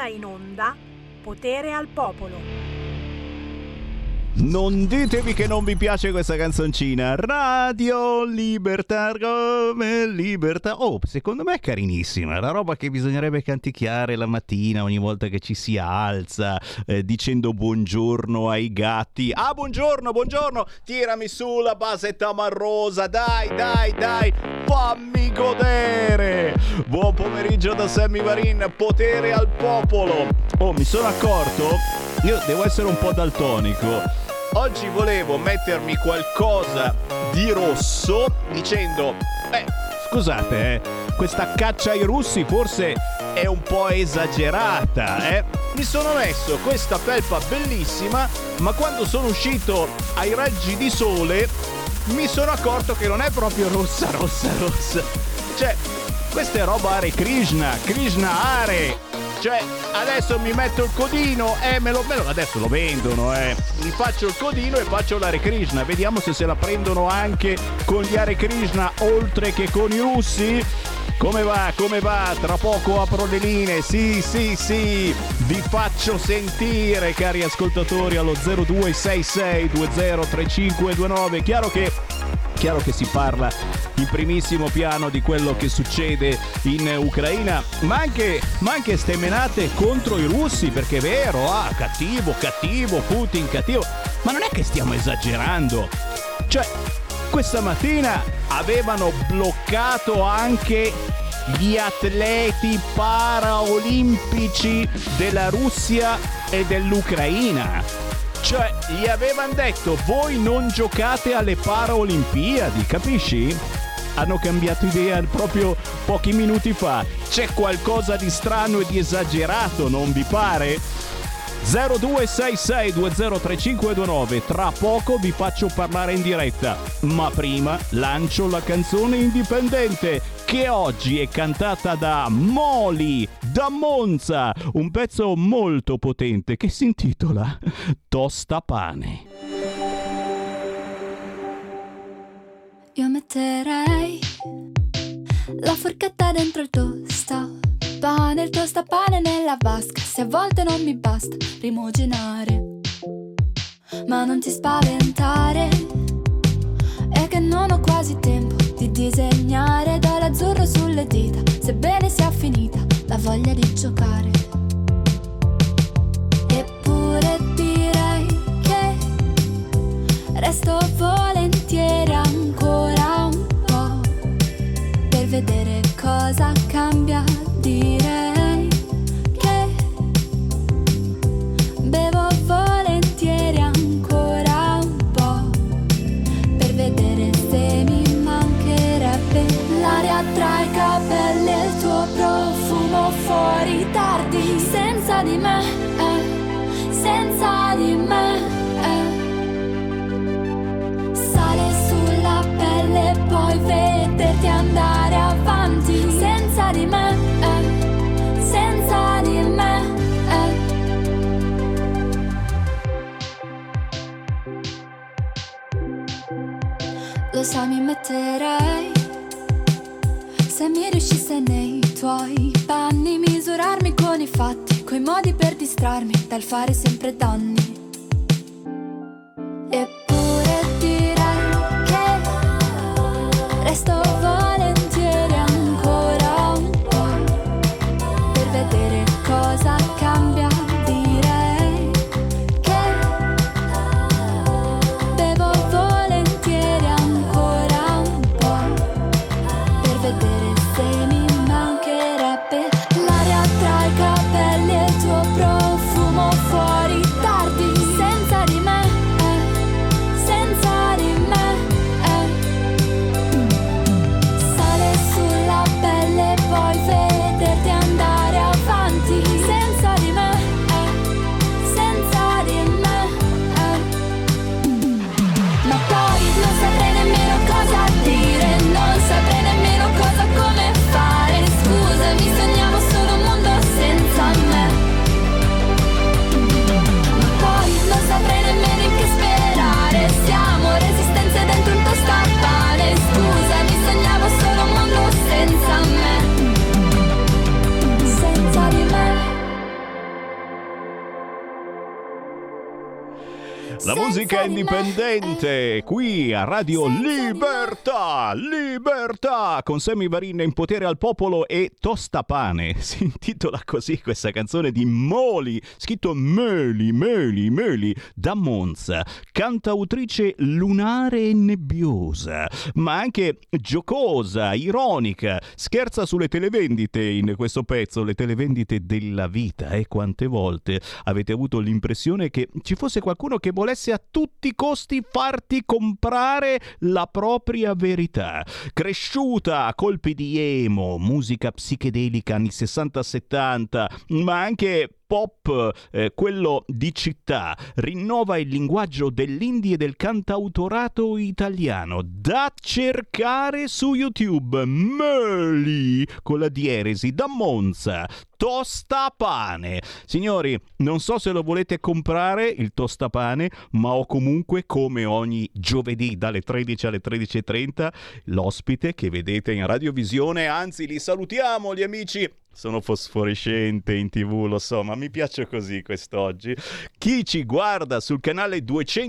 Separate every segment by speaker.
Speaker 1: in onda Potere al Popolo.
Speaker 2: Non ditevi che non vi piace questa canzoncina. Radio Libertà come libertà. Oh, secondo me è carinissima. È la roba che bisognerebbe canticchiare la mattina ogni volta che ci si alza, dicendo buongiorno ai gatti. Ah, buongiorno, buongiorno. Tirami su la base tamarrosa. Dai, fammi godere. Buon pomeriggio da Sammy Varin. Potere al popolo. Oh, mi sono accorto, io devo essere un po' daltonico. Oggi volevo mettermi qualcosa di rosso dicendo, scusate, questa caccia ai russi forse è un po' esagerata, Mi sono messo questa felpa bellissima, ma quando sono uscito ai raggi di sole mi sono accorto che non è proprio rossa. Cioè, questa è roba Hare Krishna Hare. Cioè, adesso mi metto il codino, adesso lo vendono, Mi faccio il codino e faccio l'Hare Krishna. Vediamo se la prendono anche con gli Hare Krishna, oltre che con i russi. Come va? Tra poco apro le linee, sì. Vi faccio sentire, cari ascoltatori, allo 0266203529. Chiaro che si parla in primissimo piano di quello che succede in Ucraina, ma anche ste menate contro i russi, perché è vero, cattivo, Putin cattivo, ma non è che stiamo esagerando. Cioè, questa mattina avevano bloccato anche gli atleti paraolimpici della Russia e dell'Ucraina. Cioè, gli avevano detto, voi non giocate alle Paraolimpiadi, capisci? Hanno cambiato idea proprio pochi minuti fa. C'è qualcosa di strano e di esagerato, non vi pare? 0266203529. Tra poco vi faccio parlare in diretta, ma prima lancio la canzone indipendente che oggi è cantata da Moli da Monza, un pezzo molto potente che si intitola Tostapane.
Speaker 3: Io metterei la forchetta dentro il tostapane, il tostapane nella vasca. Se a volte non mi basta rimuginare, ma non ti spaventare, è che non ho quasi tempo di disegnare. Do l'azzurro sulle dita, sebbene sia finita la voglia di giocare. Eppure direi che resto volentieri ancora un po' per vedere cosa cambia. Direi che bevo volentieri ancora un po' per vedere se mi mancherebbe l'aria tra i capelli e il tuo profumo fuori tardi. Senza di me, senza di me, sale sulla pelle e poi vederti andare avanti. Senza di me, senza di me, lo so, mi metterei, se mi riuscisse nei tuoi panni, misurarmi con i fatti, coi modi per distrarmi dal fare sempre danni. Eppure direi che resto volentieri ancora un po' per vedere cosa cambia. Direi che bevo volentieri ancora un po' per vedere se mi mancherebbe l'aria tra i capelli e il tuo profumo fuori tardi.
Speaker 2: La musica
Speaker 3: senza di me.
Speaker 2: indipendente qui a Radio Libertà, Libertà con Sammy Varin in potere al popolo e Tostapane. Si intitola così questa canzone di Moli, scritto Meli, da Monza, cantautrice lunare e nebbiosa, ma anche giocosa, ironica, scherza sulle televendite in questo pezzo, le televendite della vita. E quante volte avete avuto l'impressione che ci fosse qualcuno che volesse a tutti i costi farti comprare la propria verità? Cresciuta a colpi di emo, musica psichedelica anni 60-70, ma anche pop, quello di città, rinnova il linguaggio dell'indie e del cantautorato italiano. Da cercare su YouTube, Meli con la dieresi, da Monza, Tostapane. Signori, non so se lo volete comprare il Tostapane, ma ho comunque, come ogni giovedì dalle 13 alle 13:30, l'ospite che vedete in radiovisione. Anzi, li salutiamo gli amici. Sono fosforescente in TV, lo so, ma mi piace così quest'oggi. Chi ci guarda sul canale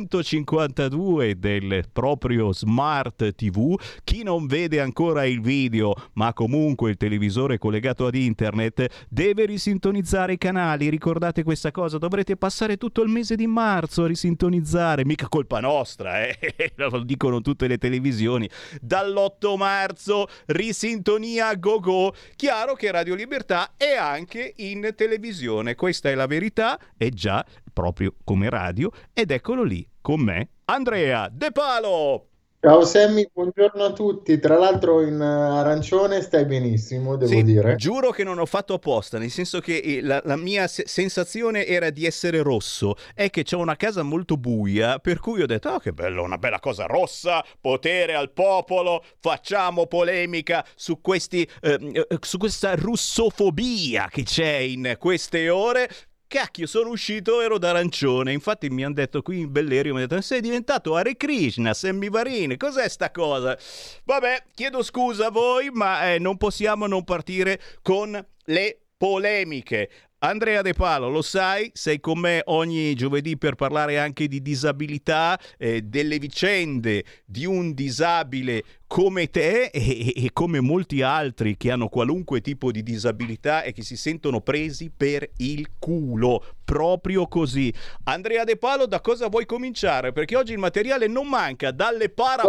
Speaker 2: 252 del proprio Smart TV, chi non vede ancora il video, ma comunque il televisore collegato ad internet, deve risintonizzare i canali. Ricordate questa cosa, dovrete passare tutto il mese di marzo a risintonizzare, mica colpa nostra, lo dicono tutte le televisioni. Dall'8 marzo risintonia go go. Chiaro che Radio Libertà è anche in televisione, questa è la verità, è già proprio come radio, ed eccolo lì con me Andrea De Palo.
Speaker 4: Ciao Sammy, buongiorno a tutti. Tra l'altro in arancione stai benissimo, devo
Speaker 2: Sì,
Speaker 4: dire.
Speaker 2: giuro che non ho fatto apposta, nel senso che la mia sensazione era di essere rosso. È che c'ho una casa molto buia, per cui ho detto, oh che bello, una bella cosa rossa, potere al popolo, facciamo polemica su questi, su questa russofobia che c'è in queste ore. Cacchio, sono uscito, ero d'arancione. Infatti mi hanno detto qui in Bellerio, mi hanno detto, sei diventato Hare Krishna, Sammy Varin, cos'è sta cosa? Vabbè, chiedo scusa a voi, ma non possiamo non partire con le polemiche. Andrea De Palo, lo sai, sei con me ogni giovedì per parlare anche di disabilità, delle vicende di un disabile come te e come molti altri che hanno qualunque tipo di disabilità e che si sentono presi per il culo, proprio così. Andrea De Palo, da cosa vuoi cominciare? Perché oggi il materiale non manca, dalle para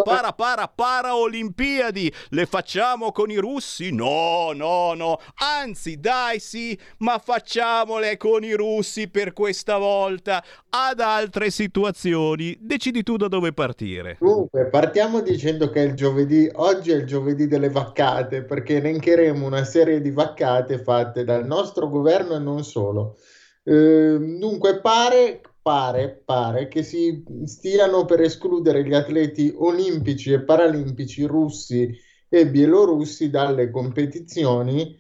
Speaker 2: Olimpiadi, le facciamo con i russi? No, anzi dai sì, ma facciamole con i russi per questa volta. Ad altre situazioni, decidi tu da dove partire.
Speaker 4: Dunque, partiamo dicendo che è il giovedì, oggi è il giovedì delle vaccate, perché elencheremo una serie di vaccate fatte dal nostro governo e non solo. Dunque, pare che si stiano per escludere gli atleti olimpici e paralimpici russi e bielorussi dalle competizioni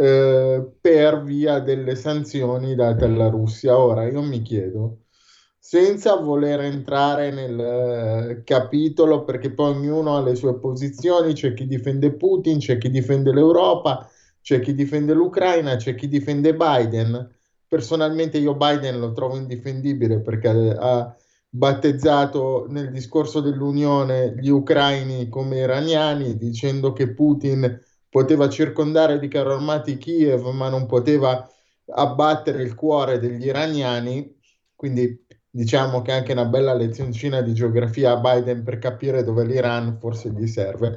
Speaker 4: per via delle sanzioni date alla Russia. Ora, io mi chiedo, senza voler entrare nel capitolo, perché poi ognuno ha le sue posizioni, c'è chi difende Putin, c'è chi difende l'Europa, c'è chi difende l'Ucraina, c'è chi difende Biden. Personalmente io Biden lo trovo indifendibile perché ha battezzato nel discorso dell'Unione gli ucraini come iraniani, dicendo che Putin poteva circondare di carri armati Kiev, ma non poteva abbattere il cuore degli iraniani. Quindi diciamo che anche una bella lezioncina di geografia a Biden per capire dove l'Iran forse gli serve.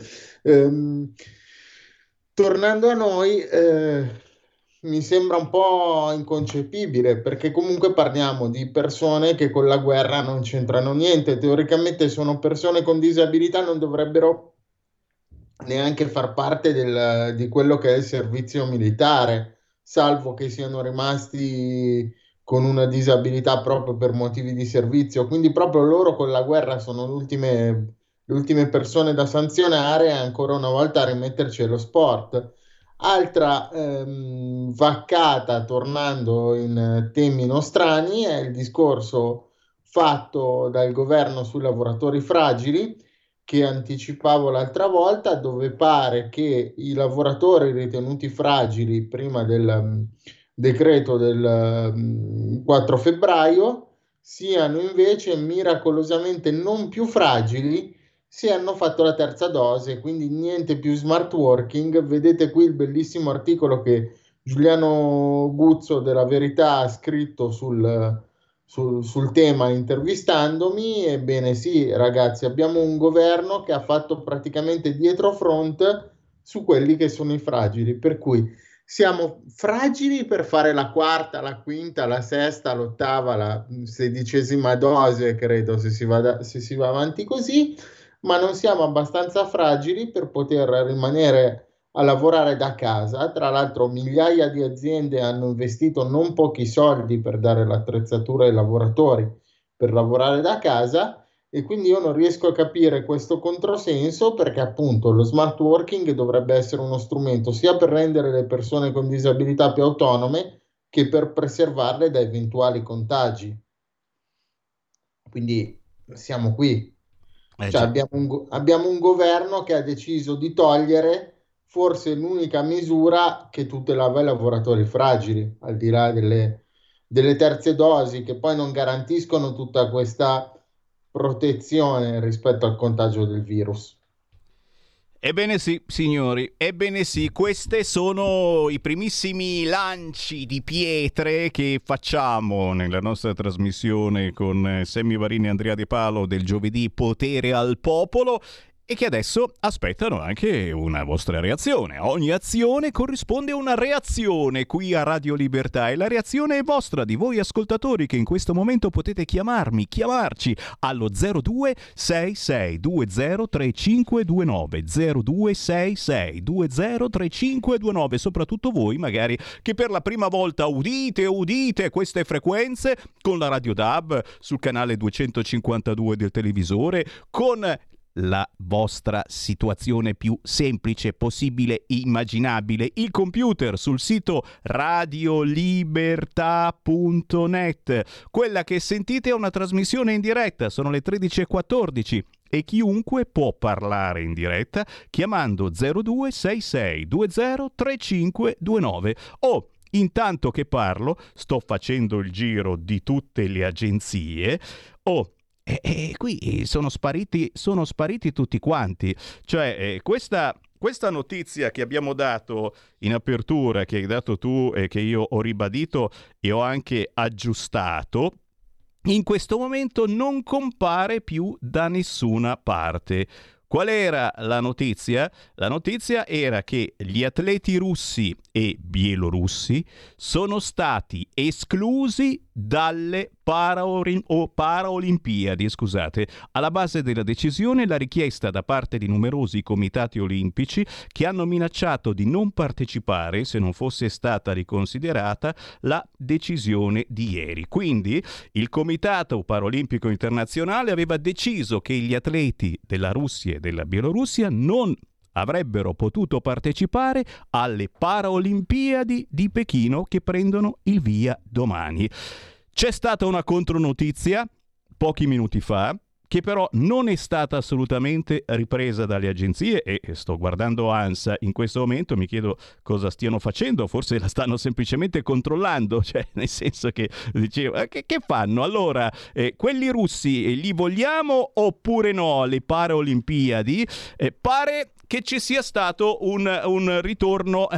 Speaker 4: Tornando a noi, mi sembra un po' inconcepibile, perché comunque parliamo di persone che con la guerra non c'entrano niente. Teoricamente sono persone con disabilità, non dovrebbero neanche far parte di quello che è il servizio militare, salvo che siano rimasti con una disabilità proprio per motivi di servizio. Quindi proprio loro con la guerra sono le ultime persone da sanzionare e ancora una volta a rimetterci allo sport. Altra vaccata, tornando in temi nostrani, è il discorso fatto dal governo sui lavoratori fragili, che anticipavo l'altra volta, dove pare che i lavoratori ritenuti fragili prima del decreto del 4 febbraio siano invece miracolosamente non più fragili se hanno fatto la terza dose, quindi niente più smart working. Vedete qui il bellissimo articolo che Giuliano Guzzo della Verità ha scritto sul tema intervistandomi. Ebbene sì, ragazzi, abbiamo un governo che ha fatto praticamente dietro front su quelli che sono i fragili, per cui siamo fragili per fare la quarta, la quinta, la sesta, l'ottava, la 16ª dose, credo, se si va avanti così, ma non siamo abbastanza fragili per poter rimanere a lavorare da casa. Tra l'altro, migliaia di aziende hanno investito non pochi soldi per dare l'attrezzatura ai lavoratori per lavorare da casa. E quindi io non riesco a capire questo controsenso, perché appunto lo smart working dovrebbe essere uno strumento sia per rendere le persone con disabilità più autonome che per preservarle da eventuali contagi. Quindi siamo qui. Cioè, abbiamo un governo che ha deciso di togliere forse l'unica misura che tutelava i lavoratori fragili, al di là delle terze dosi, che poi non garantiscono tutta questa protezione rispetto al contagio del virus.
Speaker 2: Ebbene sì, signori, ebbene sì, questi sono i primissimi lanci di pietre che facciamo nella nostra trasmissione con Sammy Varini e Andrea De Palo del giovedì Potere al Popolo, e che adesso aspettano anche una vostra reazione. A ogni azione corrisponde una reazione qui a Radio Libertà, e la reazione è vostra, di voi ascoltatori, che in questo momento potete chiamarci allo 02 6620 3529 02 6620 3529, soprattutto voi magari che per la prima volta udite queste frequenze con la Radio DAB sul canale 252 del televisore, con la vostra situazione più semplice possibile, immaginabile, il computer sul sito radiolibertà.net. Quella che sentite è una trasmissione in diretta, sono le 13:14 e chiunque può parlare in diretta chiamando 02 6620 3529 o intanto che parlo sto facendo il giro di tutte le agenzie e qui sono spariti tutti quanti. Cioè, questa notizia che abbiamo dato in apertura, che hai dato tu e che io ho ribadito e ho anche aggiustato, in questo momento non compare più da nessuna parte. Qual era la notizia? La notizia era che gli atleti russi e bielorussi sono stati esclusi dalle Paraolimpiadi, scusate. Alla base della decisione la richiesta da parte di numerosi comitati olimpici che hanno minacciato di non partecipare se non fosse stata riconsiderata la decisione di ieri. Quindi il Comitato Paraolimpico Internazionale aveva deciso che gli atleti della Russia e della Bielorussia non avrebbero potuto partecipare alle Paraolimpiadi di Pechino che prendono il via domani. C'è stata una contronotizia pochi minuti fa, che però non è stata assolutamente ripresa dalle agenzie, e sto guardando ANSA in questo momento, mi chiedo cosa stiano facendo, forse la stanno semplicemente controllando, cioè nel senso che dicevo, che fanno? Allora, quelli russi li vogliamo oppure no alle Paraolimpiadi? Pare che ci sia stato un ritorno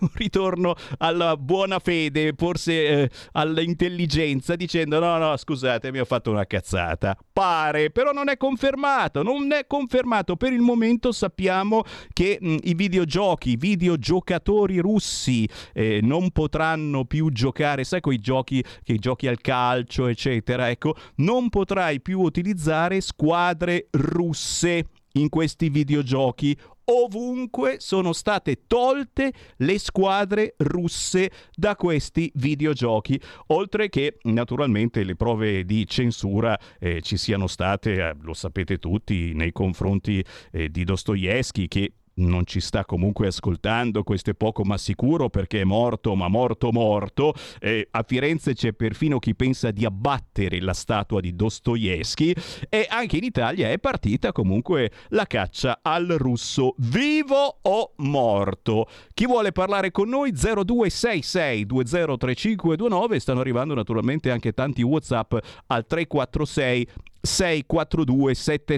Speaker 2: alla buona fede, forse all'intelligenza, dicendo no, scusate, mi ho fatto una cazzata. Pare, però non è confermato. Per il momento sappiamo che i videogiocatori russi non potranno più giocare, sai, quei giochi che giochi al calcio, eccetera, ecco, non potrai più utilizzare squadre russe in questi videogiochi. Ovunque sono state tolte le squadre russe da questi videogiochi, oltre che naturalmente le prove di censura ci siano state, lo sapete tutti, nei confronti di Dostoevskij, che non ci sta comunque ascoltando, questo è poco ma sicuro, perché è morto, ma morto. A Firenze c'è perfino chi pensa di abbattere la statua di Dostoevskij, e anche in Italia è partita comunque la caccia al russo, vivo o morto. Chi vuole parlare con noi? 0266 203529. Stanno arrivando naturalmente anche tanti WhatsApp al 346 642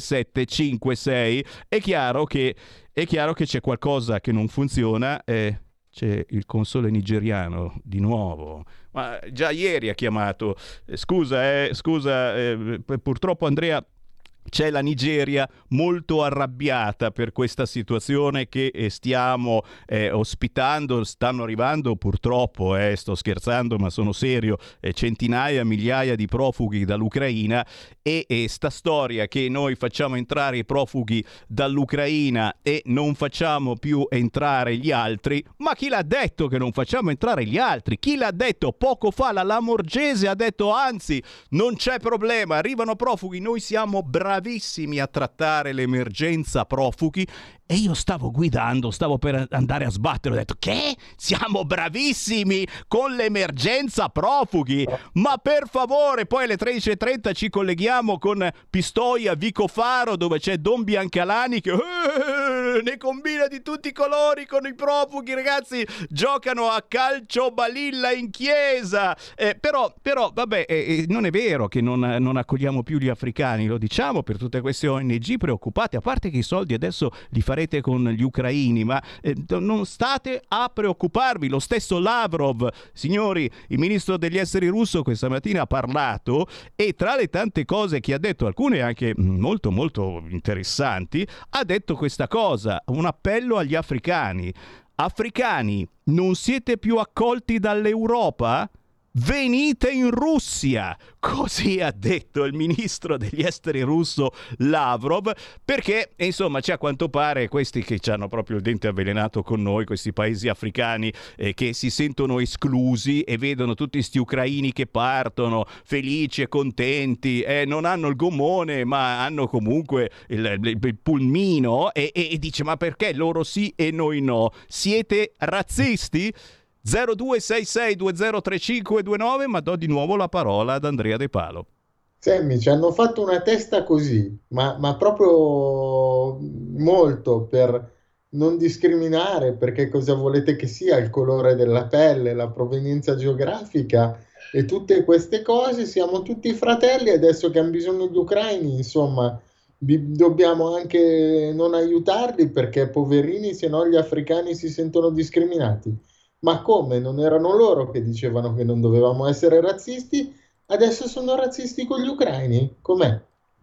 Speaker 2: 7756. È chiaro che c'è qualcosa che non funziona. C'è il console nigeriano di nuovo, ma già ieri ha chiamato. Scusa, purtroppo Andrea, c'è la Nigeria molto arrabbiata per questa situazione che stiamo ospitando. Stanno arrivando purtroppo, sto scherzando ma sono serio, centinaia, migliaia di profughi dall'Ucraina, e sta storia che noi facciamo entrare i profughi dall'Ucraina e non facciamo più entrare gli altri. Ma chi l'ha detto che non facciamo entrare gli altri? Chi l'ha detto? Poco fa la Lamorgese ha detto anzi non c'è problema, arrivano profughi, noi siamo bravissimi a trattare l'emergenza profughi. E io stavo guidando, stavo per andare a sbattere, ho detto che? Siamo bravissimi con l'emergenza profughi, ma per favore. Poi alle 13.30 ci colleghiamo con Pistoia, Vicofaro, dove c'è Don Biancalani che ne combina di tutti i colori con i profughi, ragazzi, giocano a calcio balilla in chiesa. Però vabbè, non è vero che non accogliamo più gli africani, lo diciamo per tutte queste ONG preoccupate, a parte che i soldi adesso li farete con gli ucraini, ma non state a preoccuparvi. Lo stesso Lavrov, signori, il ministro degli esteri russo, questa mattina ha parlato, e tra le tante cose che ha detto, alcune anche molto molto interessanti, ha detto questa cosa, un appello agli africani: africani, non siete più accolti dall'Europa? Venite in Russia, così ha detto il ministro degli esteri russo Lavrov, perché insomma c'è a quanto pare questi che ci hanno proprio il dente avvelenato con noi, questi paesi africani che si sentono esclusi e vedono tutti sti ucraini che partono felici e contenti, non hanno il gommone ma hanno comunque il pulmino, e dice ma perché loro sì e noi no? Siete razzisti? 0266203529, ma do di nuovo la parola ad Andrea De Palo.
Speaker 4: Semmi, ci hanno fatto una testa così, ma proprio molto, per non discriminare, perché cosa volete che sia il colore della pelle, la provenienza geografica e tutte queste cose. Siamo tutti fratelli, adesso che hanno bisogno gli ucraini, insomma, dobbiamo anche non aiutarli, perché poverini, se no gli africani si sentono discriminati. Ma come? Non erano loro che dicevano che non dovevamo essere razzisti? Adesso sono razzisti con gli ucraini? Com'è?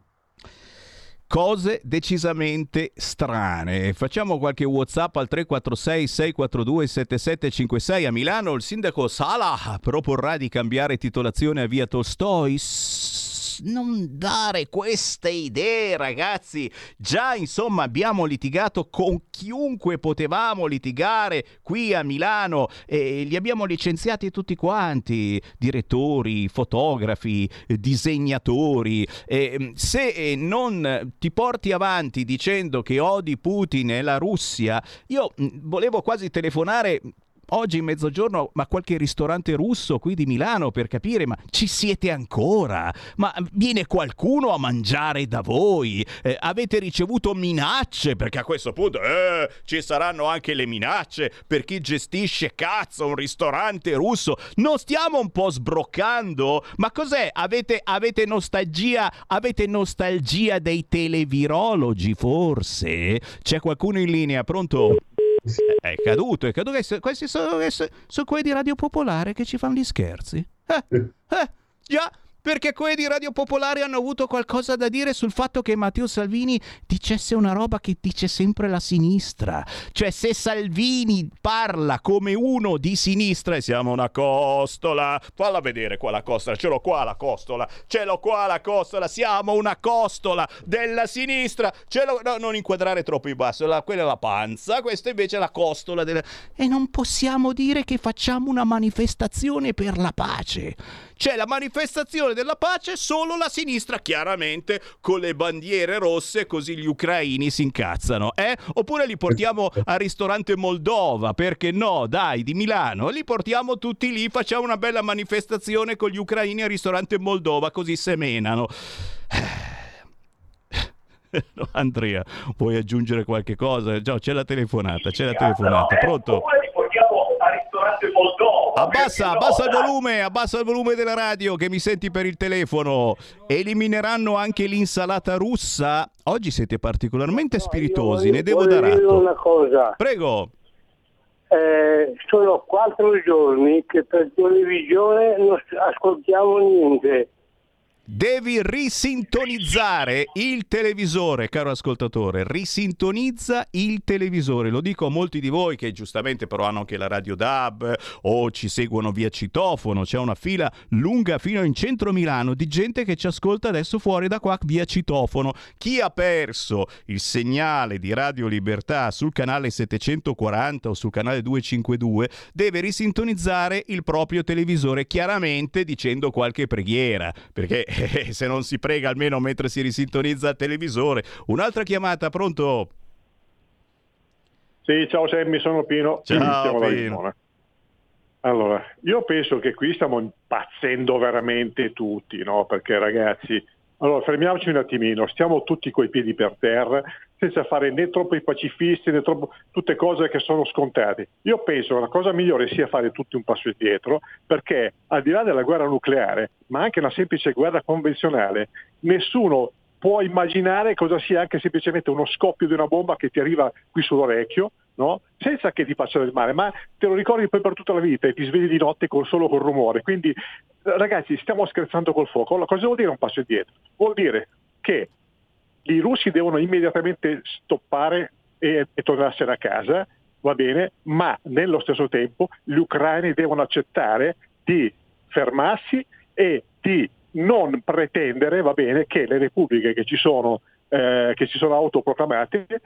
Speaker 2: Cose decisamente strane. Facciamo qualche WhatsApp al 346 642 7756. A Milano il sindaco Salah proporrà di cambiare titolazione a via Tolstoi. Non dare queste idee, ragazzi. Già insomma abbiamo litigato con chiunque potevamo litigare qui a Milano e li abbiamo licenziati tutti quanti, direttori, fotografi, disegnatori. Se non ti porti avanti dicendo che odi Putin e la Russia, io volevo quasi telefonare oggi in mezzogiorno ma qualche ristorante russo qui di Milano per capire, ma ci siete ancora? Ma viene qualcuno a mangiare da voi? Avete ricevuto minacce? Perché a questo punto ci saranno anche le minacce per chi gestisce un ristorante russo. Non stiamo un po' sbroccando? Ma cos'è? Avete nostalgia? Avete nostalgia dei televirologi forse? C'è qualcuno in linea? Pronto? È caduto. Questi sono quelli di Radio Popolare che ci fanno gli scherzi. Già, perché quelli di Radio Popolare hanno avuto qualcosa da dire sul fatto che Matteo Salvini dicesse una roba che dice sempre la sinistra. Cioè, se Salvini parla come uno di sinistra e siamo una costola, falla vedere qua la costola, ce l'ho qua la costola, siamo una costola della sinistra, no, non inquadrare troppo in basso, quella è la panza, questa invece è la costola della... E non possiamo dire che facciamo una manifestazione per la pace. c'è la manifestazione della pace, solo la sinistra, chiaramente con le bandiere rosse, così gli ucraini si incazzano, Oppure li portiamo al ristorante Moldova, perché no, dai, di Milano, li portiamo tutti lì, facciamo una bella manifestazione con gli ucraini al ristorante Moldova, così semenano. No, Andrea, vuoi aggiungere qualche cosa? Già, c'è la telefonata, pronto? Abbassa il volume della radio che mi senti per il telefono. Elimineranno anche l'insalata russa. Oggi siete particolarmente spiritosi, ne devo dar atto.
Speaker 5: Dire una cosa.
Speaker 2: Prego.
Speaker 5: Sono 4 giorni che per televisione non ascoltiamo niente.
Speaker 2: Devi risintonizzare il televisore, caro ascoltatore, risintonizza il televisore. Lo dico a molti di voi che giustamente però hanno anche la radio DAB o ci seguono via citofono. C'è una fila lunga fino in centro Milano di gente che ci ascolta adesso fuori da qua via citofono. Chi ha perso il segnale di Radio Libertà sul canale 740 o sul canale 252 deve risintonizzare il proprio televisore, chiaramente dicendo qualche preghiera, perché se non si prega almeno mentre si risintonizza il televisore. Un'altra chiamata, pronto?
Speaker 6: Sì, ciao Sammy, sono Pino.
Speaker 2: Ciao Pino.
Speaker 6: Allora, io penso che qui stiamo impazzendo veramente tutti, no? Perché ragazzi, allora fermiamoci un attimino, stiamo tutti coi piedi per terra, senza fare né troppo i pacifisti né troppo tutte cose che sono scontate. Io penso che la cosa migliore sia fare tutti un passo indietro, perché al di là della guerra nucleare, ma anche una semplice guerra convenzionale, nessuno può immaginare cosa sia anche semplicemente uno scoppio di una bomba che ti arriva qui sull'orecchio, no? Senza che ti faccia del male, ma te lo ricordi poi per tutta la vita e ti svegli di notte solo col rumore. Quindi ragazzi, stiamo scherzando col fuoco. Allora, cosa vuol dire un passo indietro? Vuol dire che i russi devono immediatamente stoppare e tornarsene a casa, va bene, ma nello stesso tempo gli ucraini devono accettare di fermarsi e di non pretendere, va bene, che le repubbliche che ci sono autoproclamate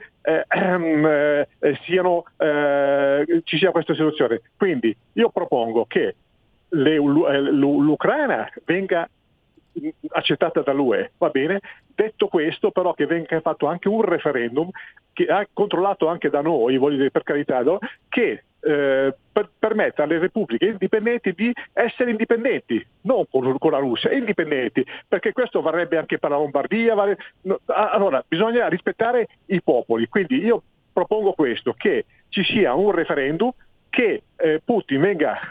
Speaker 6: ci sia questa situazione. Quindi io propongo che l'Ucraina venga accettata dall'ue, va bene? Detto questo, però, che venga fatto anche un referendum che ha controllato anche da noi, voglio dire, per carità, no? Che permetta alle repubbliche indipendenti di essere indipendenti, non con la Russia, indipendenti, perché questo varrebbe anche per la Lombardia. Allora, bisogna rispettare i popoli, quindi io propongo questo, che ci sia un referendum, che Putin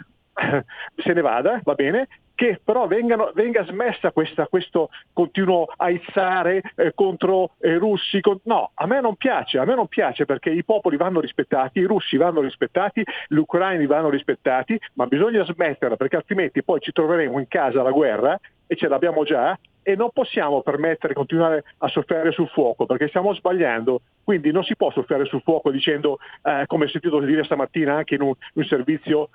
Speaker 6: se ne vada, va bene, che però venga smessa questo continuo aizzare contro i russi. No, a me non piace perché i popoli vanno rispettati, i russi vanno rispettati, gli ucraini vanno rispettati, ma bisogna smetterla, perché altrimenti poi ci troveremo in casa la guerra, e ce l'abbiamo già, e non possiamo permettere di continuare a soffiare sul fuoco, perché stiamo sbagliando. Quindi non si può soffiare sul fuoco dicendo, come ho sentito dire stamattina anche in un servizio,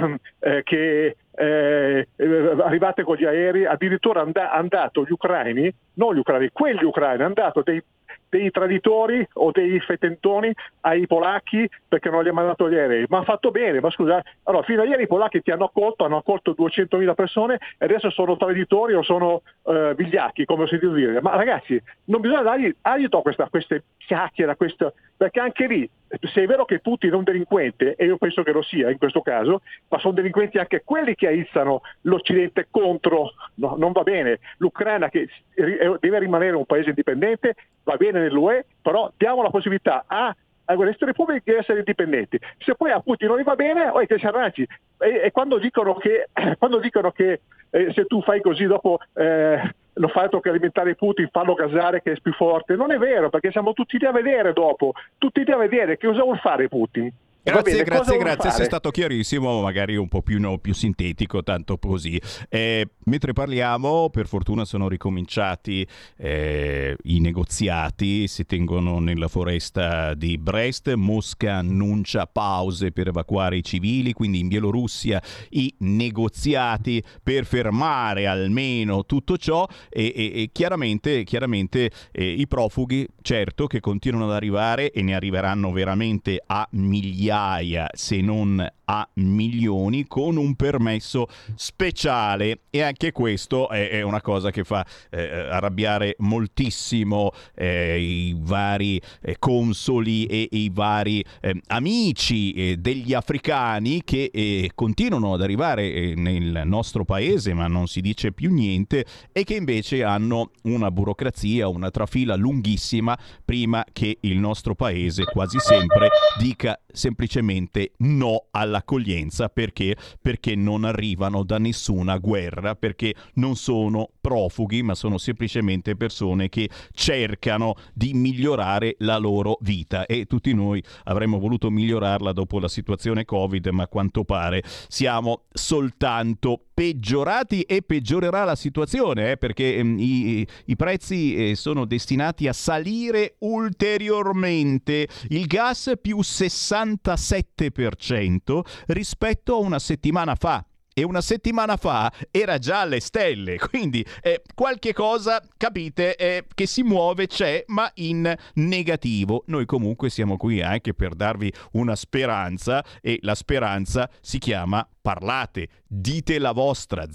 Speaker 6: che arrivate con gli aerei, addirittura andato gli ucraini, non gli ucraini, quegli ucraini, hanno dato dei traditori o dei fetentoni ai polacchi perché non gli hanno mandato gli aerei. Ma ha fatto bene, ma scusa, allora fino a ieri i polacchi ti hanno accolto 200.000 persone e adesso sono traditori o sono vigliacchi, come ho sentito dire. Ma ragazzi, non bisogna dargli queste chiacchiere, perché anche lì, se è vero che Putin è un delinquente, e io penso che lo sia in questo caso, ma sono delinquenti anche quelli che aizzano l'Occidente contro, no, non va bene. L'Ucraina, che deve rimanere un paese indipendente, va bene nell'UE, però diamo la possibilità a queste repubbliche di essere indipendenti. Se poi a Putin non gli va bene, te si arrangi. E quando dicono che se tu fai così dopo non fai altro che alimentare Putin, farlo gasare che è più forte, non è vero, perché siamo tutti lì a vedere dopo, tutti lì a vedere che cosa vuol fare Putin.
Speaker 2: Grazie, sei stato chiarissimo, magari un po' più sintetico, tanto così. Mentre parliamo, per fortuna sono ricominciati i negoziati, si tengono nella foresta di Brest, Mosca annuncia pause per evacuare i civili, quindi in Bielorussia i negoziati per fermare almeno tutto ciò e chiaramente i profughi, certo, che continuano ad arrivare e ne arriveranno veramente a migliaia se non a milioni con un permesso speciale, e anche questo è una cosa che fa arrabbiare moltissimo i vari consoli e i vari amici degli africani che continuano ad arrivare nel nostro paese, ma non si dice più niente, e che invece hanno una burocrazia, una trafila lunghissima prima che il nostro paese quasi sempre dica semplicemente no all'accoglienza. Perché non arrivano da nessuna guerra, perché non sono profughi, ma sono semplicemente persone che cercano di migliorare la loro vita, e tutti noi avremmo voluto migliorarla dopo la situazione Covid, ma a quanto pare siamo soltanto peggiorati, e peggiorerà la situazione perché i prezzi sono destinati a salire ulteriormente. Il gas più 67% rispetto a una settimana fa, e una settimana fa era già alle stelle, quindi qualche cosa, capite, che si muove c'è, ma in negativo. Noi comunque siamo qui anche per darvi una speranza, e la speranza si chiama parlate, dite la vostra.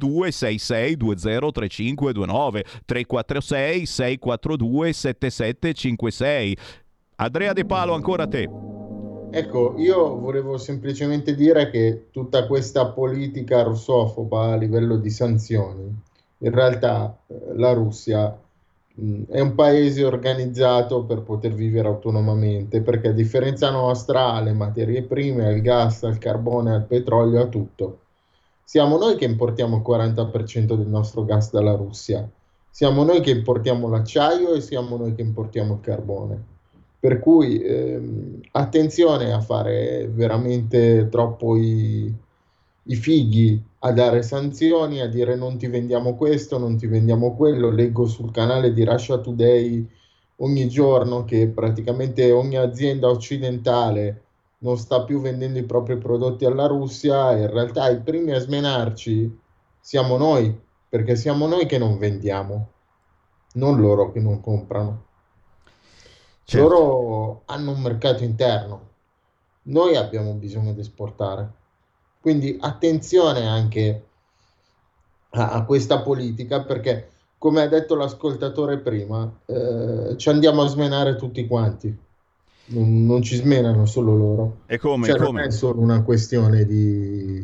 Speaker 2: 0266203529 346 642 7756. Andrea De Palo, ancora a te.
Speaker 4: Ecco, io volevo semplicemente dire che tutta questa politica russofoba a livello di sanzioni, in realtà la Russia è un paese organizzato per poter vivere autonomamente, perché a differenza nostra ha le materie prime, al gas, al carbone, al petrolio, a tutto. Siamo noi che importiamo il 40% del nostro gas dalla Russia, siamo noi che importiamo l'acciaio e siamo noi che importiamo il carbone. Per cui attenzione a fare veramente troppo i fighi, a dare sanzioni, a dire non ti vendiamo questo, non ti vendiamo quello. Leggo sul canale di Russia Today ogni giorno che praticamente ogni azienda occidentale non sta più vendendo i propri prodotti alla Russia, e in realtà i primi a smenarci siamo noi, perché siamo noi che non vendiamo, non loro che non comprano. Certo. Loro hanno un mercato interno, noi abbiamo bisogno di esportare, quindi attenzione anche a questa politica, perché come ha detto l'ascoltatore prima, ci andiamo a smenare tutti quanti, non ci smenano solo loro.
Speaker 2: E come?
Speaker 4: Non è solo una questione di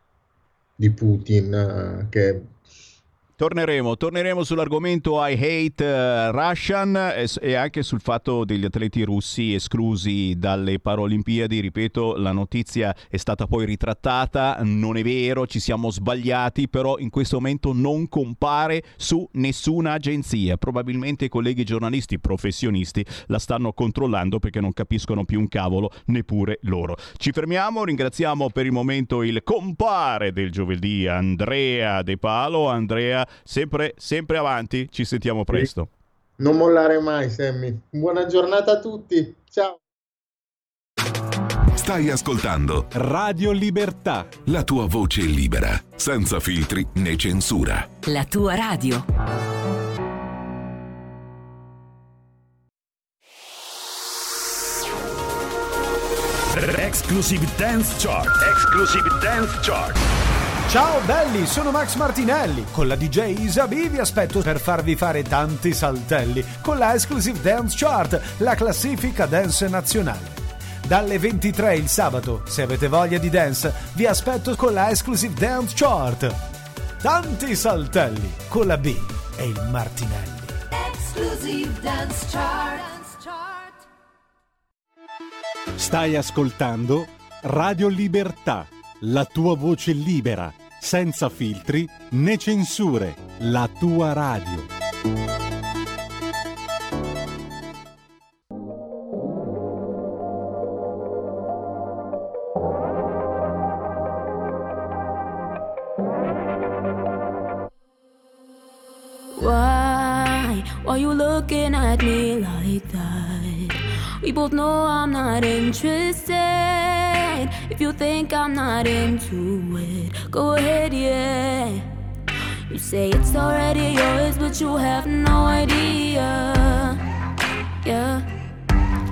Speaker 4: Putin che...
Speaker 2: Torneremo sull'argomento I hate Russian e anche sul fatto degli atleti russi esclusi dalle Paralimpiadi. Ripeto, la notizia è stata poi ritrattata, non è vero, ci siamo sbagliati, però in questo momento non compare su nessuna agenzia. Probabilmente i colleghi giornalisti professionisti la stanno controllando perché non capiscono più un cavolo neppure loro. Ci fermiamo, ringraziamo per il momento il compare del giovedì, Andrea De Palo. Andrea, sempre avanti, ci sentiamo presto.
Speaker 4: Non mollare mai, Sammy. Buona giornata a tutti, ciao.
Speaker 7: Stai ascoltando
Speaker 8: Radio Libertà,
Speaker 7: la tua voce libera, senza filtri né censura.
Speaker 9: La tua radio.
Speaker 8: Exclusive Dance Chart. Exclusive Dance Chart.
Speaker 10: Ciao belli, sono Max Martinelli. Con la DJ Isabi vi aspetto per farvi fare tanti saltelli con la Exclusive Dance Chart, la classifica dance nazionale. Dalle 23 il sabato, se avete voglia di dance, vi aspetto con la Exclusive Dance Chart. Tanti saltelli con la B e il Martinelli.
Speaker 9: Exclusive Dance Chart.
Speaker 8: Stai ascoltando Radio Libertà, la tua voce libera, senza filtri né censure, la tua radio.
Speaker 11: Why you looking at me like that? We both know I'm not interested. If you think I'm not into it, go ahead, yeah. You say it's already yours, but you have no idea, yeah.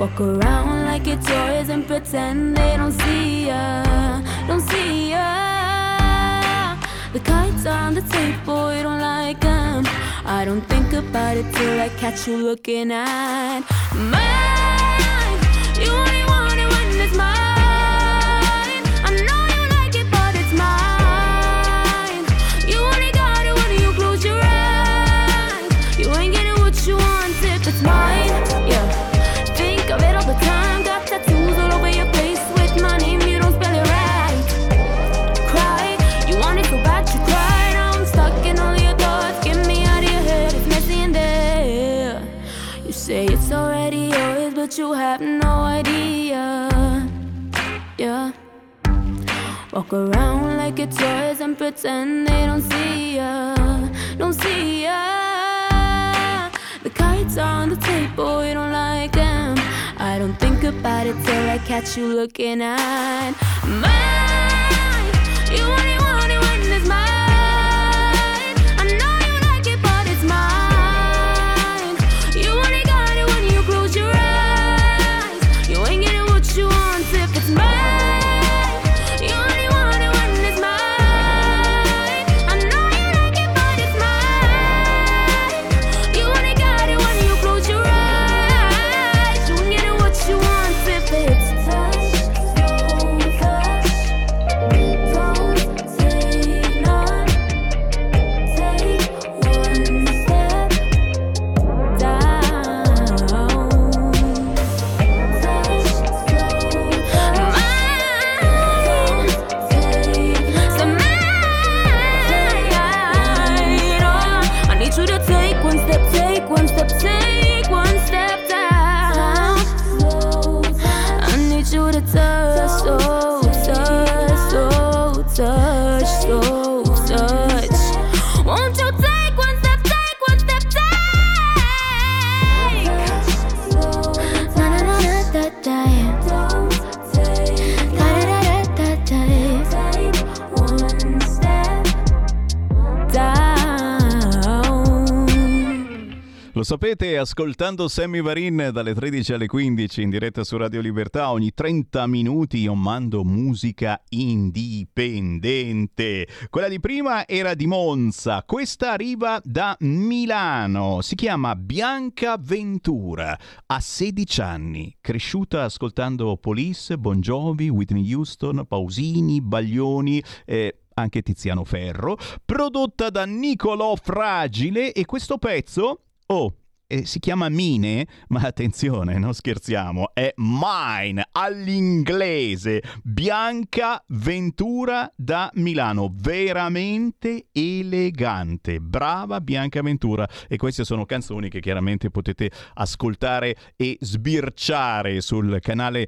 Speaker 11: Walk around like your toys and pretend they don't see ya, don't see ya. The kites on the table, you don't like them. I don't think about it till I catch you looking at mine. You only want it when it's mine. I know you like it, but it's mine. You only got it when you close your eyes. You ain't getting what you want if it's mine. Yeah, think of it all the time. Got tattoos all over your face with my name, you don't spell it right. Cry, you want it so bad you cry. Now I'm stuck in all your thoughts. Get me out of your head, it's messy in there. You say it's already yours, but you have no idea. Yeah. Walk around like your toys and pretend they don't see ya, don't see ya. The kites on the table, you don't like them. I don't think about it till I catch you looking at mine. You only want it when it's mine. I know you like it, but it's mine. You only got it when you close your eyes. You ain't getting what you want if it's mine. You only want it when it's mine. I know you like it, but it's mine. You only got it when you close your eyes. You ain't getting what you want if it's touch, don't touch. Don't take none. Take one step down. Touch, I need you to take one step, take one step, take one step down. I need you to touch, so touch, so touch, so touch. Won't you take one step, take one step, take? Na na na na da da. Don't take. Da da da da da. Take one step down.
Speaker 2: Lo sapete, ascoltando Sammy Varin dalle 13 alle 15 in diretta su Radio Libertà, ogni 30 minuti io mando musica indipendente. Quella di prima era di Monza, questa arriva da Milano, si chiama Bianca Ventura, ha 16 anni, cresciuta ascoltando Police, Bon Jovi, Whitney Houston, Pausini, Baglioni, anche Tiziano Ferro, prodotta da Nicolò Fragile, e questo pezzo si chiama Mine, ma attenzione, non scherziamo, è Mine all'inglese. Bianca Ventura da Milano, veramente elegante, brava Bianca Ventura. E queste sono canzoni che chiaramente potete ascoltare e sbirciare sul canale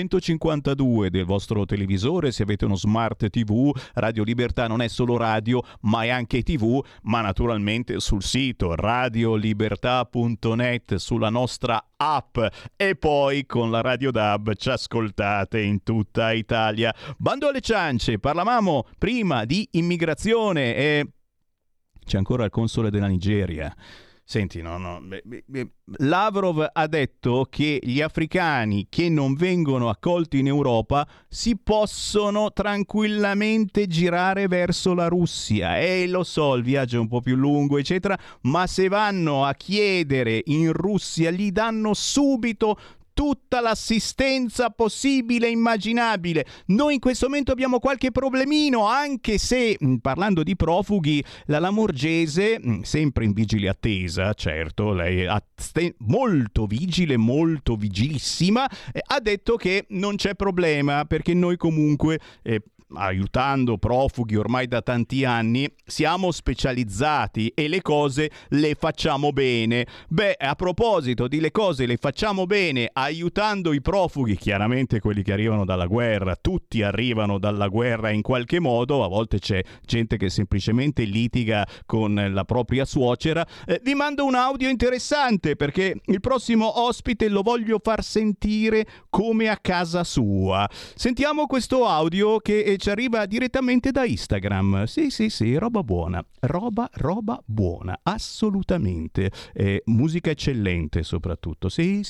Speaker 2: 252 del vostro televisore, se avete uno smart TV. Radio Libertà non è solo radio, ma è anche TV, ma naturalmente sul sito radiolibertà.net, sulla nostra app, e poi con la Radio DAB ci ascoltate in tutta Italia. Bando alle ciance, parlavamo prima di immigrazione e c'è ancora il console della Nigeria. Senti, Lavrov ha detto che gli africani che non vengono accolti in Europa si possono tranquillamente girare verso la Russia. E lo so, il viaggio è un po' più lungo, eccetera, ma se vanno a chiedere in Russia gli danno subito tutta l'assistenza possibile e immaginabile. Noi in questo momento abbiamo qualche problemino, anche se, parlando di profughi, la Lamorgese, sempre in vigile attesa, certo, lei è molto vigile, molto vigilissima, ha detto che non c'è problema, perché noi comunque aiutando profughi ormai da tanti anni siamo specializzati e le cose le facciamo bene. Beh, a proposito di le cose le facciamo bene, aiutando i profughi, chiaramente quelli che arrivano dalla guerra, tutti arrivano dalla guerra in qualche modo, a volte c'è gente che semplicemente litiga con la propria suocera. Vi mando un audio interessante, perché il prossimo ospite lo voglio far sentire come a casa sua. Sentiamo questo audio che ci arriva direttamente da Instagram. Sì, roba buona, roba buona, assolutamente. Musica eccellente soprattutto. Sì.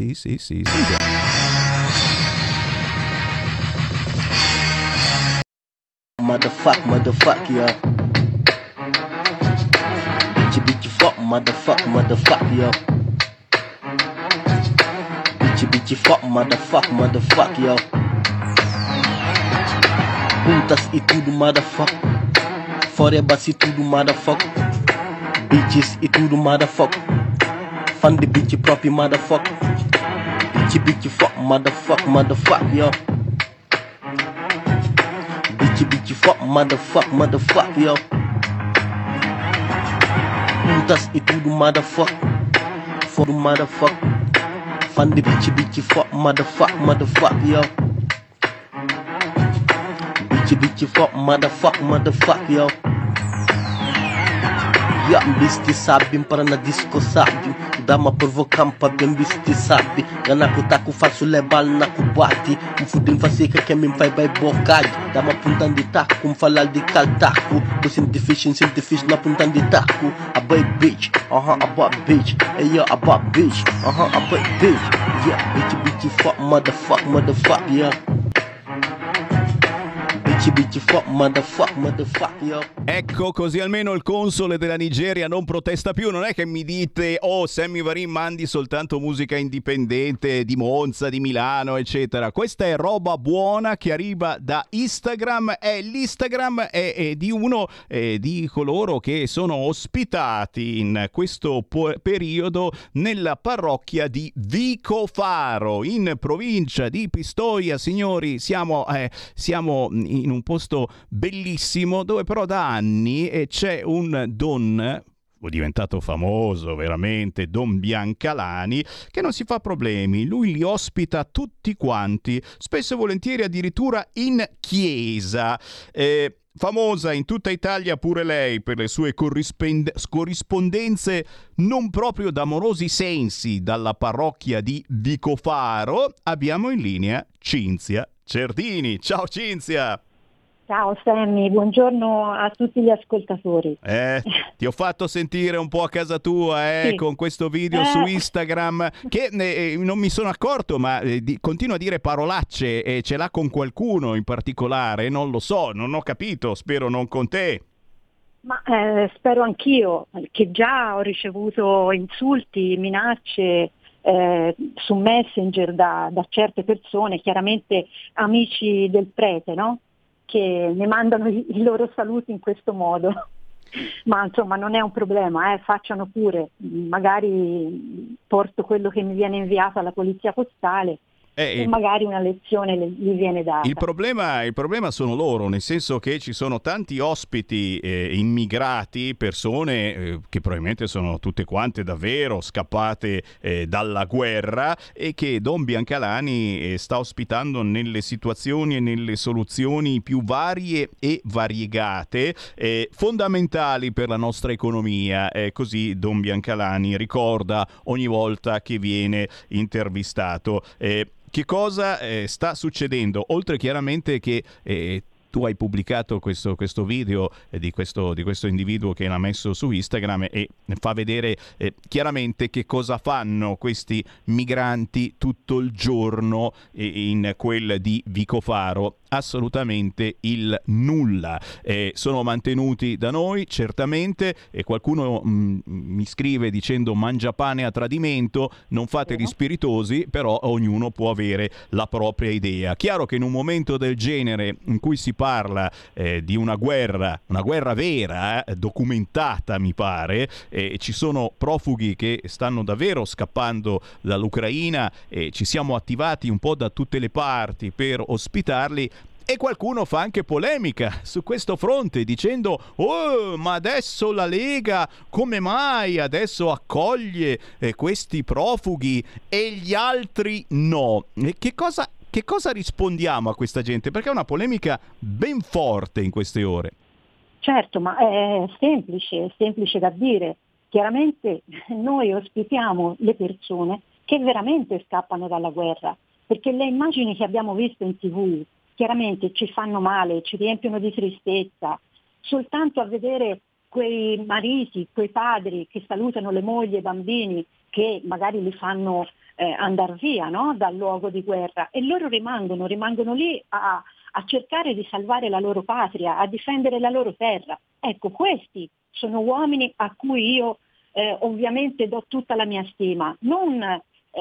Speaker 12: Motherfuck, yo. Bitch, fuck, motherfuck, yo. Bitch, fuck, motherfuck, yo. Putas e tudo, motherfuck. Forebas e tudo, motherfuck. Bitches e tudo, motherfuck. Fan de bitch próprio, motherfuck. Bitch, fuck, motherfuck, yo. Bitch, fuck, motherfuck, yo. Putas e tudo, motherfuck. For motherfuck. Fan de bitch, fuck, motherfuck, yo. Bitch, fuck, motherfuck, yo. Ya, bisti sabe, para na disco sabe. Dá-me a provocar para bem bisti sabe. Gana ku taku falso lebal na ku bate. Fudim fasika que me vai bocade. Dá-me apontando de taco, falar de caltaco. Do sinto fish na apontando de taco. A boy bitch, a boy bitch. Hey yo, a boy bitch, a boy bitch. Yeah, bitch, fuck, motherfuck, yeah. Bitch, fuck, motherfuck, yo.
Speaker 2: Ecco, così almeno il console della Nigeria non protesta più. Non è che mi dite, Sammy Varin mandi soltanto musica indipendente di Monza, di Milano, eccetera. Questa è roba buona che arriva da Instagram. L'Instagram è di uno di coloro che sono ospitati in questo periodo nella parrocchia di Vicofaro, in provincia di Pistoia. Signori, siamo in un posto bellissimo dove però da anni c'è un don diventato famoso veramente, Don Biancalani, che non si fa problemi. Lui li ospita tutti quanti, spesso e volentieri addirittura in chiesa. Famosa in tutta Italia pure lei per le sue corrispondenze non proprio d'amorosi sensi dalla parrocchia di Vicofaro, abbiamo in linea Cinzia Cerdini. Ciao Cinzia!
Speaker 13: Ciao Sammy, buongiorno a tutti gli ascoltatori.
Speaker 2: Ti ho fatto sentire un po' a casa tua
Speaker 13: sì.
Speaker 2: Con questo video su Instagram che non mi sono accorto, ma continua a dire parolacce e ce l'ha con qualcuno in particolare, non lo so, non ho capito, spero non con te.
Speaker 13: Ma spero anch'io, che già ho ricevuto insulti, minacce su Messenger da certe persone, chiaramente amici del prete, no? Che mi mandano i loro saluti in questo modo, ma insomma non è un problema, facciano pure, magari porto quello che mi viene inviato alla polizia postale e magari una lezione gli viene data.
Speaker 2: Il problema sono loro, nel senso che ci sono tanti ospiti immigrati, persone che probabilmente sono tutte quante davvero scappate dalla guerra e che Don Biancalani sta ospitando nelle situazioni e nelle soluzioni più varie e variegate, fondamentali per la nostra economia. Così Don Biancalani ricorda ogni volta che viene intervistato. Che cosa sta succedendo? Oltre chiaramente che tu hai pubblicato questo video di questo individuo che l'ha messo su Instagram e fa vedere chiaramente che cosa fanno questi migranti tutto il giorno in quel di Vicofaro. Assolutamente il nulla. Sono mantenuti da noi certamente, e qualcuno mi scrive dicendo mangiapane a tradimento, non fate gli spiritosi, però ognuno può avere la propria idea. Chiaro che in un momento del genere in cui si parla di una guerra vera, documentata mi pare, ci sono profughi che stanno davvero scappando dall'Ucraina e ci siamo attivati un po' da tutte le parti per ospitarli. E qualcuno fa anche polemica su questo fronte dicendo ma adesso la Lega come mai adesso accoglie questi profughi e gli altri no? E che cosa rispondiamo a questa gente? Perché è una polemica ben forte in queste ore.
Speaker 13: Certo, ma è semplice da dire. Chiaramente noi ospitiamo le persone che veramente scappano dalla guerra, perché le immagini che abbiamo visto in TV chiaramente ci fanno male, ci riempiono di tristezza, soltanto a vedere quei mariti, quei padri che salutano le mogli e i bambini che magari li fanno andare via, no? Dal luogo di guerra, e loro rimangono lì a cercare di salvare la loro patria, a difendere la loro terra. Ecco, questi sono uomini a cui io ovviamente do tutta la mia stima, non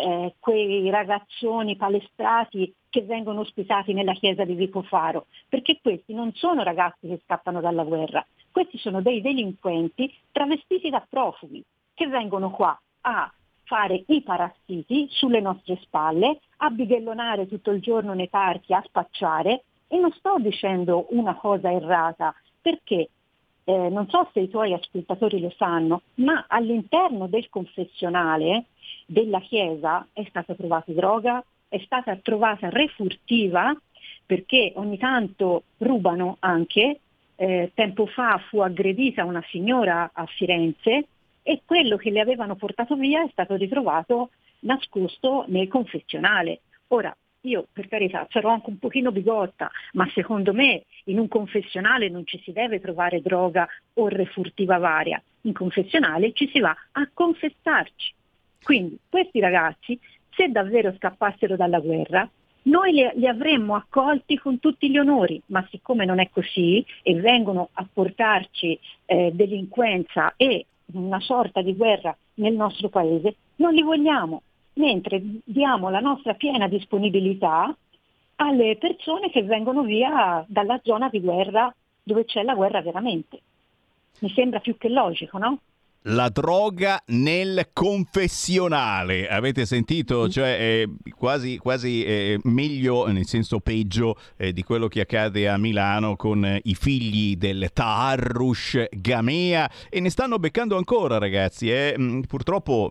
Speaker 13: quei ragazzoni palestrati che vengono ospitati nella chiesa di Vico Faro, perché questi non sono ragazzi che scappano dalla guerra, questi sono dei delinquenti travestiti da profughi che vengono qua a fare i parassiti sulle nostre spalle, a bighellonare tutto il giorno nei parchi, a spacciare. E non sto dicendo una cosa errata, perché non so se i tuoi ascoltatori lo sanno, ma all'interno del confessionale della chiesa è stata trovata droga, è stata trovata refurtiva, perché ogni tanto rubano anche. Tempo fa fu aggredita una signora a Firenze e quello che le avevano portato via è stato ritrovato nascosto nel confessionale. Ora, io per carità sarò anche un pochino bigotta, ma secondo me in un confessionale non ci si deve trovare droga o refurtiva varia. In confessionale ci si va a confessarci. Quindi questi ragazzi, se davvero scappassero dalla guerra, noi li avremmo accolti con tutti gli onori, ma siccome non è così e vengono a portarci delinquenza e una sorta di guerra nel nostro paese, non li vogliamo, mentre diamo la nostra piena disponibilità alle persone che vengono via dalla zona di guerra dove c'è la guerra veramente. Mi sembra più che logico, no?
Speaker 2: La droga nel confessionale, avete sentito? Cioè quasi meglio, nel senso peggio di quello che accade a Milano con i figli del Taharrush Gamea, e ne stanno beccando ancora, ragazzi. Purtroppo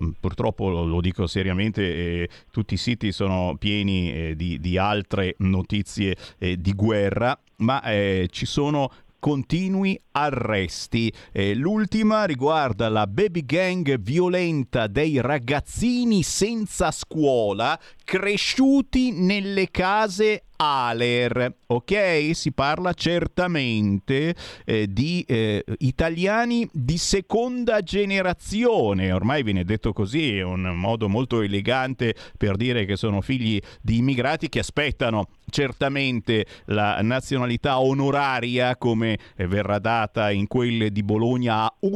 Speaker 2: lo dico seriamente, tutti i siti sono pieni di altre notizie di guerra, ma ci sono continui arresti. L'ultima riguarda la baby gang violenta dei ragazzini senza scuola cresciuti nelle case Aler. Ok? Si parla certamente di italiani di seconda generazione. Ormai viene detto così, è un modo molto elegante per dire che sono figli di immigrati che aspettano certamente la nazionalità onoraria, come verrà data in quelle di Bologna a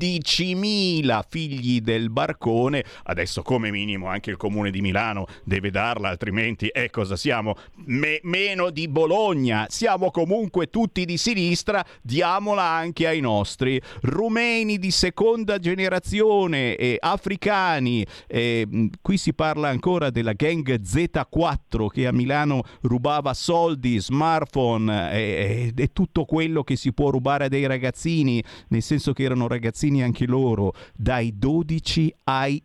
Speaker 2: 11.000 figli del barcone. Adesso come minimo anche il comune di Milano deve darla, altrimenti cosa siamo? Meno di Bologna, siamo comunque tutti di sinistra, diamola anche ai nostri. Rumeni di seconda generazione, africani, qui si parla ancora della gang Z4 che a Milano rubava soldi, smartphone e tutto quello che si può rubare dei ragazzini, nel senso che erano ragazzini anche loro, dai 12 ai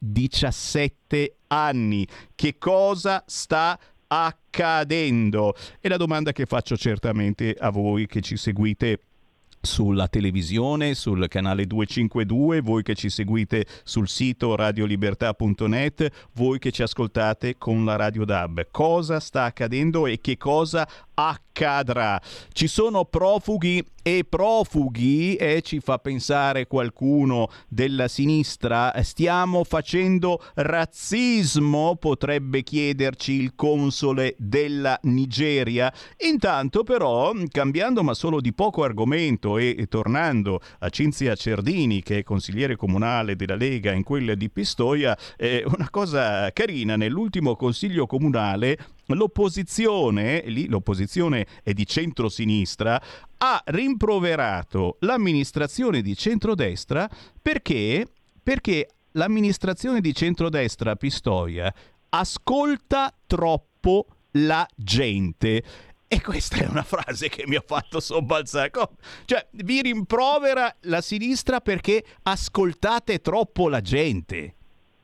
Speaker 2: 17 anni. Che cosa sta accadendo? E la domanda che faccio certamente a voi che ci seguite sulla televisione, sul canale 252, voi che ci seguite sul sito radiolibertà.net, voi che ci ascoltate con la Radio DAB. Cosa sta accadendo e che cosa accadrà? Ci sono profughi e profughi, ci fa pensare qualcuno della sinistra. Stiamo facendo razzismo? Potrebbe chiederci il console della Nigeria. Intanto però, cambiando ma solo di poco argomento e tornando a Cinzia Cerdini, che è consigliere comunale della Lega in quella di Pistoia, una cosa carina: nell'ultimo consiglio comunale l'opposizione è di centrosinistra, ha rimproverato l'amministrazione di centrodestra perché l'amministrazione di centrodestra a Pistoia ascolta troppo la gente. E questa è una frase che mi ha fatto sobbalzare. Cioè, vi rimprovera la sinistra perché ascoltate troppo la gente.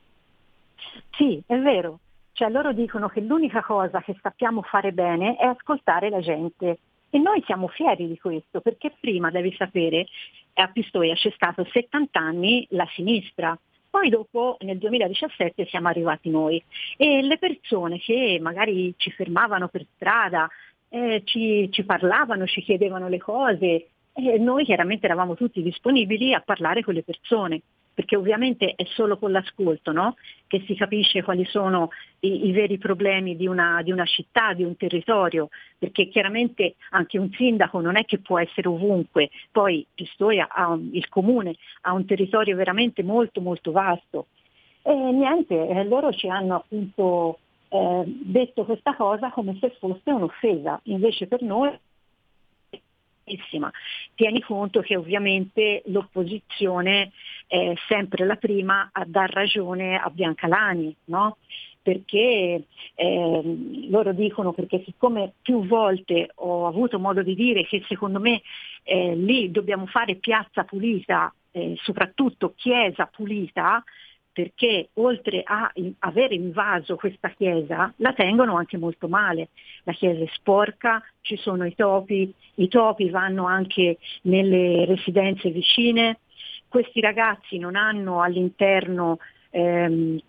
Speaker 13: Sì, è vero. Cioè, loro dicono che l'unica cosa che sappiamo fare bene è ascoltare la gente. E noi siamo fieri di questo, perché prima, devi sapere, a Pistoia c'è stato 70 anni la sinistra. Poi dopo, nel 2017, siamo arrivati noi. E le persone che magari ci fermavano per strada ci parlavano, ci chiedevano le cose e noi chiaramente eravamo tutti disponibili a parlare con le persone, perché ovviamente è solo con l'ascolto, no? Che si capisce quali sono i veri problemi di una città, di un territorio, perché chiaramente anche un sindaco non è che può essere ovunque, poi Pistoia il comune ha un territorio veramente molto molto vasto. E niente, loro ci hanno appunto detto questa cosa come se fosse un'offesa, invece per noi è bellissima. Tieni conto che ovviamente l'opposizione è sempre la prima a dar ragione a Biancalani, no? Perché loro dicono, perché siccome più volte ho avuto modo di dire che secondo me lì dobbiamo fare piazza pulita, soprattutto chiesa pulita, perché oltre a aver invaso questa chiesa la tengono anche molto male. La chiesa è sporca, ci sono i topi vanno anche nelle residenze vicine, questi ragazzi non hanno all'interno i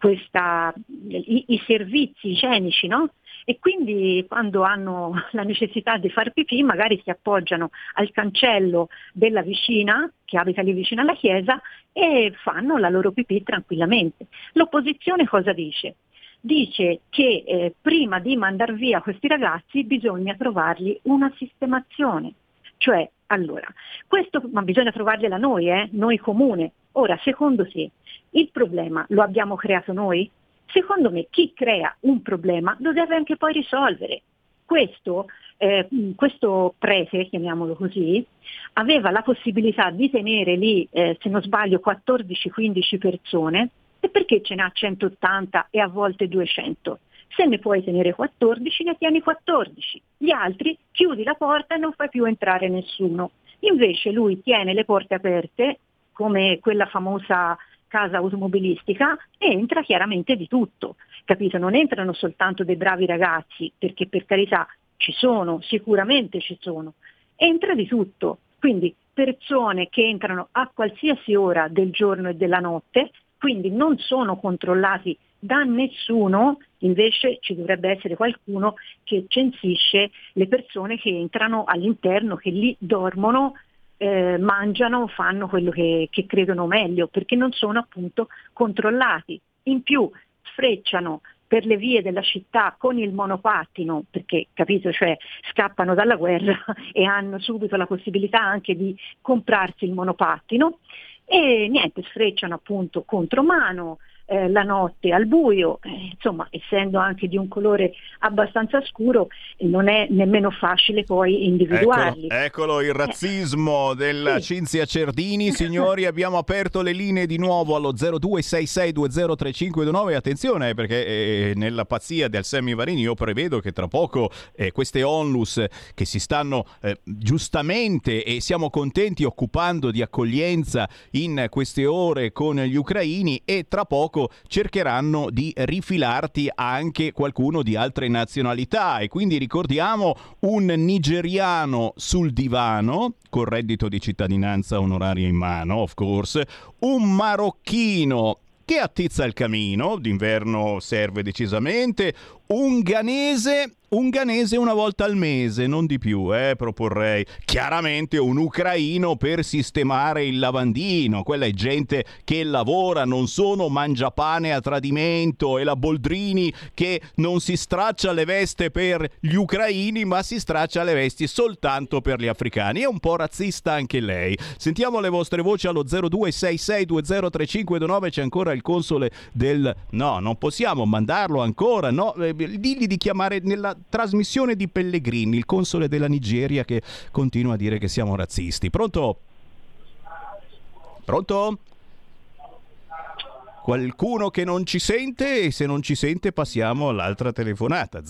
Speaker 13: servizi igienici, no? E quindi quando hanno la necessità di far pipì magari si appoggiano al cancello della vicina che abita lì vicino alla chiesa e fanno la loro pipì tranquillamente. L'opposizione cosa dice? Dice che prima di mandar via questi ragazzi bisogna trovargli una sistemazione, cioè allora, questo ma bisogna trovargliela noi comune. Ora, secondo te, il problema lo abbiamo creato noi? Secondo me chi crea un problema lo deve anche poi risolvere. Questo prete, chiamiamolo così, aveva la possibilità di tenere lì, se non sbaglio, 14-15 persone, e perché ce n'ha 180 e a volte 200? Se ne puoi tenere 14, ne tieni 14. Gli altri chiudi la porta e non fai più entrare nessuno. Invece lui tiene le porte aperte, come quella famosa casa automobilistica, e entra chiaramente di tutto, capito? Non entrano soltanto dei bravi ragazzi, perché per carità ci sono, sicuramente ci sono, entra di tutto, quindi persone che entrano a qualsiasi ora del giorno e della notte, quindi non sono controllati da nessuno. Invece ci dovrebbe essere qualcuno che censisce le persone che entrano all'interno, che lì dormono, mangiano, fanno quello che credono meglio, perché non sono appunto controllati. In più sfrecciano per le vie della città con il monopattino, perché capito, cioè scappano dalla guerra e hanno subito la possibilità anche di comprarsi il monopattino, e niente, sfrecciano appunto contromano, la notte al buio, insomma, essendo anche di un colore abbastanza scuro non è nemmeno facile poi individuarli.
Speaker 2: Eccolo il razzismo della Cinzia Cerdini. Signori, abbiamo aperto le linee di nuovo allo 0266203529. Attenzione, perché nella pazzia del Semivarini io prevedo che tra poco queste onlus che si stanno giustamente, e siamo contenti, occupando di accoglienza in queste ore con gli ucraini, e tra poco cercheranno di rifilarti anche qualcuno di altre nazionalità. E quindi ricordiamo un nigeriano sul divano col reddito di cittadinanza onoraria in mano, of course, un marocchino che attizza il camino, d'inverno serve decisamente, un ghanese una volta al mese, non di più, proporrei. Chiaramente un ucraino per sistemare il lavandino. Quella è gente che lavora, non sono mangiapane a tradimento, e la Boldrini che non si straccia le veste per gli ucraini, ma si straccia le vesti soltanto per gli africani. È un po' razzista anche lei. Sentiamo le vostre voci allo 0266203529. C'è ancora il console del... No, non possiamo mandarlo ancora, no? Digli di chiamare nella trasmissione di Pellegrini, il console della Nigeria, che continua a dire che siamo razzisti. Pronto? Pronto? Qualcuno che non ci sente? E se non ci sente passiamo all'altra telefonata.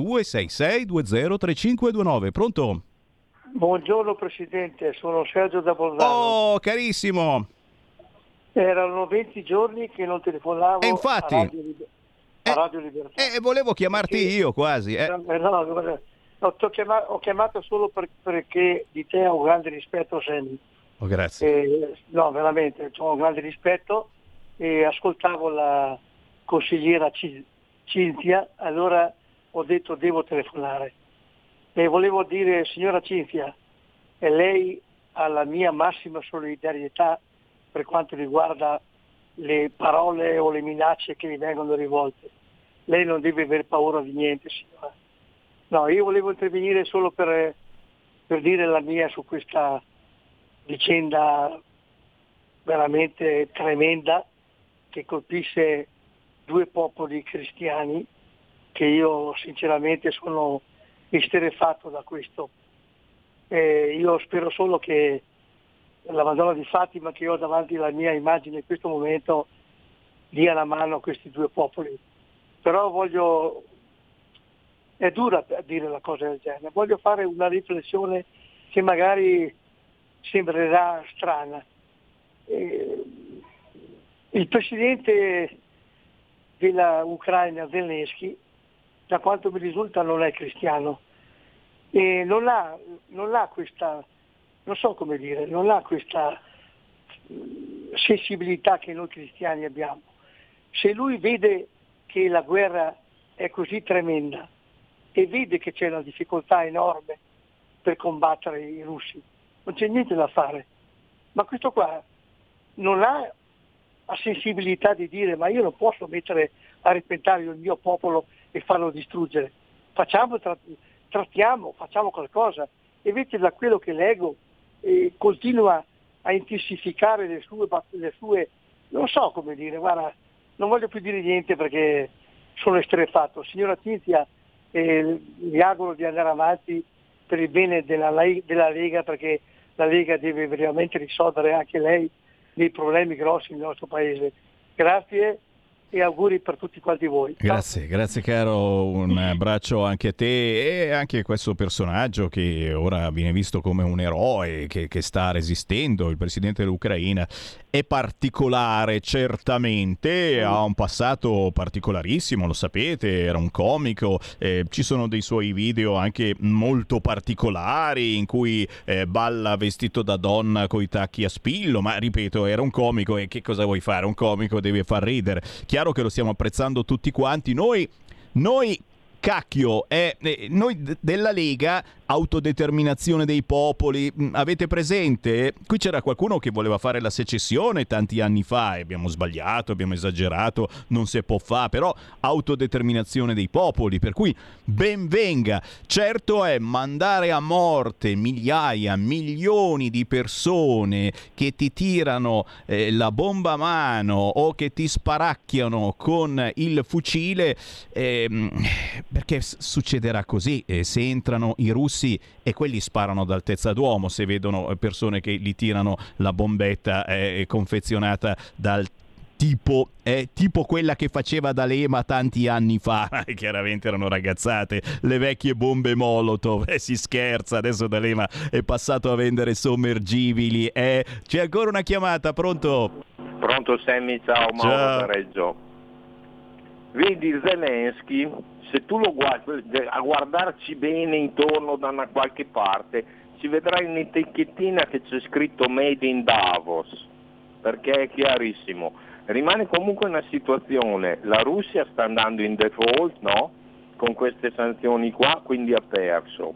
Speaker 2: 0266203529. Pronto?
Speaker 14: Buongiorno Presidente, sono Sergio da Bolzano.
Speaker 2: Oh, carissimo!
Speaker 14: Erano 20 giorni che non telefonavo.
Speaker 2: E infatti...
Speaker 14: a Radio Libertà.
Speaker 2: Volevo chiamarti io quasi.
Speaker 14: No, ho chiamato solo perché di te ho un grande rispetto, Sammy.
Speaker 2: Oh, grazie.
Speaker 14: No, veramente, ho un grande rispetto, e ascoltavo la consigliera Cinzia, allora ho detto devo telefonare. E volevo dire, signora Cinzia, e lei ha la mia massima solidarietà per quanto riguarda le parole o le minacce che gli vengono rivolte. Lei non deve aver paura di niente, signora. No, io volevo intervenire solo per dire la mia su questa vicenda veramente tremenda che colpisce due popoli cristiani, che io sinceramente sono esterrefatto da questo. Io spero solo che la Madonna di Fatima, che ho davanti alla mia immagine in questo momento, dia la mano a questi due popoli. Però è dura dire una cosa del genere, voglio fare una riflessione che magari sembrerà strana. Il presidente della Ucraina, Zelensky, da quanto mi risulta non è cristiano e non ha questa, non so come dire, non ha questa sensibilità che noi cristiani abbiamo. Se lui vede che la guerra è così tremenda e vede che c'è una difficoltà enorme per combattere i russi, non c'è niente da fare. Ma questo qua non ha la sensibilità di dire: ma io non posso mettere a repentaglio il mio popolo e farlo distruggere. Trattiamo, facciamo qualcosa. E invece da quello che leggo continua a intensificare le sue, non so come dire, guarda, non voglio più dire niente perché sono esterrefatto. Signora Cinzia, vi auguro di andare avanti per il bene della Lega, perché la Lega deve veramente risolvere anche lei dei problemi grossi nel nostro paese. Grazie e auguri per tutti quanti voi.
Speaker 2: Grazie caro, un abbraccio anche a te e anche a questo personaggio che ora viene visto come un eroe che sta resistendo, il presidente dell'Ucraina. È particolare, certamente, ha un passato particolarissimo, lo sapete, era un comico, ci sono dei suoi video anche molto particolari in cui balla vestito da donna coi tacchi a spillo, ma ripeto, era un comico e che cosa vuoi fare? Un comico deve far ridere. Chiaro che lo stiamo apprezzando tutti quanti, noi cacchio, noi della Lega, autodeterminazione dei popoli, avete presente? Qui c'era qualcuno che voleva fare la secessione tanti anni fa e abbiamo sbagliato, abbiamo esagerato, non si può fare, però autodeterminazione dei popoli, per cui ben venga. Certo è mandare a morte migliaia, milioni di persone che ti tirano la bomba a mano o che ti sparacchiano con il fucile, perché succederà così, se entrano i russi e quelli sparano ad altezza d'uomo se vedono persone che gli tirano la bombetta confezionata dal tipo quella che faceva D'Alema tanti anni fa. Chiaramente erano ragazzate, le vecchie bombe Molotov, si scherza, adesso D'Alema è passato a vendere sommergibili. C'è ancora una chiamata, pronto?
Speaker 15: Pronto Sammy, ciao, Mauro da Reggio. Vedi Zelensky, se tu lo guardi, a guardarci bene intorno da una qualche parte, ci vedrai un'etichettina che c'è scritto Made in Davos, perché è chiarissimo. Rimane comunque una situazione, la Russia sta andando in default, no? Con queste sanzioni qua, quindi ha perso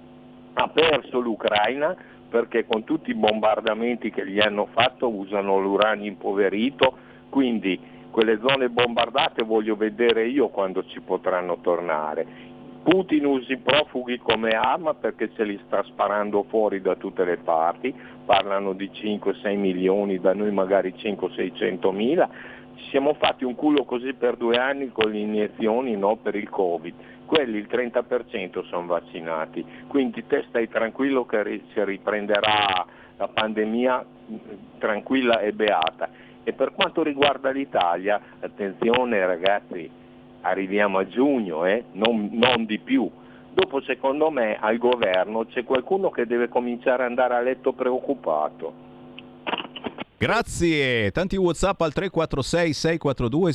Speaker 15: l'Ucraina, perché con tutti i bombardamenti che gli hanno fatto usano l'uranio impoverito, quindi quelle zone bombardate voglio vedere io quando ci potranno tornare. Putin usa i profughi come arma perché se li sta sparando fuori da tutte le parti, parlano di 5-6 milioni, da noi magari 500-600 mila. Ci siamo fatti un culo così per 2 anni con le iniezioni, no, per il Covid. Quelli il 30% sono vaccinati, quindi te stai tranquillo che si riprenderà la pandemia tranquilla e beata. E per quanto riguarda l'Italia, attenzione ragazzi, arriviamo a giugno, non di più. Dopo secondo me al governo c'è qualcuno che deve cominciare ad andare a letto preoccupato.
Speaker 2: Grazie, tanti WhatsApp al 346 642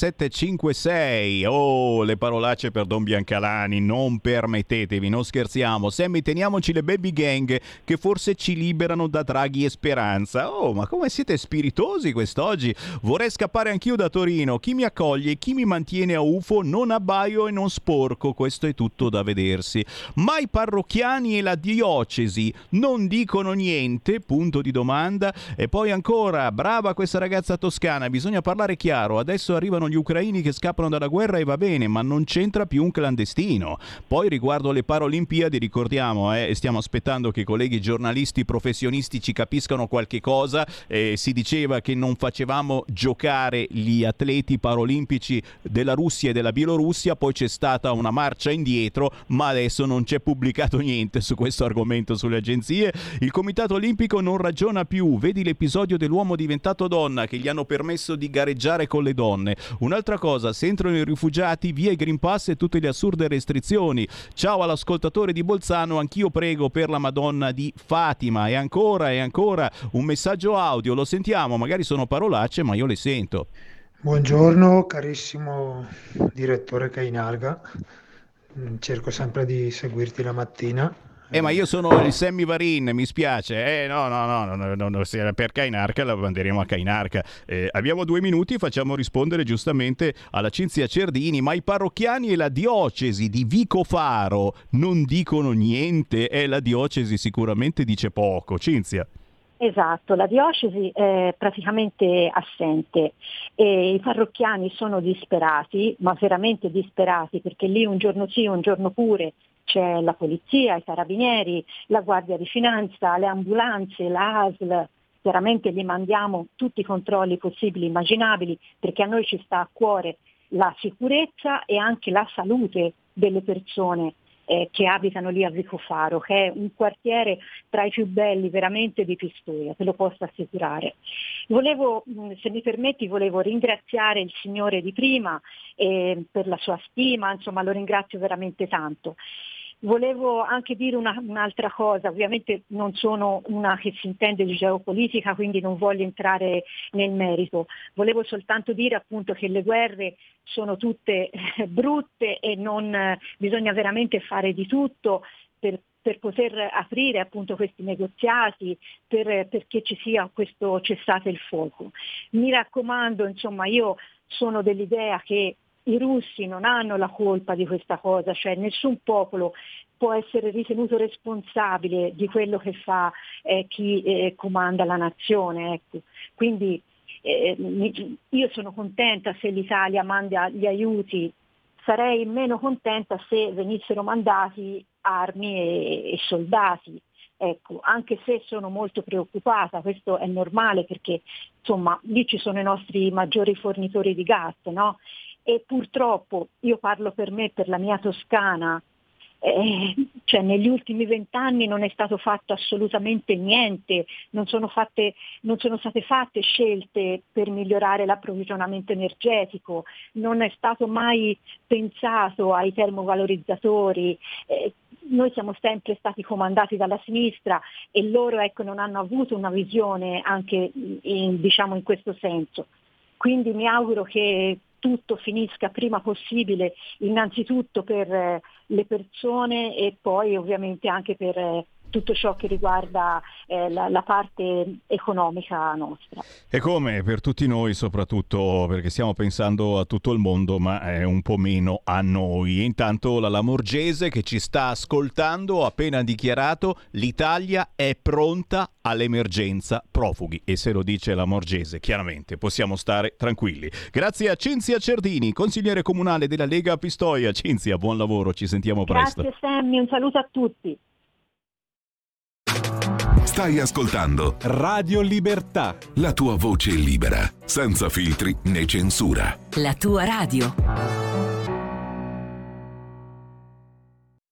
Speaker 2: 7756. Oh, le parolacce per Don Biancalani, non permettetevi, non scherziamo. Sammy, teniamoci le baby gang che forse ci liberano da Draghi e Speranza. Oh, ma come siete spiritosi quest'oggi? Vorrei scappare anch'io da Torino. Chi mi accoglie, chi mi mantiene a UFO, non abbaio e non sporco. Questo è tutto da vedersi. Ma i parrocchiani e la diocesi non dicono niente? Punto di domanda. E poi ancora, brava questa ragazza toscana, bisogna parlare chiaro, adesso arrivano gli ucraini che scappano dalla guerra e va bene, ma non c'entra più un clandestino. Poi riguardo le Paralimpiadi ricordiamo, stiamo aspettando che i colleghi giornalisti professionisti ci capiscano qualche cosa, si diceva che non facevamo giocare gli atleti paralimpici della Russia e della Bielorussia, poi c'è stata una marcia indietro, ma adesso non c'è pubblicato niente su questo argomento sulle agenzie. Il Comitato Olimpico non ragiona più, vedi l'episodio dell'uomo diventato donna che gli hanno permesso di gareggiare con le donne. Un'altra cosa, se entrano i rifugiati, via i Green Pass e tutte le assurde restrizioni. Ciao all'ascoltatore di Bolzano, anch'io prego per la Madonna di Fatima. E ancora un messaggio audio, lo sentiamo, magari sono parolacce ma io le sento.
Speaker 16: Buongiorno carissimo direttore Cainarga, cerco sempre di seguirti la mattina.
Speaker 2: Ma io sono il Sammy Varin, mi spiace. No, per Cainarca la manderemo a Cainarca. Abbiamo 2 minuti, facciamo rispondere giustamente alla Cinzia Cerdini. Ma i parrocchiani e la diocesi di Vicofaro non dicono niente? La diocesi sicuramente dice poco. Cinzia.
Speaker 13: Esatto, la diocesi è praticamente assente e i parrocchiani sono disperati, ma veramente disperati, perché lì un giorno sì, un giorno pure c'è la polizia, i carabinieri, la guardia di finanza, le ambulanze, la ASL. Chiaramente gli mandiamo tutti i controlli possibili e immaginabili, perché a noi ci sta a cuore la sicurezza e anche la salute delle persone che abitano lì a Vicofaro, che è un quartiere tra i più belli veramente di Pistoia, te lo posso assicurare. Volevo, se mi permetti, ringraziare il signore di prima per la sua stima, insomma lo ringrazio veramente tanto. Volevo anche dire un'altra cosa, ovviamente non sono una che si intende di geopolitica, quindi non voglio entrare nel merito. Volevo soltanto dire appunto che le guerre sono tutte brutte e bisogna veramente fare di tutto per poter aprire appunto questi negoziati, perché ci sia questo cessate il fuoco. Mi raccomando, insomma, io sono dell'idea che i russi non hanno la colpa di questa cosa, cioè nessun popolo può essere ritenuto responsabile di quello che fa chi comanda la nazione. Ecco. Quindi io sono contenta se l'Italia manda gli aiuti, sarei meno contenta se venissero mandati armi e soldati. Ecco, anche se sono molto preoccupata, questo è normale perché insomma lì ci sono i nostri maggiori fornitori di gas, no? E purtroppo, io parlo per me, per la mia Toscana, cioè negli ultimi 20 anni non è stato fatto assolutamente niente, non sono state fatte scelte per migliorare l'approvvigionamento energetico, non è stato mai pensato ai termovalorizzatori. Noi siamo sempre stati comandati dalla sinistra e loro non hanno avuto una visione anche in questo senso. Quindi mi auguro che tutto finisca prima possibile, innanzitutto per le persone e poi ovviamente anche per tutto ciò che riguarda la parte economica nostra.
Speaker 2: E come per tutti noi, soprattutto perché stiamo pensando a tutto il mondo, ma un po' meno a noi. Intanto la Lamorgese, che ci sta ascoltando, ha appena dichiarato: l'Italia è pronta all'emergenza profughi. E se lo dice la Lamorgese, chiaramente possiamo stare tranquilli. Grazie a Cinzia Cerdini, consigliere comunale della Lega a Pistoia. Cinzia, buon lavoro, ci sentiamo presto.
Speaker 13: Grazie Sammy, un saluto a tutti.
Speaker 7: Stai ascoltando
Speaker 8: Radio Libertà,
Speaker 7: la tua voce libera, senza filtri né censura.
Speaker 9: La tua radio.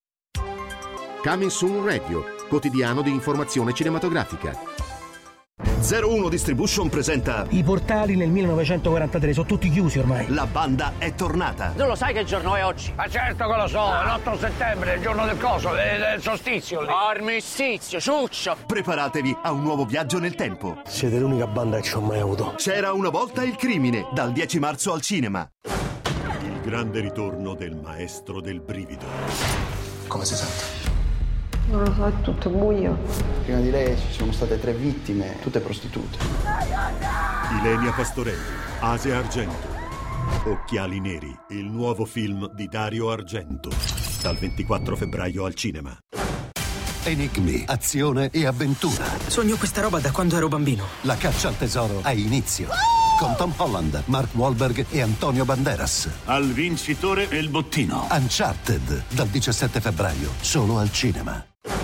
Speaker 17: Coming Soon Radio, quotidiano di informazione cinematografica. 01 Distribution presenta
Speaker 18: I portali nel 1943 sono tutti chiusi ormai.
Speaker 17: La banda è tornata.
Speaker 19: Non lo sai che giorno è oggi?
Speaker 20: Ma certo che lo so, è l'8 settembre, il giorno del coso, del solstizio lì.
Speaker 19: Armistizio, ciuccio.
Speaker 17: Preparatevi a un nuovo viaggio nel tempo.
Speaker 18: Siete l'unica banda che ci ho mai avuto.
Speaker 17: C'era una volta il crimine, dal 10 marzo al cinema.
Speaker 21: Il grande ritorno del maestro del brivido.
Speaker 22: Come si sente?
Speaker 23: Non lo so, è tutto buio.
Speaker 22: Prima di lei ci sono state 3 vittime, tutte prostitute.
Speaker 21: Ilenia Pastorelli, Asia Argento. Occhiali neri, il nuovo film di Dario Argento. Dal 24 febbraio al cinema.
Speaker 24: Enigmi, azione e avventura.
Speaker 18: Sogno questa roba da quando ero bambino.
Speaker 24: La caccia al tesoro ha inizio. Con Tom Holland, Mark Wahlberg e Antonio Banderas.
Speaker 21: Al vincitore il bottino.
Speaker 24: Uncharted, dal 17 febbraio, solo al cinema.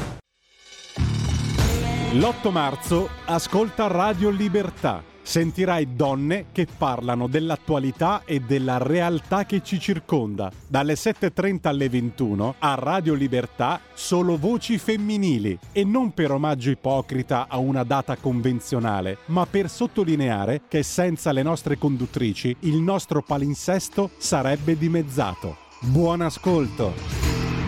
Speaker 8: L'8 marzo ascolta Radio Libertà. Sentirai donne che parlano dell'attualità e della realtà che ci circonda. Dalle 7:30 alle 21 a Radio Libertà solo voci femminili, e non per omaggio ipocrita a una data convenzionale, ma per sottolineare che senza le nostre conduttrici il nostro palinsesto sarebbe dimezzato. Buon ascolto!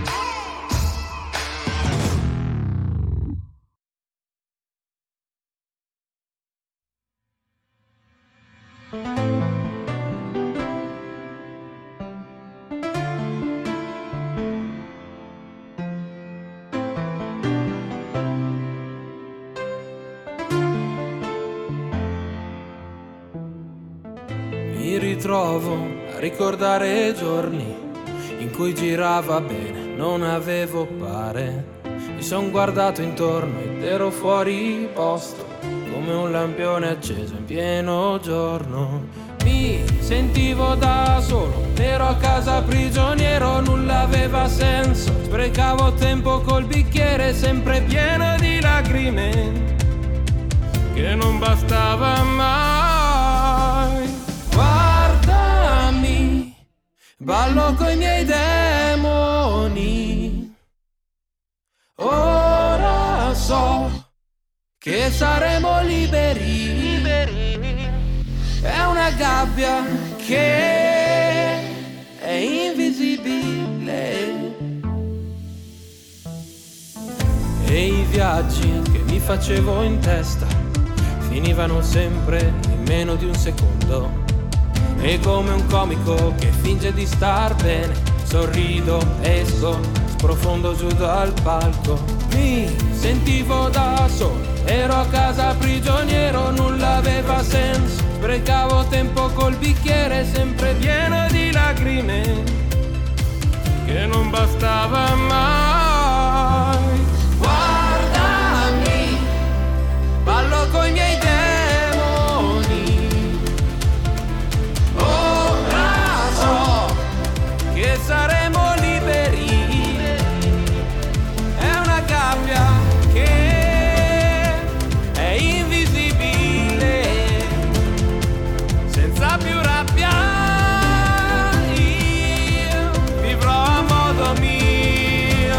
Speaker 25: Mi ritrovo a ricordare giorni in cui girava bene, non avevo pare. Mi son guardato intorno ed ero fuori posto, come un lampione acceso in pieno giorno. Mi sentivo da solo, ero a casa prigioniero, nulla aveva senso. Sprecavo tempo col bicchiere sempre pieno di lacrime, che non bastava mai. Guardami, ballo coi miei demoni. Ora so che saremo liberi. È una gabbia che è invisibile. E i viaggi che mi facevo in testa finivano sempre in meno di un secondo. E come un comico che finge di star bene, sorrido, esco, sprofondo giù dal palco. Mi sentivo da solo, ero a casa prigioniero, nulla aveva senso. Sprecavo tempo col bicchiere sempre pieno di lacrime, che non bastava mai. Guardami, ballo coi miei demoni. Ora so che saremo liberi. È una gabbia che è invisibile, senza più rabbia. Io vivrò a modo mio.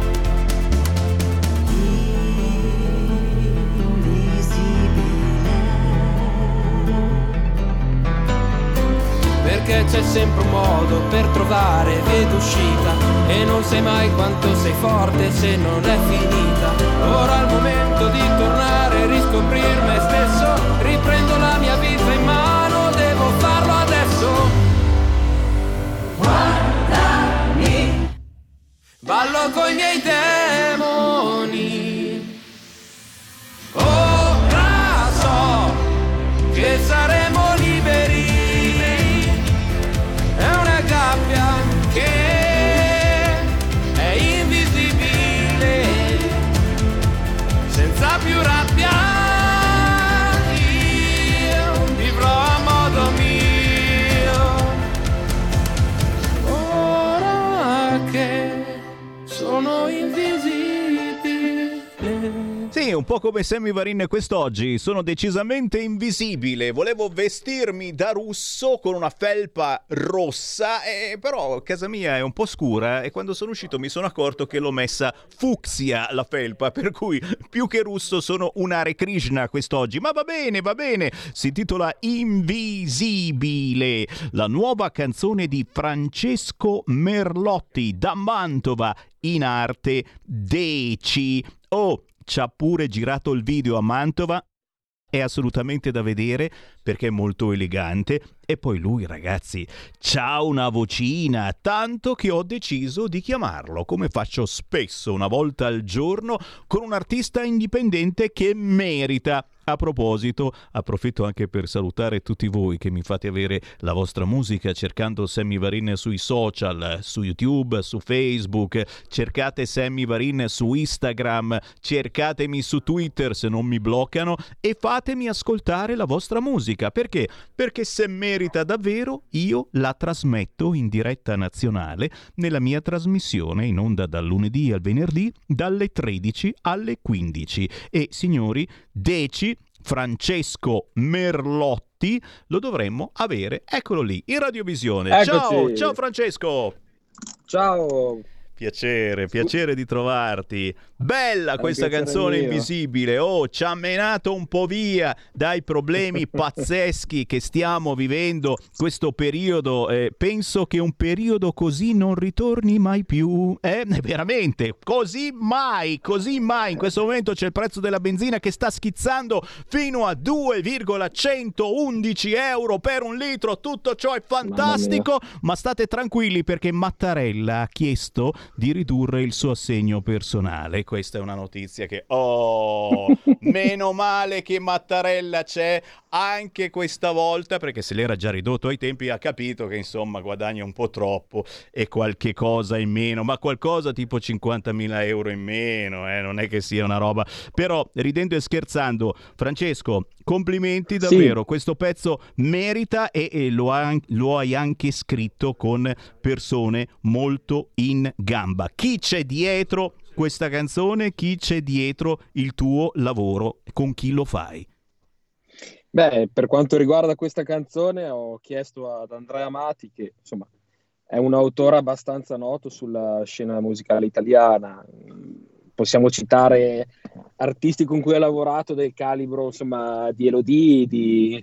Speaker 25: Perché c'è sempre un modo per trovare via d'uscita, e non sai mai quanto sei forte se non è finita. Ora è il momento di tornare e riscoprire me stesso. Riprendo la mia vita in mano, devo farlo adesso. Guardami, ballo coi miei demoni. Ora so che saremo liberi. È una gabbia che è invisibile, senza più rabbia.
Speaker 2: po' come Sammy Varin quest'oggi, sono decisamente invisibile, volevo vestirmi da russo con una felpa rossa, però casa mia è un po' scura e quando sono uscito mi sono accorto che l'ho messa fucsia la felpa, per cui più che russo sono un Hare Krishna quest'oggi, ma va bene, si intitola Invisibile, la nuova canzone di Francesco Merlotti da Mantova, in arte Deci. Oh, ci ha pure girato il video a Mantova, è assolutamente da vedere perché è molto elegante e poi lui, ragazzi, c'ha una vocina, tanto che ho deciso di chiamarlo, come faccio spesso una volta al giorno, con un artista indipendente che merita. A proposito, approfitto anche per salutare tutti voi che mi fate avere la vostra musica cercando Sammy Varin sui social, su YouTube, su Facebook, cercate Sammy Varin su Instagram, cercatemi su Twitter se non mi bloccano e fatemi ascoltare la vostra musica. Perché? Perché se merita davvero io la trasmetto in diretta nazionale nella mia trasmissione in onda dal lunedì al venerdì dalle 13 alle 15. E signori, Deci, Francesco Merlotti, lo dovremmo avere, eccolo lì, in radiovisione.
Speaker 1: Eccoci.
Speaker 2: Ciao Francesco!
Speaker 1: Ciao!
Speaker 2: Piacere di trovarti. Bella questa canzone Invisibile. Oh, ci ha menato un po' via dai problemi pazzeschi che stiamo vivendo questo periodo. Penso che un periodo così non ritorni mai più. Veramente, così mai. In questo momento c'è il prezzo della benzina che sta schizzando fino a 2,111 euro per un litro. Tutto ciò è fantastico, ma state tranquilli perché Mattarella ha chiesto di ridurre il suo assegno personale. Questa è una notizia che meno male che Mattarella c'è anche questa volta, perché se l'era già ridotto ai tempi ha capito che insomma guadagna un po' troppo e qualche cosa in meno, ma qualcosa tipo 50.000 euro in meno, non è che sia una roba. Però ridendo e scherzando, Francesco, complimenti davvero, sì. Questo pezzo merita e lo hai anche scritto con persone molto in gamba. Chi c'è dietro questa canzone? Chi c'è dietro il tuo lavoro? Con chi lo fai?
Speaker 1: Beh, per quanto riguarda questa canzone ho chiesto ad Andrea Amati, che insomma è un autore abbastanza noto sulla scena musicale italiana. Possiamo citare artisti con cui ha lavorato del calibro insomma di Elodie, di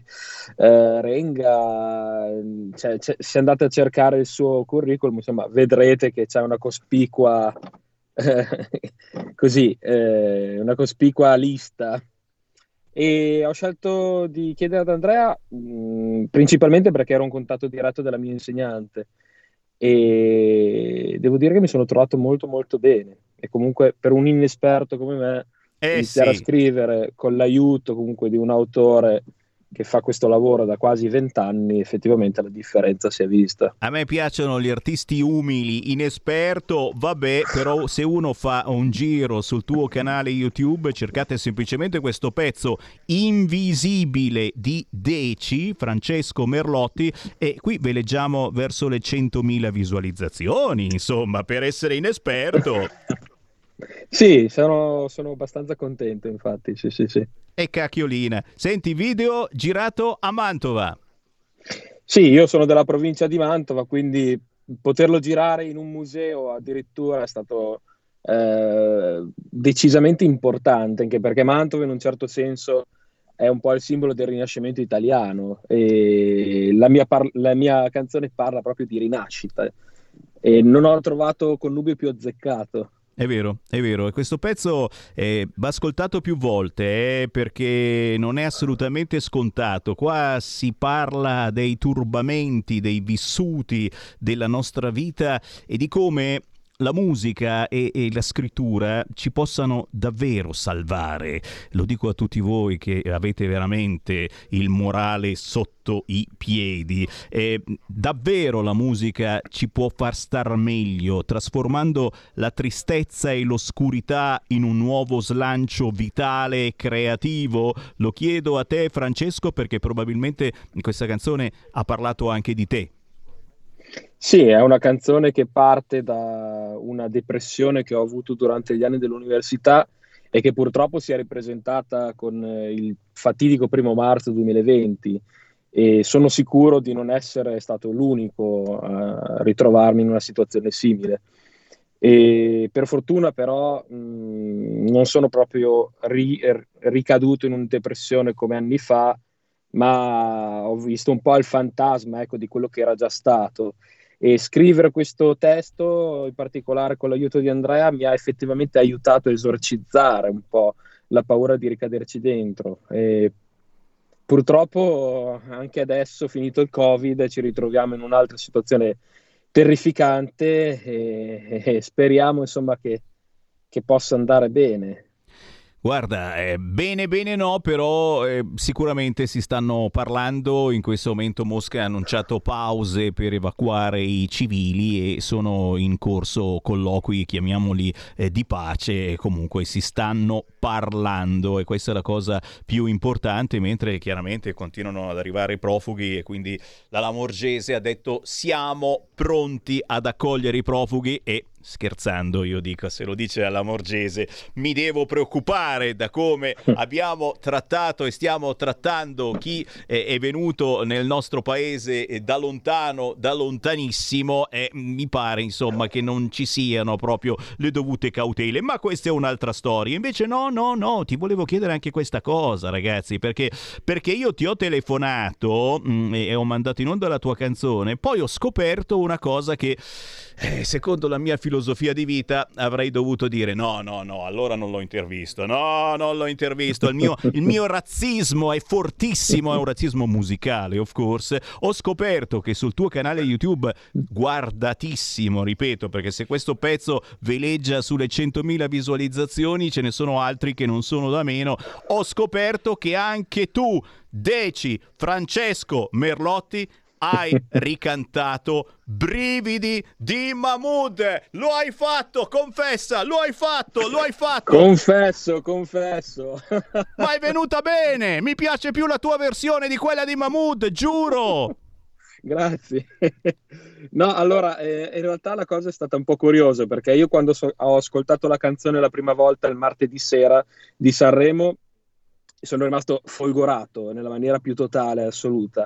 Speaker 1: Renga. Se andate a cercare il suo curriculum, insomma, vedrete che c'è una cospicua una cospicua lista. E ho scelto di chiedere ad Andrea principalmente perché era un contatto diretto della mia insegnante e devo dire che mi sono trovato molto molto bene, e comunque per un inesperto come me iniziare a scrivere con l'aiuto comunque di un autore che fa questo lavoro da quasi 20 anni, effettivamente la differenza si è vista.
Speaker 2: A me piacciono gli artisti umili, inesperto, vabbè, però se uno fa un giro sul tuo canale YouTube, cercate semplicemente questo pezzo Invisibile di Deci, Francesco Merlotti, e qui ve leggiamo verso le 100.000 visualizzazioni, insomma, per essere inesperto.
Speaker 1: Sì, sono abbastanza contento, infatti, sì.
Speaker 2: E cacchiolina. Senti, video girato a Mantova.
Speaker 1: Sì, io sono della provincia di Mantova, quindi poterlo girare in un museo addirittura è stato decisamente importante, anche perché Mantova in un certo senso è un po' il simbolo del Rinascimento italiano e la mia canzone parla proprio di rinascita e non ho trovato connubio più azzeccato.
Speaker 2: È vero, e questo pezzo va ascoltato più volte perché non è assolutamente scontato. Qua si parla dei turbamenti, dei vissuti della nostra vita e di come la musica e la scrittura ci possano davvero salvare. Lo dico a tutti voi che avete veramente il morale sotto i piedi. Davvero la musica ci può far star meglio, trasformando la tristezza e l'oscurità in un nuovo slancio vitale e creativo. Lo chiedo a te, Francesco, perché probabilmente in questa canzone ha parlato anche di te.
Speaker 1: Sì, è una canzone che parte da una depressione che ho avuto durante gli anni dell'università e che purtroppo si è ripresentata con il fatidico 1 marzo 2020, e sono sicuro di non essere stato l'unico a ritrovarmi in una situazione simile. E per fortuna però non sono proprio ricaduto in una depressione come anni fa, ma ho visto un po' il fantasma, ecco, di quello che era già stato. E scrivere questo testo, in particolare con l'aiuto di Andrea, mi ha effettivamente aiutato a esorcizzare un po' la paura di ricaderci dentro. E purtroppo anche adesso, finito il Covid, ci ritroviamo in un'altra situazione terrificante e speriamo insomma che possa andare bene.
Speaker 2: Guarda, bene no, però sicuramente si stanno parlando. In questo momento Mosca ha annunciato pause per evacuare i civili e sono in corso colloqui, chiamiamoli di pace, e comunque si stanno parlando, e questa è la cosa più importante, mentre chiaramente continuano ad arrivare i profughi, e quindi la Lamorgese ha detto siamo pronti ad accogliere i profughi. E scherzando io dico, se lo dice la Lamorgese mi devo preoccupare da come abbiamo trattato e stiamo trattando chi è venuto nel nostro paese da lontano, da lontanissimo, e mi pare insomma che non ci siano proprio le dovute cautele. Ma questa è un'altra storia. Invece no, ti volevo chiedere anche questa cosa, ragazzi, perché io ti ho telefonato e ho mandato in onda la tua canzone, poi ho scoperto una cosa che secondo la mia filosofia di vita avrei dovuto dire no, allora non l'ho intervisto, il mio razzismo è fortissimo, è un razzismo musicale, of course. Ho scoperto che sul tuo canale YouTube, guardatissimo, ripeto, perché se questo pezzo veleggia sulle 100.000 visualizzazioni, ce ne sono altri che non sono da meno. Ho scoperto che anche tu, Deci Francesco Merlotti, hai ricantato Brividi di Mahmood. Lo hai fatto, confessa, lo hai fatto.
Speaker 1: Confesso.
Speaker 2: Ma è venuta bene, mi piace più la tua versione di quella di Mahmood, giuro.
Speaker 1: Grazie. No, allora, in realtà la cosa è stata un po' curiosa, perché io quando ho ascoltato la canzone la prima volta il martedì sera di Sanremo sono rimasto folgorato nella maniera più totale, assoluta.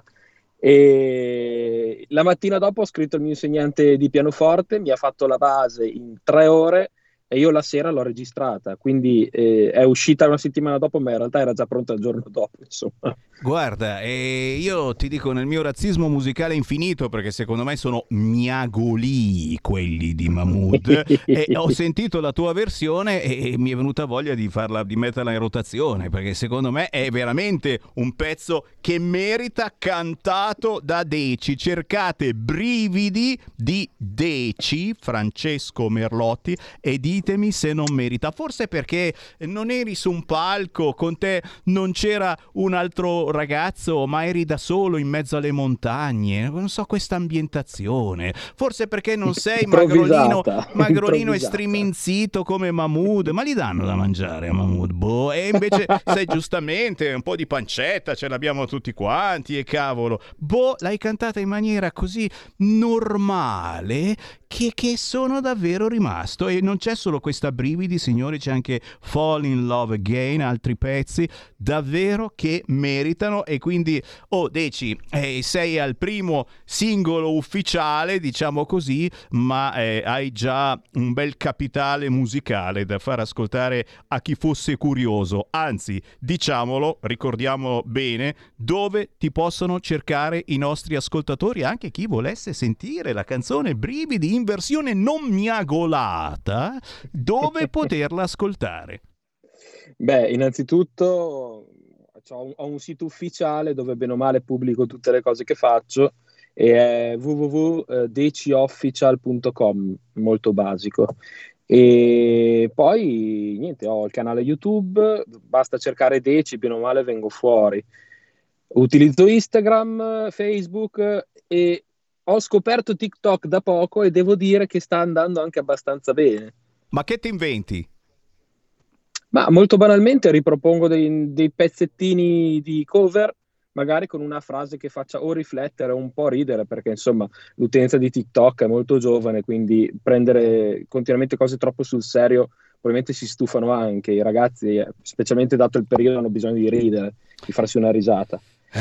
Speaker 1: E la mattina dopo ho scritto il mio insegnante di pianoforte, mi ha fatto la base in 3 ore e io la sera l'ho registrata, quindi è uscita una settimana dopo, ma in realtà era già pronta il giorno dopo, insomma.
Speaker 2: Guarda, io ti dico, nel mio razzismo musicale infinito, perché secondo me sono miagoli quelli di Mahmood, e ho sentito la tua versione e mi è venuta voglia di metterla in rotazione, perché secondo me è veramente un pezzo che merita cantato da Deci. Cercate Brividi di Deci, Francesco Merlotti, e ditemi se non merita. Forse perché non eri su un palco, con te non c'era un altro ragazzo, ma eri da solo in mezzo alle montagne, non so, questa ambientazione. Forse perché non sei magrolino e striminzito come Mahmood, ma gli danno da mangiare a Mahmood, boh, e invece sei giustamente un po' di pancetta, ce l'abbiamo tutti quanti, e cavolo, boh, l'hai cantata in maniera così normale che sono davvero rimasto. E non c'è solo questa Brividi, signori, c'è anche Fall in Love Again, altri pezzi davvero che meritano. E quindi Deci, sei al primo singolo ufficiale, diciamo così, ma hai già un bel capitale musicale da far ascoltare a chi fosse curioso. Anzi, diciamolo, ricordiamolo bene, dove ti possono cercare i nostri ascoltatori, anche chi volesse sentire la canzone Brividi in versione non miagolata, dove poterla ascoltare?
Speaker 1: Beh, innanzitutto ho un sito ufficiale dove bene o male pubblico tutte le cose che faccio, e è www.deciofficial.com, molto basico. E poi niente, ho il canale YouTube, basta cercare Deci, bene o male vengo fuori. Utilizzo Instagram, Facebook, e ho scoperto TikTok da poco e devo dire che sta andando anche abbastanza bene.
Speaker 2: Ma che ti inventi?
Speaker 1: Ma molto banalmente ripropongo dei pezzettini di cover, magari con una frase che faccia o riflettere o un po' ridere, perché insomma l'utenza di TikTok è molto giovane, quindi prendere continuamente cose troppo sul serio probabilmente si stufano anche i ragazzi, specialmente dato il periodo, hanno bisogno di ridere, di farsi una risata.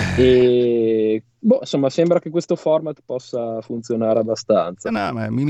Speaker 1: E insomma, sembra che questo format possa funzionare abbastanza.
Speaker 2: No, ma mi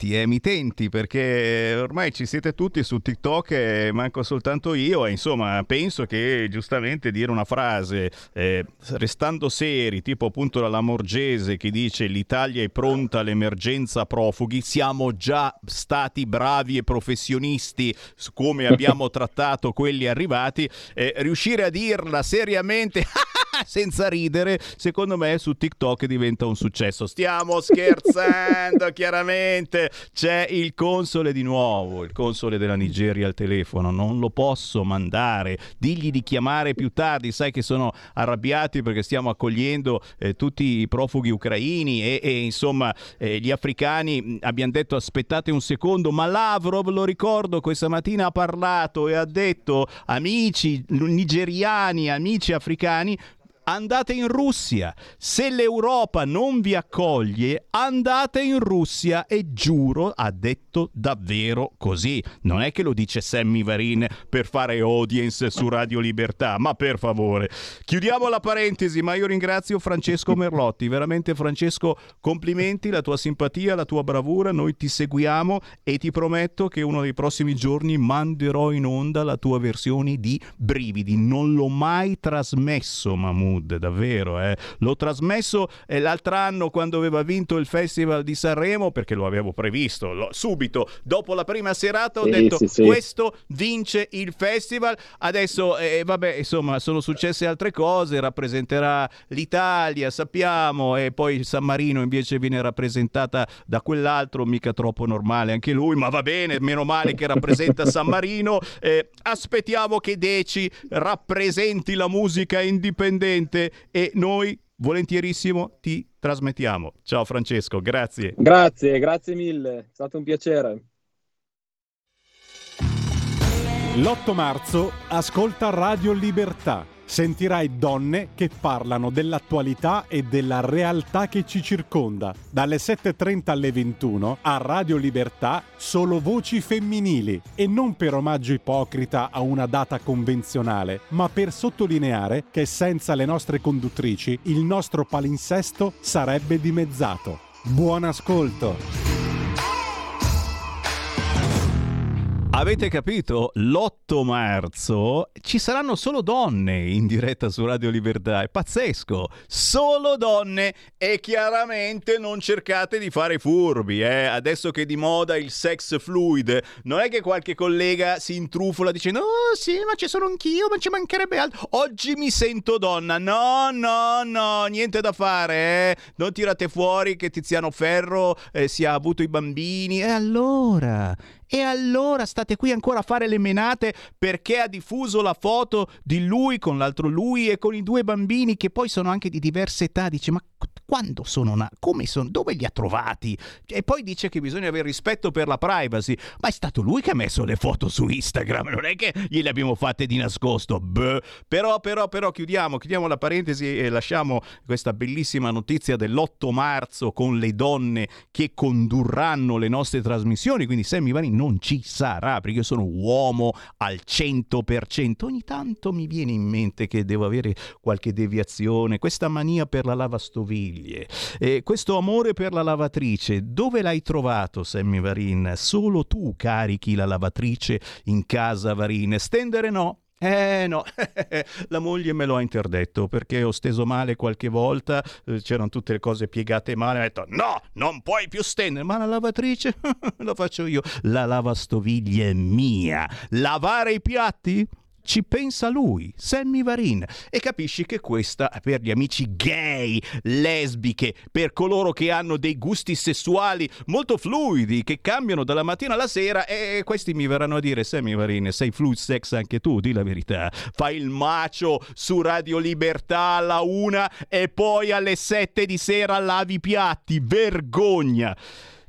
Speaker 2: tenti, perché ormai ci siete tutti su TikTok e manco soltanto io, e insomma penso che giustamente dire una frase restando seri, tipo appunto la Lamorgese che dice l'Italia è pronta all'emergenza profughi, siamo già stati bravi e professionisti su come abbiamo trattato quelli arrivati, riuscire a dirla seriamente senza ridere, secondo me su TikTok diventa un successo. Stiamo scherzando, chiaramente. C'è il console di nuovo, il console della Nigeria al telefono, non lo posso mandare, digli di chiamare più tardi, sai che sono arrabbiati perché stiamo accogliendo tutti i profughi ucraini e insomma gli africani. Abbiamo detto aspettate un secondo, ma Lavrov, lo ricordo, questa mattina ha parlato e ha detto amici nigeriani, amici africani, andate in Russia, se l'Europa non vi accoglie andate in Russia, e giuro ha detto davvero così, non è che lo dice Sammy Varin per fare audience su Radio Libertà, ma per favore. Chiudiamo la parentesi, ma io ringrazio Francesco Merlotti, veramente Francesco, complimenti, la tua simpatia, la tua bravura, noi ti seguiamo e ti prometto che uno dei prossimi giorni manderò in onda la tua versione di Brividi, non l'ho mai trasmesso Mahmood, davvero, l'ho trasmesso l'altro anno quando aveva vinto il Festival di Sanremo, perché lo avevo previsto subito dopo la prima serata, ho detto questo vince il festival. Adesso vabbè, insomma, sono successe altre cose, rappresenterà l'Italia, sappiamo, e poi San Marino invece viene rappresentata da quell'altro, mica troppo normale anche lui, ma va bene, meno male che rappresenta San Marino. Aspettiamo che Deci rappresenti la musica indipendente e noi volentierissimo ti trasmettiamo. Ciao Francesco, grazie
Speaker 1: mille, è stato un piacere.
Speaker 8: L'8 marzo ascolta Radio Libertà. Sentirai donne che parlano dell'attualità e della realtà che ci circonda. Dalle 7:30 alle 21 a Radio Libertà solo voci femminili, e non per omaggio ipocrita a una data convenzionale, ma per sottolineare che senza le nostre conduttrici il nostro palinsesto sarebbe dimezzato. Buon ascolto!
Speaker 2: Avete capito? L'8 marzo ci saranno solo donne in diretta su Radio Libertà, è pazzesco, solo donne, e chiaramente non cercate di fare furbi, adesso che è di moda il sex fluid, non è che qualche collega si intrufola dicendo oh sì, ma ci sono anch'io, ma ci mancherebbe altro, oggi mi sento donna, no, niente da fare, non tirate fuori che Tiziano Ferro si ha avuto i bambini, e allora state qui ancora a fare le menate perché ha diffuso la foto di lui con l'altro lui e con i due bambini che poi sono anche di diversa età. Dice ma quando sono come sono, dove li ha trovati? E poi dice che bisogna avere rispetto per la privacy, ma è stato lui che ha messo le foto su Instagram, non è che gliele abbiamo fatte di nascosto. Però chiudiamo la parentesi e lasciamo questa bellissima notizia dell'8 marzo con le donne che condurranno le nostre trasmissioni, quindi Sammy Varin non ci sarà perché io sono uomo al 100%. Ogni tanto mi viene in mente che devo avere qualche deviazione, questa mania per la lavastoviglie, questo amore per la lavatrice. Dove l'hai trovato, Sammy Varin? Solo tu carichi la lavatrice in casa Varin. Stendere no. No, la moglie me lo ha interdetto perché ho steso male qualche volta, c'erano tutte le cose piegate male, ha detto no, non puoi più stendere, ma la lavatrice la faccio io, la lavastoviglie è mia, lavare i piatti? Ci pensa lui, Sammy Varin, e capisci che questa per gli amici gay, lesbiche, per coloro che hanno dei gusti sessuali molto fluidi, che cambiano dalla mattina alla sera, e questi mi verranno a dire Sammy Varin, sei fluid sex anche tu, di la verità, fai il macio su Radio Libertà alla 1 e poi alle 7 di sera lavi i piatti, vergogna!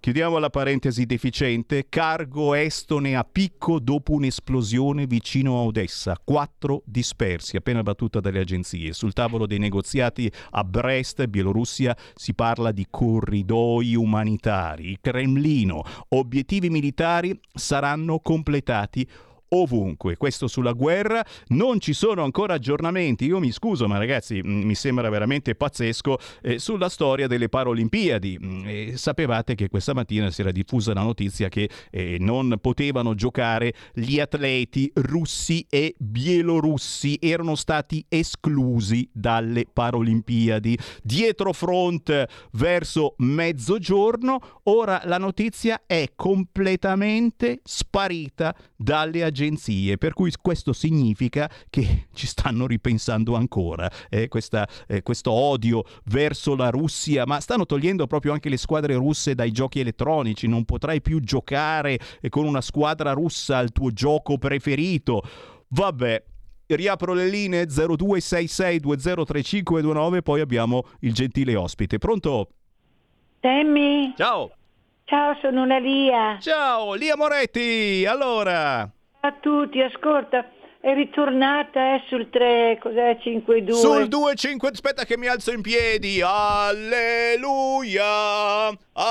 Speaker 2: Chiudiamo la parentesi deficiente. Cargo estone a picco dopo un'esplosione vicino a Odessa. 4 dispersi, appena battuta dalle agenzie. Sul tavolo dei negoziati a Brest, Bielorussia, si parla di corridoi umanitari. Il Cremlino, obiettivi militari saranno completati ovunque. Questo sulla guerra. Non ci sono ancora aggiornamenti, io mi scuso, ma ragazzi mi sembra veramente pazzesco, sulla storia delle Paralimpiadi. Sapevate che questa mattina si era diffusa la notizia che non potevano giocare gli atleti russi e bielorussi, erano stati esclusi dalle Paralimpiadi. Dietro front verso mezzogiorno, ora la notizia è completamente sparita dalle agenzie, per cui questo significa che ci stanno ripensando ancora, questo odio verso la Russia, ma stanno togliendo proprio anche le squadre russe dai giochi elettronici. Non potrai più giocare con una squadra russa al tuo gioco preferito. Vabbè, riapro le linee 0266203529, poi abbiamo il gentile ospite. Pronto?
Speaker 3: Sammy?
Speaker 2: Ciao.
Speaker 3: Ciao, sono la Lia.
Speaker 2: Ciao, Lia Moretti. Allora,
Speaker 3: a tutti, ascolta, è ritornata sul 3, cos'è, 5-2?
Speaker 2: Sul 2-5, aspetta che mi alzo in piedi. Alleluia,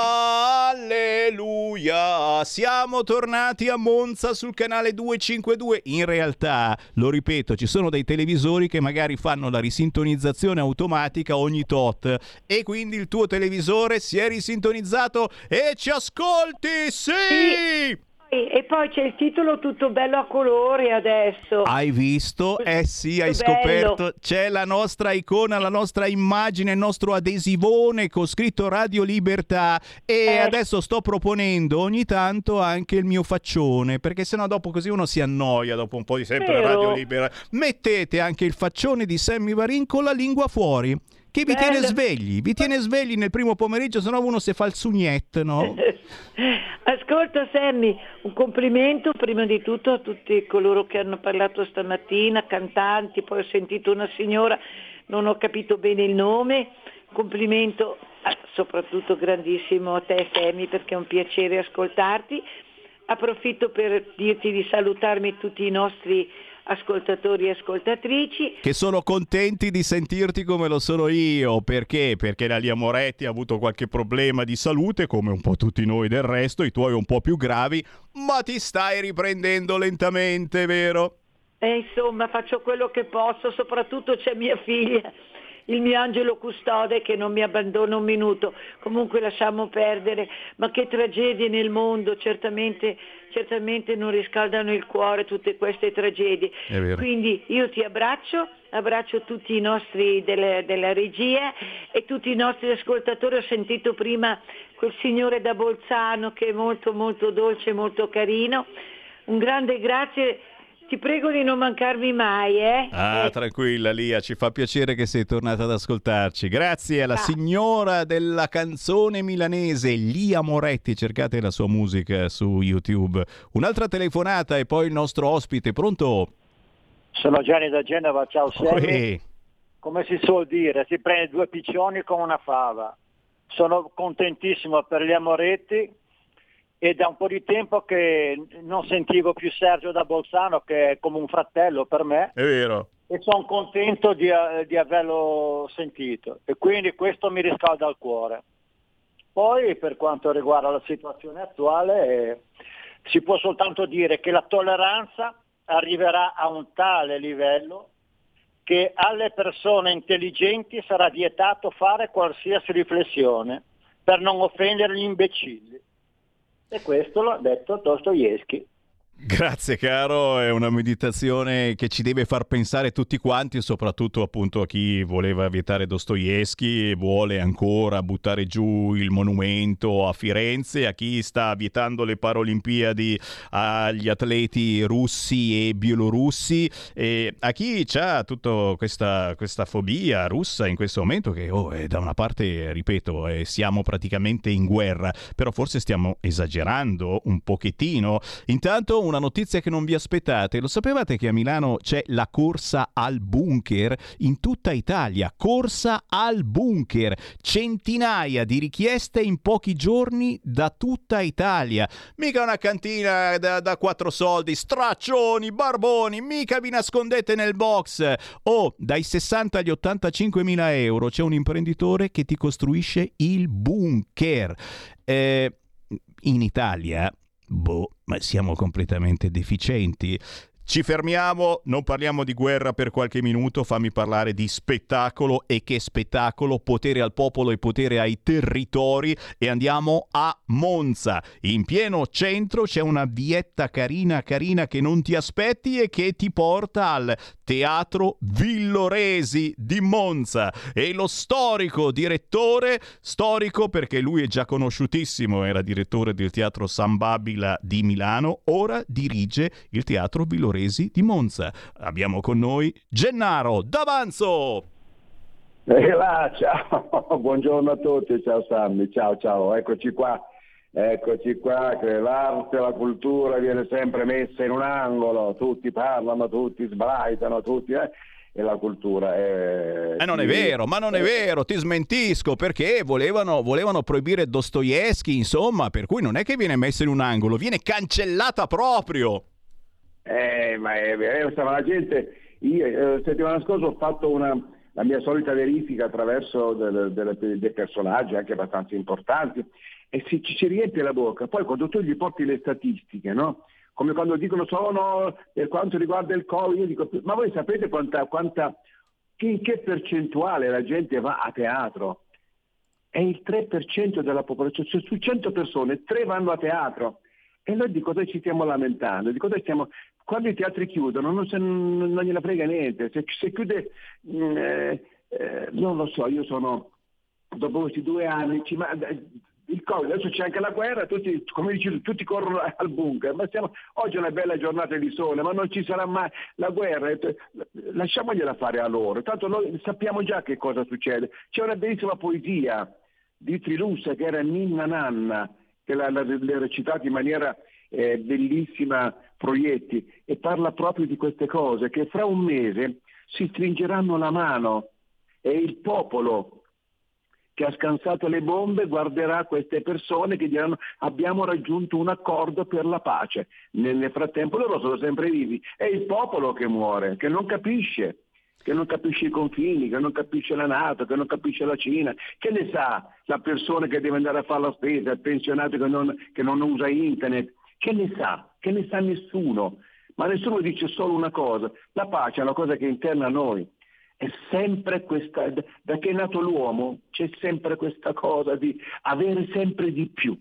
Speaker 2: alleluia. Siamo tornati a Monza sul canale 252. In realtà, lo ripeto, ci sono dei televisori che magari fanno la risintonizzazione automatica ogni tot, e quindi il tuo televisore si è risintonizzato e ci ascolti, sì!
Speaker 3: E poi c'è il titolo tutto bello a colori adesso.
Speaker 2: Hai visto? Sì, hai scoperto. C'è la nostra icona, la nostra immagine, il nostro adesivone con scritto Radio Libertà. E adesso sto proponendo ogni tanto anche il mio faccione, perché sennò dopo così uno si annoia dopo un po' di sempre Radio Libertà. Mettete anche il faccione di Sammy Varin con la lingua fuori, che vi tiene svegli nel primo pomeriggio, sennò uno si fa il sugnetto, no?
Speaker 3: Ascolta Sammy, un complimento prima di tutto a tutti coloro che hanno parlato stamattina, cantanti, poi ho sentito una signora, non ho capito bene il nome, complimento soprattutto grandissimo a te Sammy, perché è un piacere ascoltarti. Approfitto per dirti di salutarmi tutti i nostri ascoltatori e ascoltatrici
Speaker 2: che sono contenti di sentirti come lo sono io. Perché? Perché la Lia Moretti ha avuto qualche problema di salute, come un po' tutti noi del resto, i tuoi un po' più gravi, ma ti stai riprendendo lentamente, vero?
Speaker 3: Insomma, faccio quello che posso, soprattutto c'è mia figlia, il mio angelo custode, che non mi abbandona un minuto. Comunque lasciamo perdere, ma che tragedie nel mondo, certamente non riscaldano il cuore tutte queste tragedie. Quindi io ti abbraccio tutti i nostri della regia e tutti i nostri ascoltatori. Ho sentito prima quel signore da Bolzano che è molto molto dolce, molto carino. Un grande grazie. Ti prego di non mancarmi mai,
Speaker 2: Tranquilla Lia, ci fa piacere che sei tornata ad ascoltarci. Grazie alla signora della canzone milanese, Lia Moretti, cercate la sua musica su YouTube. Un'altra telefonata e poi il nostro ospite. Pronto?
Speaker 4: Sono Gianni da Genova, ciao Sammy. Come si suol dire, si prende 2 piccioni con una fava. Sono contentissimo per Lia Moretti. E da un po' di tempo che non sentivo più Sergio da Bolzano, che è come un fratello per me.
Speaker 2: È vero.
Speaker 4: E sono contento di averlo sentito. E quindi questo mi riscalda il cuore. Poi per quanto riguarda la situazione attuale, si può soltanto dire che la tolleranza arriverà a un tale livello che alle persone intelligenti sarà vietato fare qualsiasi riflessione per non offendere gli imbecilli. E questo l'ha detto Dostoevskij.
Speaker 2: Grazie caro, è una meditazione che ci deve far pensare tutti quanti, soprattutto appunto a chi voleva vietare Dostoevskij e vuole ancora buttare giù il monumento a Firenze, a chi sta vietando le Paralimpiadi agli atleti russi e bielorussi, e a chi ha tutta questa fobia russa in questo momento che da una parte, ripeto, siamo praticamente in guerra, però forse stiamo esagerando un pochettino. Intanto una notizia che non vi aspettate. Lo sapevate che a Milano c'è la corsa al bunker? In tutta Italia, corsa al bunker. Centinaia di richieste in pochi giorni da tutta Italia. Mica una cantina da 4 soldi, straccioni, barboni, mica vi nascondete nel box. Dai 60 agli 85.000 euro c'è un imprenditore che ti costruisce il bunker. In Italia, ma siamo completamente deficienti. Ci fermiamo, non parliamo di guerra per qualche minuto, fammi parlare di spettacolo. E che spettacolo, potere al popolo e potere ai territori, e andiamo a Monza. In pieno centro c'è una vietta carina che non ti aspetti e che ti porta al Teatro Villoresi di Monza, e lo storico direttore, storico perché lui è già conosciutissimo, era direttore del Teatro San Babila di Milano, ora dirige il Teatro Villoresi di Monza. Abbiamo con noi Gennaro D'Avanzo.
Speaker 5: Ciao, buongiorno a tutti, ciao Sammy, ciao, eccoci qua, che l'arte, la cultura viene sempre messa in un angolo, tutti parlano, tutti sbraitano, e la cultura è...
Speaker 2: non è vero, ti smentisco, perché volevano proibire Dostoevskij, insomma, per cui non è che viene messa in un angolo, viene cancellata proprio.
Speaker 5: Ma è vero, la gente, io settimana scorsa ho fatto la mia solita verifica attraverso dei personaggi anche abbastanza importanti, e ci riempie la bocca. Poi quando tu gli porti le statistiche, no? Come quando dicono sono per quanto riguarda il Covid, io dico, ma voi sapete in che percentuale la gente va a teatro? È il 3% della popolazione, cioè su 100 persone 3 vanno a teatro. E noi di cosa ci stiamo lamentando? Quando i teatri chiudono non gliela frega niente. Se chiude, non lo so, io sono, dopo questi 2 anni, il Covid, adesso c'è anche la guerra, tutti, come dici, tutti corrono al bunker, ma oggi è una bella giornata di sole, ma non ci sarà mai la guerra, lasciamogliela fare a loro, tanto noi sappiamo già che cosa succede. C'è una bellissima poesia di Trilussa che era Ninna Nanna, che l'ha recitato in maniera bellissima, Proietti, e parla proprio di queste cose, che fra un mese si stringeranno la mano e il popolo che ha scansato le bombe guarderà queste persone che diranno abbiamo raggiunto un accordo per la pace. Nel frattempo loro sono sempre vivi, è il popolo che muore, che non capisce i confini, che non capisce la NATO, che non capisce la Cina, che ne sa la persona che deve andare a fare la spesa, il pensionato che non usa internet, che ne sa nessuno, ma nessuno dice solo una cosa: la pace è una cosa che è interna a noi, è sempre questa, da che è nato l'uomo c'è sempre questa cosa di avere sempre di più,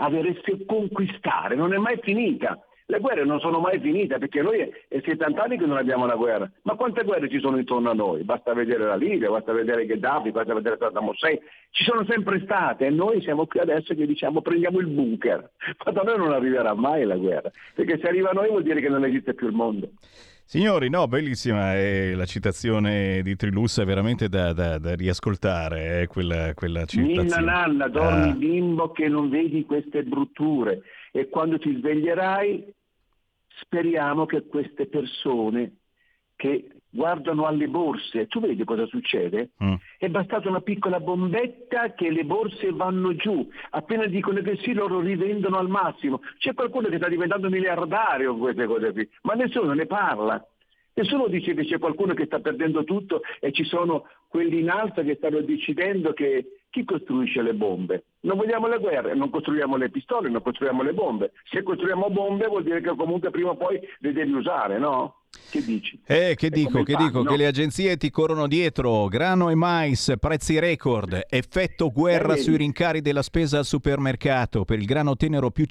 Speaker 5: conquistare, non è mai finita. Le guerre non sono mai finite, perché noi è 70 anni che non abbiamo una guerra. Ma quante guerre ci sono intorno a noi? Basta vedere la Libia, basta vedere Gheddafi, basta vedere Saddam Hussein. Ci sono sempre state, e noi siamo qui adesso che diciamo prendiamo il bunker. Ma da noi non arriverà mai la guerra, perché se arriva a noi vuol dire che non esiste più il mondo.
Speaker 2: Signori, no, bellissima è la citazione di Trilussa, è veramente da riascoltare, quella citazione.
Speaker 5: Ninna nanna, dormi bimbo che non vedi queste brutture, e quando ti sveglierai speriamo che queste persone che guardano alle borse, tu vedi cosa succede? È bastata una piccola bombetta che le borse vanno giù, appena dicono che sì loro rivendono al massimo. C'è qualcuno che sta diventando miliardario con queste cose qui, ma nessuno ne parla. Nessuno dice che c'è qualcuno che sta perdendo tutto e ci sono quelli in alto che stanno decidendo che chi costruisce le bombe. Non vogliamo le guerre, non costruiamo le pistole, non costruiamo le bombe. Se costruiamo bombe vuol dire che comunque prima o poi le devi usare, no? Che dici?
Speaker 2: Che dico, che le agenzie ti corrono dietro. Grano e mais, prezzi record, effetto guerra sui rincari della spesa al supermercato. Per il grano tenero più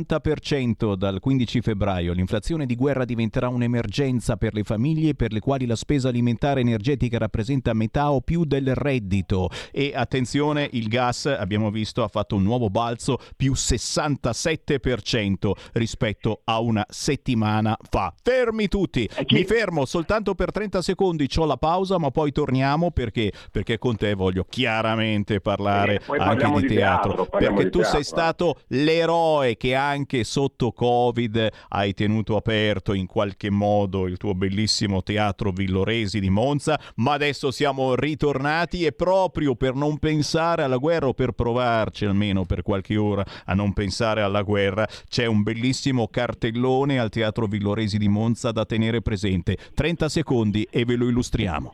Speaker 2: 50% dal 15 febbraio. L'inflazione di guerra diventerà un'emergenza per le famiglie per le quali la spesa alimentare energetica rappresenta metà o più del reddito. E attenzione, il gas, abbiamo visto, ha fatto un nuovo balzo, più 67% rispetto a una settimana fa. Fermi tutti! mi fermo soltanto per 30 secondi, c'ho la pausa, ma poi torniamo perché con te voglio chiaramente parlare anche di teatro, perché tu sei stato l'eroe che anche sotto Covid hai tenuto aperto in qualche modo il tuo bellissimo teatro Villoresi di Monza, ma adesso siamo ritornati e proprio per non pensare alla guerra, o per provarci almeno per qualche ora a non pensare alla guerra, c'è un bellissimo cartellone al teatro Villoresi di Monza da tenere presente. 30 secondi e ve lo illustriamo.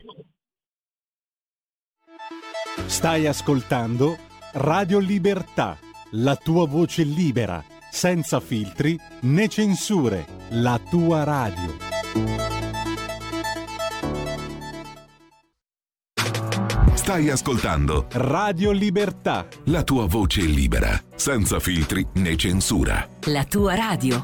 Speaker 8: Stai ascoltando Radio Libertà, la tua voce libera, senza filtri né censure, la tua radio.
Speaker 7: Stai ascoltando
Speaker 8: Radio Libertà,
Speaker 7: la tua voce libera, senza filtri né censura.
Speaker 9: La tua radio.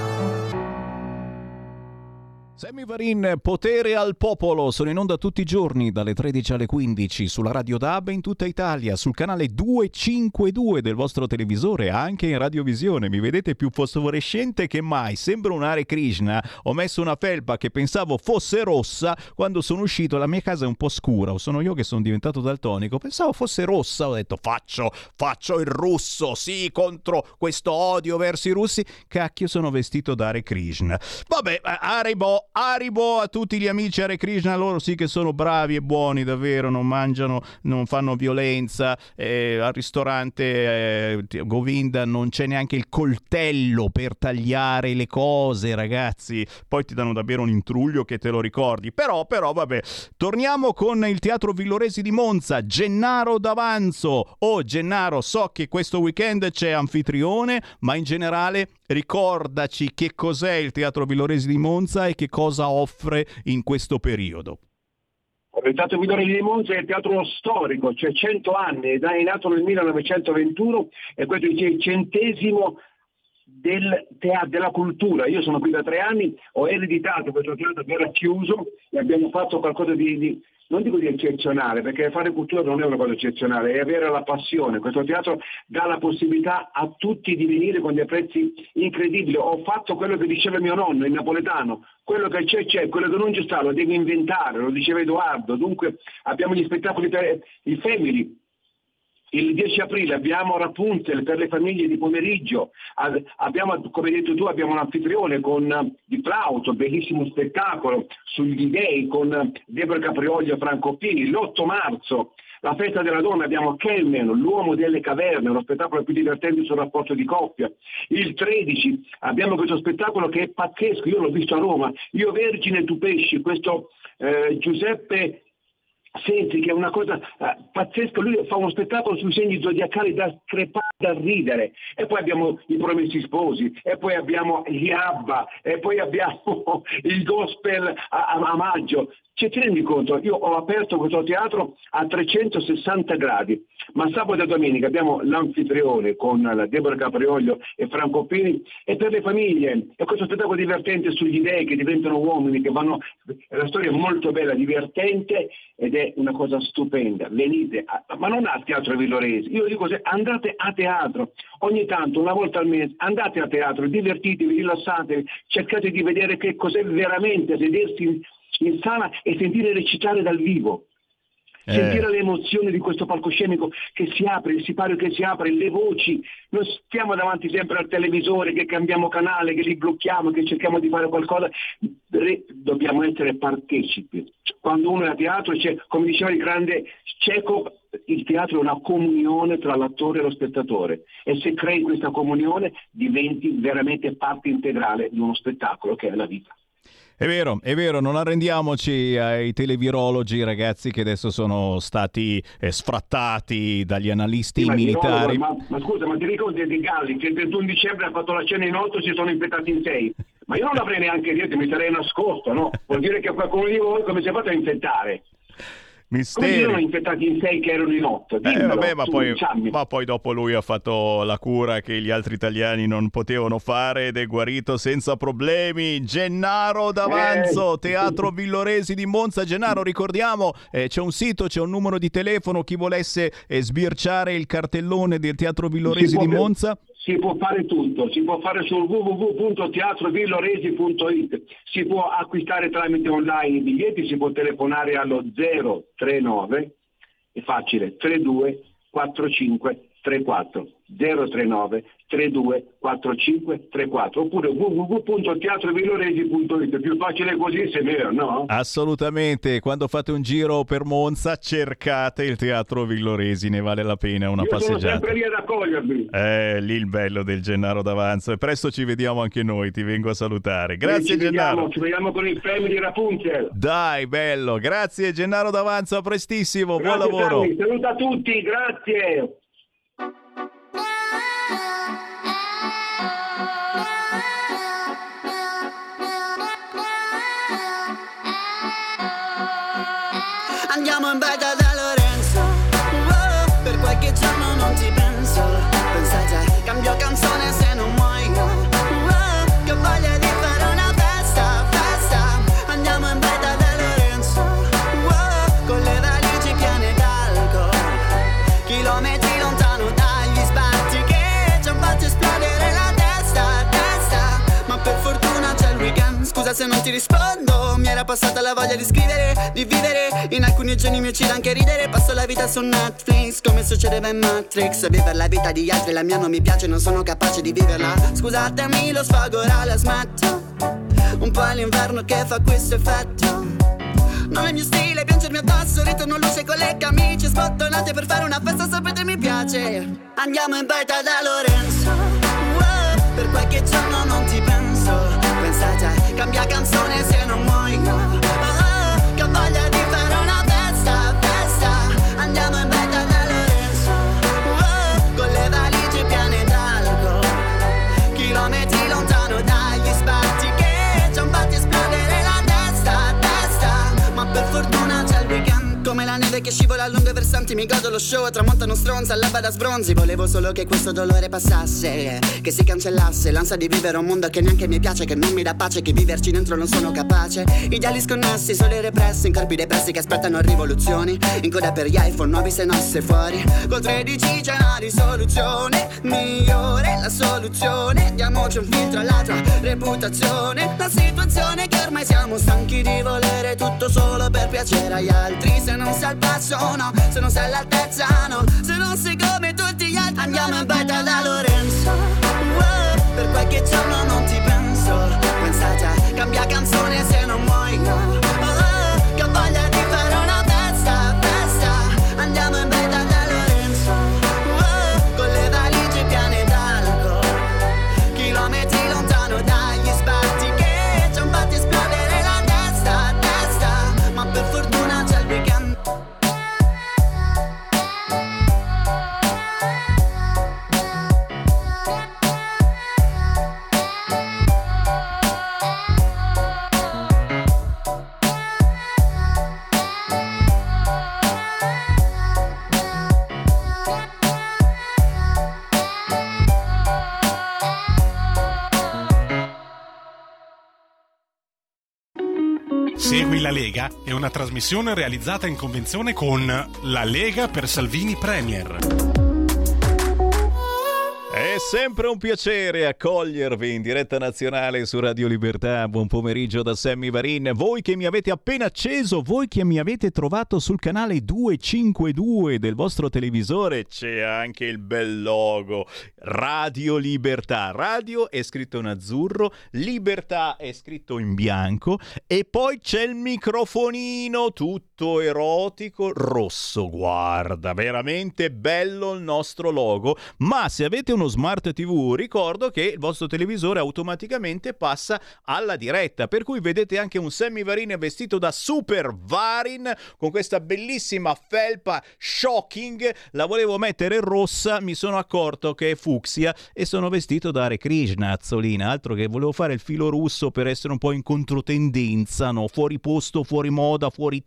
Speaker 2: Sammy Varin, Potere al popolo, sono in onda tutti i giorni dalle 13 alle 15 sulla Radio DAB in tutta Italia, sul canale 252 del vostro televisore, anche in radiovisione. Mi vedete più fosforescente che mai, sembra un Hare Krishna. Ho messo una felpa che pensavo fosse rossa, quando sono uscito la mia casa è un po' scura, o sono io che sono diventato daltonico, pensavo fosse rossa, ho detto faccio il russo, sì, contro questo odio verso i russi, cacchio sono vestito da Hare Krishna. Vabbè, Haribo a tutti gli amici Hare Krishna, loro sì che sono bravi e buoni davvero, non mangiano, non fanno violenza, al ristorante Govinda non c'è neanche il coltello per tagliare le cose, ragazzi, poi ti danno davvero un intruglio che te lo ricordi, però vabbè, torniamo con il teatro Villoresi di Monza. Gennaro D'Avanzo. Gennaro, so che questo weekend c'è Anfitrione, ma in generale ricordaci che cos'è il teatro Villoresi di Monza e che cosa offre in questo periodo.
Speaker 5: Il Teatro Villoresi di Monza è il teatro storico, cioè 100 anni, è nato nel 1921 e questo è il 100° della cultura. Io sono qui da 3 anni, ho ereditato questo teatro che era chiuso e abbiamo fatto qualcosa di non dico di eccezionale, perché fare cultura non è una cosa eccezionale, è avere la passione. Questo teatro dà la possibilità a tutti di venire con dei prezzi incredibili. Ho fatto quello che diceva mio nonno, il napoletano, quello che c'è, quello che non ci sta, lo devi inventare, lo diceva Edoardo. Dunque abbiamo gli spettacoli per i family. Il 10 aprile abbiamo Rapunzel per le famiglie di pomeriggio, abbiamo, come hai detto tu, abbiamo un anfitrione con Di Plauto, bellissimo spettacolo sugli dei con Deborah Caprioglio e Franco Pini. L'8 marzo, la festa della donna, abbiamo Kelmen, l'uomo delle caverne, uno spettacolo più divertente sul rapporto di coppia. Il 13 abbiamo questo spettacolo che è pazzesco, io l'ho visto a Roma, Io Vergine tu pesci, questo Giuseppe Sensi, che è una cosa pazzesca, lui fa uno spettacolo sui segni zodiacali da crepare, da ridere, e poi abbiamo I Promessi Sposi, e poi abbiamo gli Abba, e poi abbiamo il gospel a maggio. Cioè, ti rendi conto? Io ho aperto questo teatro a 360 gradi, ma sabato e domenica abbiamo l'anfitrione con la Deborah Caprioglio e Franco Pini, e per le famiglie è questo spettacolo divertente sugli dei che diventano uomini, che vanno, la storia è molto bella, divertente, ed è una cosa stupenda. Venite, ma non al teatro Villoresi, io dico andate a teatro, ogni tanto, una volta al mese, andate a teatro, divertitevi, rilassatevi, cercate di vedere che cos'è veramente sedersi in sala e sentire recitare dal vivo, sentire le emozioni di questo palcoscenico che si apre, il sipario che si apre, le voci. Non stiamo davanti sempre al televisore che cambiamo canale, che li blocchiamo, che cerchiamo di fare qualcosa. Dobbiamo essere partecipi. Quando uno è a teatro c'è, come diceva il grande Chekhov, il teatro è una comunione tra l'attore e lo spettatore, e se crei questa comunione diventi veramente parte integrale di uno spettacolo che è la vita.
Speaker 2: È vero, non arrendiamoci ai televirologi, ragazzi, che adesso sono stati sfrattati dagli analisti militari.
Speaker 5: Ma scusa, ma ti ricordi di Galli che il 21 dicembre ha fatto la cena in 8 e si sono infettati in 6? Ma io non l'avrei neanche detto, mi sarei nascosto, no? Vuol dire che qualcuno di voi come si è fatto a infettare?
Speaker 2: Misteri.
Speaker 5: Come erano infettati in 6 che erano in 8?
Speaker 2: Vabbè, ma poi dopo lui ha fatto la cura che gli altri italiani non potevano fare ed è guarito senza problemi. Gennaro D'Avanzo, Teatro Villoresi di Monza. Gennaro, ricordiamo, c'è un sito, c'è un numero di telefono, chi volesse sbirciare il cartellone del Teatro Villoresi di Monza?
Speaker 5: si può fare tutto, si può fare sul www.teatrovilloresi.it, si può acquistare tramite online i biglietti, si può telefonare allo 039, è facile, 32 45 34 039 32 45 34 oppure www.teatrovilloresi.it. Più facile così, se è vero, no?
Speaker 2: Assolutamente, quando fate un giro per Monza cercate il Teatro Villoresi, ne vale la pena una passeggiata.
Speaker 5: Sono sempre lì ad accogliervi.
Speaker 2: Lì il bello del Gennaro d'Avanzo, e presto ci vediamo anche noi, ti vengo a salutare. Grazie Gennaro.
Speaker 5: Ci vediamo con il premio di Rapunzel.
Speaker 2: Dai, bello, grazie Gennaro d'Avanzo, a prestissimo,
Speaker 5: Grazie,
Speaker 2: buon lavoro.
Speaker 5: Sammy. Saluta a tutti, grazie.
Speaker 6: Andiamo in baita da Lorenzo, per qualche giorno non ti penso. Pensa già, cambio canzone se non muoio. Che voglia di fare una festa, festa. Andiamo in baita da Lorenzo, con le valigie piene d'alcol, chilometri lontano dagli sbatti che ci han fatto esplodere la testa, testa. Ma per fortuna c'è il weekend, scusa se non ti rispondo. Mi era passata la voglia di scrivere, di vivere. In alcuni giorni mi uccide anche ridere. Passo la vita su Netflix come succedeva in Matrix. Vivere la vita di altri, la mia non mi piace, non sono capace di viverla. Scusatemi, lo sfogo ora la smetto. Un po' è l'inverno che fa questo effetto. Non è il mio stile piangermi addosso, ritorno luce con le camicie sbottonate per fare una festa, sapete mi piace. Andiamo in baita da Lorenzo, per qualche giorno non ti penso. Pensa già, cambia canzone se non muoio. Che voglia di fare una festa, festa. Andiamo in baita da Lorenzo, con le valigie piene d'alcol, chilometri lontano dagli sbatti che ci han fatti esplodere la testa, testa. Ma per fortuna c'è il weekend, come la neve che scivola lungo i versanti. Mi godo lo show, tramontano stronza, all'alba da sbronzi. Volevo solo che questo dolore passasse, che si cancellasse l'ansia di vivere un mondo che neanche mi piace, che non mi dà pace, che viverci dentro non sono capace. Ideali sconnessi, soli repressi, in corpi depressi che aspettano rivoluzioni. In coda per gli iPhone, nuovi se no se fuori. Col 13 c'è una risoluzione migliore, la soluzione. Diamoci un filtro alla tua reputazione. La situazione che ormai siamo stanchi di volere tutto solo per piacere agli altri. Se non sei al passo no, se non sei all'altezza no, se non sei come tutti gli altri. Andiamo in baita da Lorenzo, per qualche giorno non ti penso. Pensa già, cambia canzone se non muoio. Che voglia di fare una festa, festa. Andiamo in baita da Lorenzo, con le valigie piene d'alcol, chilometri lontano dagli sbatti che ci han fatti esplodere la testa, testa. Ma per fortuna c'è il weekend.
Speaker 8: Segui la Lega è una trasmissione realizzata in convenzione con La Lega per Salvini Premier.
Speaker 2: È sempre un piacere accogliervi in diretta nazionale su Radio Libertà. Buon pomeriggio da Sammy Varin. Voi che mi avete appena acceso, voi che mi avete trovato sul canale 252 del vostro televisore, c'è anche il bel logo Radio Libertà. Radio è scritto in azzurro, Libertà è scritto in bianco e poi c'è il microfonino tutto erotico rosso. Guarda, veramente bello il nostro logo. Ma se avete uno smart TV, ricordo che il vostro televisore automaticamente passa alla diretta, per cui vedete anche un Sammy Varin vestito da Super Varin con questa bellissima felpa shocking. La volevo mettere rossa, mi sono accorto che è fucsia e sono vestito da Hare Krishna, Azzolina. Altro che volevo fare il filo russo per essere un po' in controtendenza, no? Fuori posto, fuori moda, fuori tempo.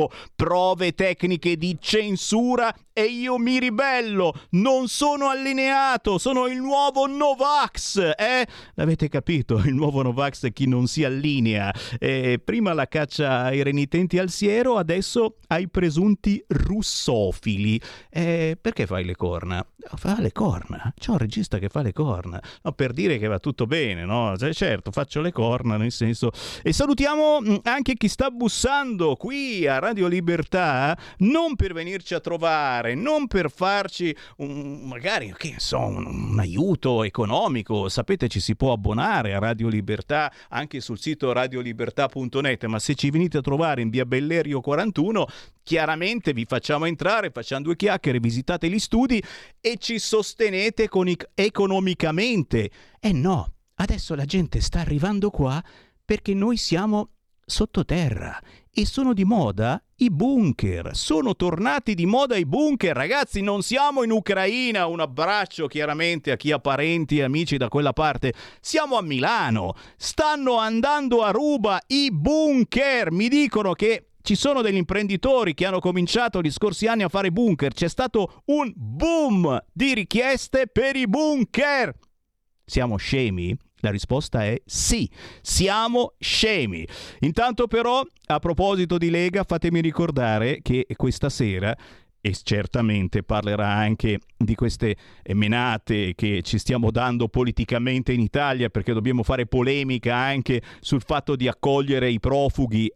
Speaker 2: prove tecniche di censura e io mi ribello, non sono allineato, sono il nuovo Novax, L'avete capito? Il nuovo Novax è chi non si allinea. Prima la caccia ai renitenti al siero, adesso ai presunti russofili. Perché fai le corna? Fa le corna, c'è un regista che fa le corna, no, per dire che va tutto bene, no? Certo, faccio le corna, nel senso. E salutiamo anche chi sta bussando qui a Radio Libertà, non per venirci a trovare, non per farci magari, che so, un aiuto economico. Sapete, ci si può abbonare a Radio Libertà anche sul sito radiolibertà.net, ma se ci venite a trovare in via Bellerio 41, chiaramente vi facciamo entrare, facciamo due chiacchiere, visitate gli studi e ci sostenete economicamente. No, adesso la gente sta arrivando qua perché noi siamo sottoterra e sono di moda i bunker, sono tornati di moda i bunker, ragazzi, non siamo in Ucraina. Un abbraccio chiaramente a chi ha parenti e amici da quella parte, siamo a Milano, stanno andando a ruba i bunker, mi dicono che ci sono degli imprenditori che hanno cominciato gli scorsi anni a fare bunker, c'è stato un boom di richieste per i bunker. Siamo scemi? La risposta è sì, siamo scemi. Intanto però, a proposito di Lega, fatemi ricordare che questa sera, e certamente parlerà anche di queste menate che ci stiamo dando politicamente in Italia, perché dobbiamo fare polemica anche sul fatto di accogliere i profughi,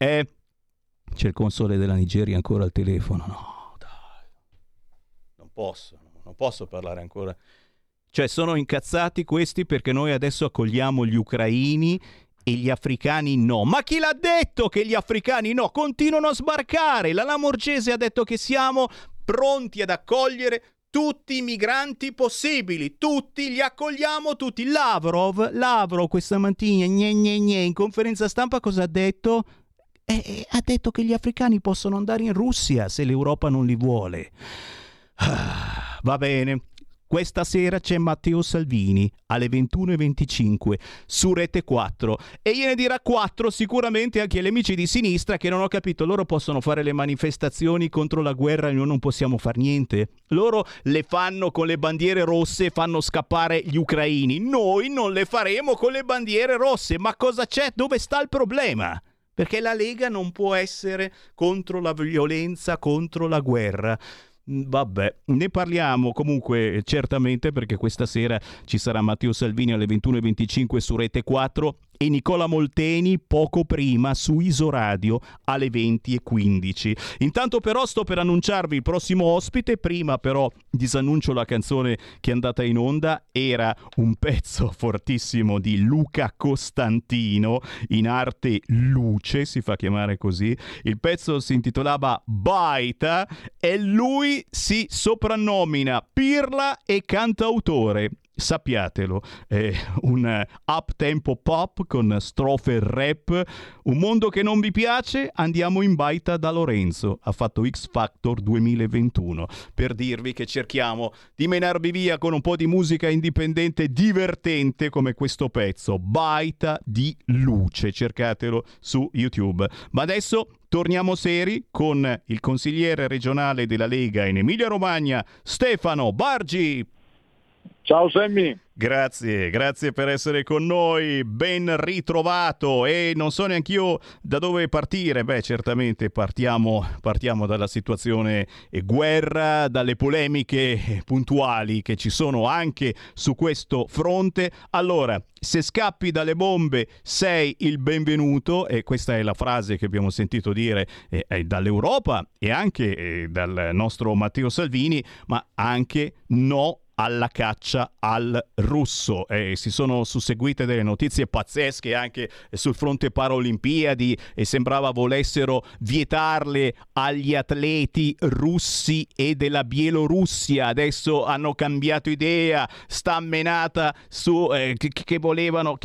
Speaker 2: C'è il console della Nigeria ancora al telefono? No, dai, non posso parlare ancora. Cioè, sono incazzati questi perché noi adesso accogliamo gli ucraini e gli africani no. Ma chi l'ha detto che gli africani no? Continuano a sbarcare. La Lamorgese ha detto che siamo pronti ad accogliere tutti i migranti possibili. Tutti, li accogliamo tutti. Lavrov questa mattina, in conferenza stampa cosa ha detto? Ha detto che gli africani possono andare in Russia se l'Europa non li vuole. Va bene. Questa sera c'è Matteo Salvini alle 21:25 su Rete 4 e gliene dirà 4 sicuramente anche agli amici di sinistra che non ho capito, loro possono fare le manifestazioni contro la guerra e noi non possiamo far niente? Loro le fanno con le bandiere rosse e fanno scappare gli ucraini, noi non le faremo con le bandiere rosse, ma cosa c'è? Dove sta il problema? Perché la Lega non può essere contro la violenza, contro la guerra. Vabbè, ne parliamo comunque certamente, perché questa sera ci sarà Matteo Salvini alle 21:25 su Rete 4 e Nicola Molteni poco prima su Isoradio alle 20:15. Intanto però sto per annunciarvi il prossimo ospite, prima però disannuncio la canzone che è andata in onda, era un pezzo fortissimo di Luca Costantino, in arte Luce si fa chiamare così, il pezzo si intitolava Baita e lui si soprannomina pirla e cantautore. Sappiatelo, è un up-tempo pop con strofe rap, un mondo che non vi piace, andiamo in baita da Lorenzo, ha fatto X Factor 2021, per dirvi che cerchiamo di menarvi via con un po' di musica indipendente divertente come questo pezzo, Baita di Luce, cercatelo su YouTube. Ma adesso torniamo seri con il consigliere regionale della Lega in Emilia Romagna, Stefano Bargi.
Speaker 10: Ciao Sammy.
Speaker 2: Grazie per essere con noi, ben ritrovato, e non so neanch'io da dove partire. Beh, certamente partiamo dalla situazione guerra, dalle polemiche puntuali che ci sono anche su questo fronte. Allora, se scappi dalle bombe sei il benvenuto, e questa è la frase che abbiamo sentito dire dall'Europa e anche dal nostro Matteo Salvini, ma anche no alla caccia al russo. Si sono susseguite delle notizie pazzesche anche sul fronte Paralimpiadi e sembrava volessero vietarle agli atleti russi e della Bielorussia. Adesso hanno cambiato idea, sta menata su che volevano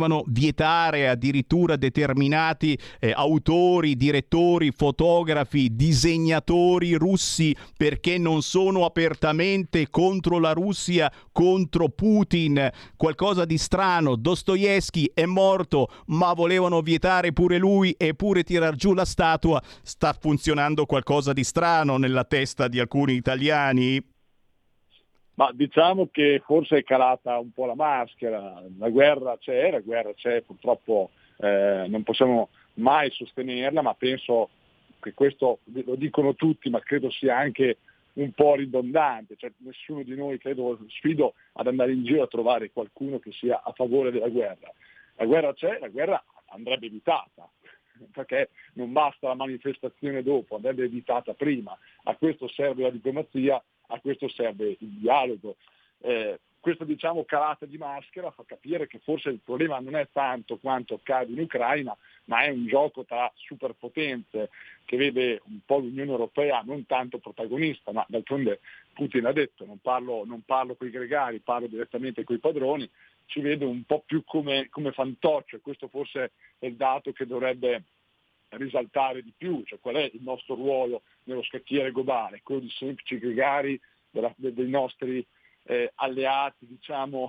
Speaker 2: vietare addirittura determinati autori, direttori, fotografi, disegnatori russi perché non sono apertamente contro la Russia. Russia contro Putin, qualcosa di strano. Dostoevsky è morto, ma volevano vietare pure lui e pure tirar giù la statua. Sta funzionando qualcosa di strano nella testa di alcuni italiani?
Speaker 10: Ma diciamo che forse è calata un po' la maschera, la guerra c'è, purtroppo non possiamo mai sostenerla, ma penso che questo lo dicono tutti, ma credo sia anche un po' ridondante, cioè nessuno di noi, sfido ad andare in giro a trovare qualcuno che sia a favore della guerra. La guerra c'è, la guerra andrebbe evitata, perché non basta la manifestazione dopo, andrebbe evitata prima. A questo serve la diplomazia, a questo serve il dialogo. Questa calata di maschera fa capire che forse il problema non è tanto quanto accade in Ucraina, ma è un gioco tra superpotenze che vede un po' l'Unione Europea non tanto protagonista, ma d'altronde Putin ha detto non parlo con i gregari, parlo direttamente con i padroni, ci vede un po' più come fantoccio, e questo forse è il dato che dovrebbe risaltare di più, cioè qual è il nostro ruolo nello scacchiere globale, quello di semplici gregari dei nostri alleati, di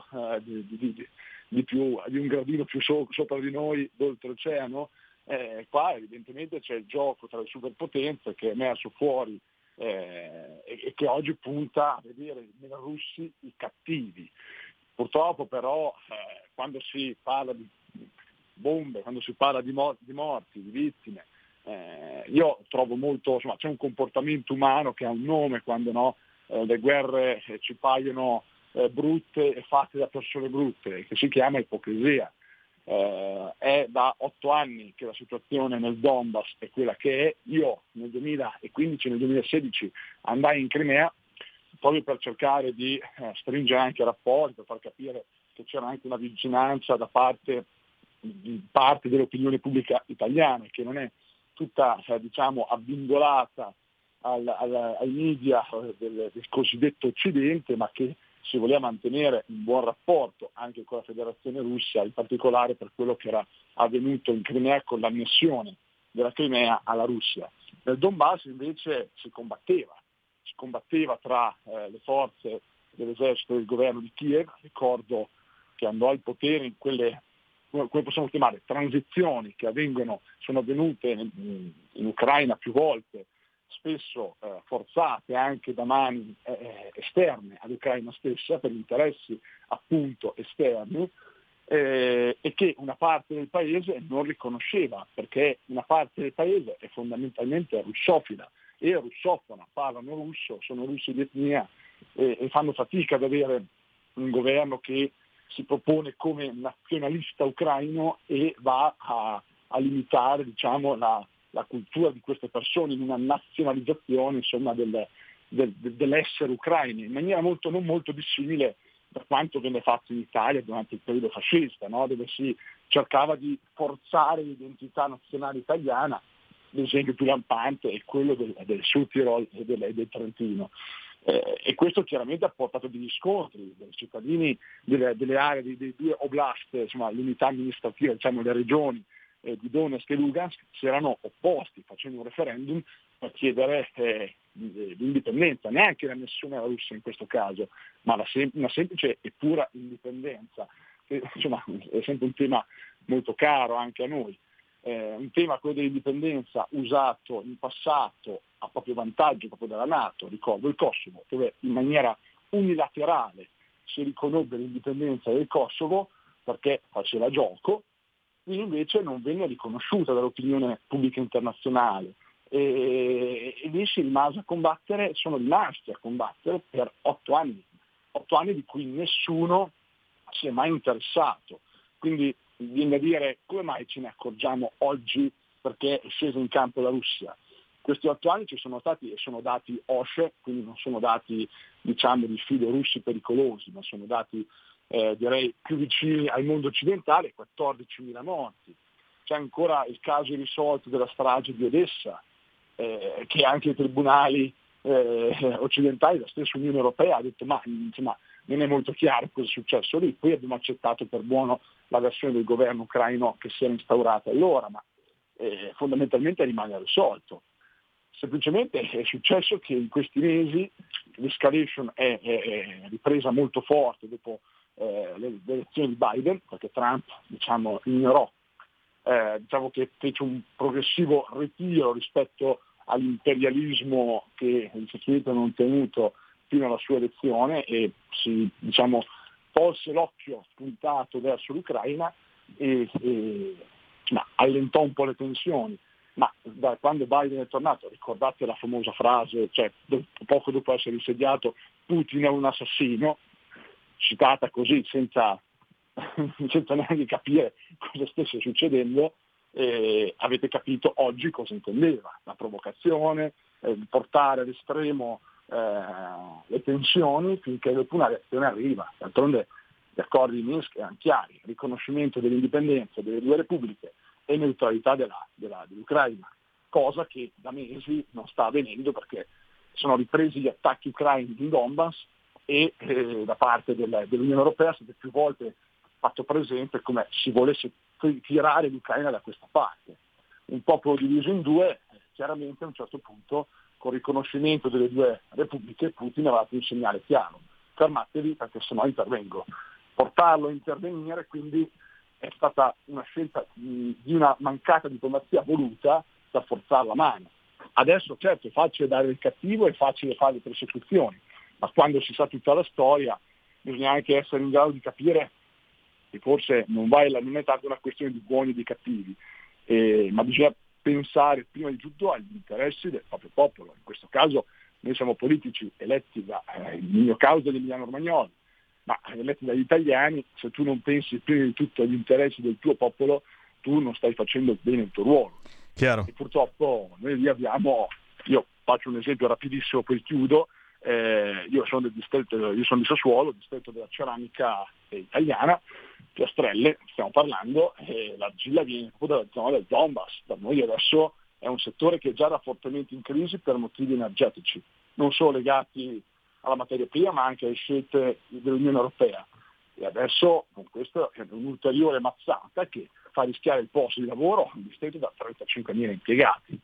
Speaker 10: un gradino più sopra di noi, d'oltreoceano. Qua evidentemente c'è il gioco tra le superpotenze che è emerso fuori e che oggi punta a vedere nei russi i cattivi. Purtroppo però quando si parla di bombe, quando si parla di morti, di vittime, io trovo molto, c'è un comportamento umano che ha un nome quando le guerre ci paiono brutte e fatte da persone brutte, che si chiama ipocrisia. È da 8 anni che la situazione nel Donbass è quella che è. Io nel 2015, nel 2016 andai in Crimea proprio per cercare di stringere anche rapporti, per far capire che c'era anche una vicinanza da parte dell'opinione pubblica italiana, che non è tutta abbindolata ai media del cosiddetto Occidente, ma che si voleva mantenere un buon rapporto anche con la Federazione Russa, in particolare per quello che era avvenuto in Crimea con l'annessione della Crimea alla Russia. Nel Donbass invece si combatteva tra le forze dell'esercito del governo di Kiev. Ricordo che andò al potere in quelle, come possiamo chiamare, transizioni che sono avvenute in Ucraina più volte, spesso forzate anche da mani esterne all'Ucraina stessa per interessi appunto esterni, e che una parte del paese non riconosceva, perché una parte del paese è fondamentalmente russofila e russofona, parlano russo, sono russi di etnia e fanno fatica ad avere un governo che si propone come nazionalista ucraino e va a limitare la cultura di queste persone in una nazionalizzazione dell'essere ucraini, in maniera non molto dissimile da quanto venne fatto in Italia durante il periodo fascista, dove si cercava di forzare l'identità nazionale italiana. L'esempio più lampante è quello del Sud Tirol e del Trentino. E questo chiaramente ha portato degli scontri dei cittadini delle aree dei due oblast, l'unità amministrativa, le regioni di Donetsk e Lugansk, si erano opposti facendo un referendum per chiedere l'indipendenza, neanche l'annessione alla Russia in questo caso, ma una semplice e pura indipendenza, che è sempre un tema molto caro anche a noi. Un tema, quello dell'indipendenza, usato in passato a proprio vantaggio proprio dalla NATO. Ricordo il Kosovo, dove in maniera unilaterale si riconobbe l'indipendenza del Kosovo perché faceva gioco, qui invece non venne riconosciuta dall'opinione pubblica internazionale e lì si rimase a combattere, sono rimasti a combattere per 8 anni di cui nessuno si è mai interessato. Quindi viene da dire, come mai ce ne accorgiamo oggi perché è scesa in campo la Russia? Questi 8 anni ci sono stati e sono dati OSCE, quindi non sono dati di filo russi pericolosi, ma sono dati direi più vicini al mondo occidentale, 14.000 morti. C'è ancora il caso irrisolto della strage di Odessa, che anche i tribunali occidentali, la stessa Unione Europea ha detto non è molto chiaro cosa è successo lì. Poi abbiamo accettato per buono la versione del governo ucraino che si era instaurata allora, ma fondamentalmente rimane irrisolto. Semplicemente è successo che in questi mesi l'escalation è ripresa molto forte dopo le elezioni di Biden, perché Trump ignorò, che fece un progressivo ritiro rispetto all'imperialismo che gli Stati Uniti hanno tenuto fino alla sua elezione e si tolse l'occhio puntato verso l'Ucraina e allentò un po' le tensioni. Ma da quando Biden è tornato, ricordate la famosa frase, poco dopo essere insediato, Putin è un assassino, citata così senza neanche capire cosa stesse succedendo, avete capito oggi cosa intendeva: la provocazione, portare all'estremo le tensioni finché dopo una reazione arriva. D'altronde gli accordi di Minsk erano chiari: riconoscimento dell'indipendenza delle due repubbliche e neutralità dell'Ucraina, cosa che da mesi non sta avvenendo perché sono ripresi gli attacchi ucraini in Donbass e da parte dell'Unione Europea è stato più volte fatto presente come si volesse tirare l'Ucraina da questa parte. Un popolo diviso in due, chiaramente a un certo punto, con il riconoscimento delle due repubbliche, Putin aveva dato un segnale chiaro: fermatevi perché sennò intervengo. Portarlo a intervenire quindi è stata una scelta di una mancata diplomazia voluta per forzare la mano. Adesso certo è facile dare il cattivo, è facile fare le persecuzioni, ma quando si sa tutta la storia bisogna anche essere in grado di capire che forse non è tanto una questione di buoni e di cattivi, ma bisogna pensare prima di tutto agli interessi del proprio popolo. In questo caso noi siamo politici eletti nel mio caso dagli Emiliano Romagnoli, ma eletti dagli italiani. Se tu non pensi prima di tutto agli interessi del tuo popolo, tu non stai facendo bene il tuo ruolo.
Speaker 2: Chiaro.
Speaker 10: E purtroppo noi lì io faccio un esempio rapidissimo, poi chiudo. Io sono di Sassuolo, distretto della ceramica italiana, Piastrelle, stiamo parlando, l'argilla viene proprio dalla zona del Donbass. Per noi adesso è un settore che già era fortemente in crisi per motivi energetici, non solo legati alla materia prima ma anche alle scelte dell'Unione Europea, e adesso con questo è un'ulteriore mazzata che fa rischiare il posto di lavoro a un distretto da 35.000 impiegati.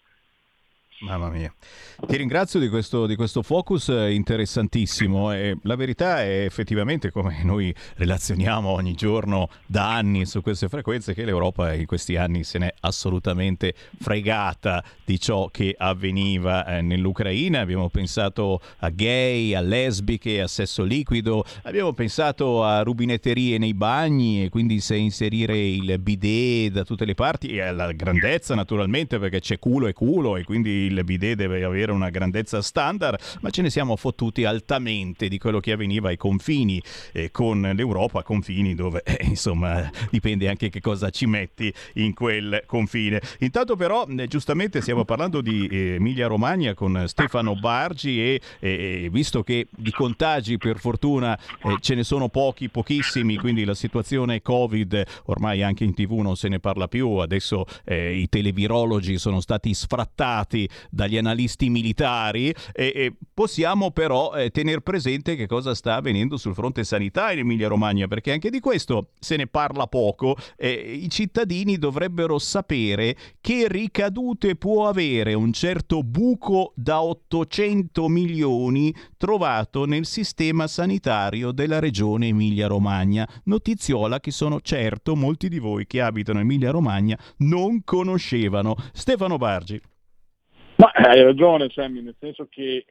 Speaker 2: Mamma mia, ti ringrazio di questo focus interessantissimo. E la verità è effettivamente, come noi relazioniamo ogni giorno da anni su queste frequenze, che l'Europa in questi anni se n'è assolutamente fregata di ciò che avveniva nell'Ucraina. Abbiamo pensato a gay, a lesbiche, a sesso liquido, abbiamo pensato a rubinetterie nei bagni e quindi se inserire il bidet da tutte le parti, e alla grandezza naturalmente, perché c'è culo e culo e quindi il bidet deve avere una grandezza standard, ma ce ne siamo fottuti altamente di quello che avveniva ai confini con l'Europa, confini dove insomma dipende anche che cosa ci metti in quel confine. Intanto però giustamente stiamo parlando di Emilia Romagna con Stefano Bargi e visto che di contagi per fortuna ce ne sono pochissimi, quindi la situazione Covid ormai anche in TV non se ne parla più, adesso i televirologi sono stati sfrattati dagli analisti militari e possiamo però tenere presente che cosa sta avvenendo sul fronte sanitario in Emilia Romagna, perché anche di questo se ne parla poco. I cittadini dovrebbero sapere che ricadute può avere un certo buco da 800 milioni trovato nel sistema sanitario della regione Emilia Romagna, notiziola che sono certo molti di voi che abitano in Emilia Romagna non conoscevano. Stefano Bargi.
Speaker 10: Ma hai ragione Sammy, nel senso che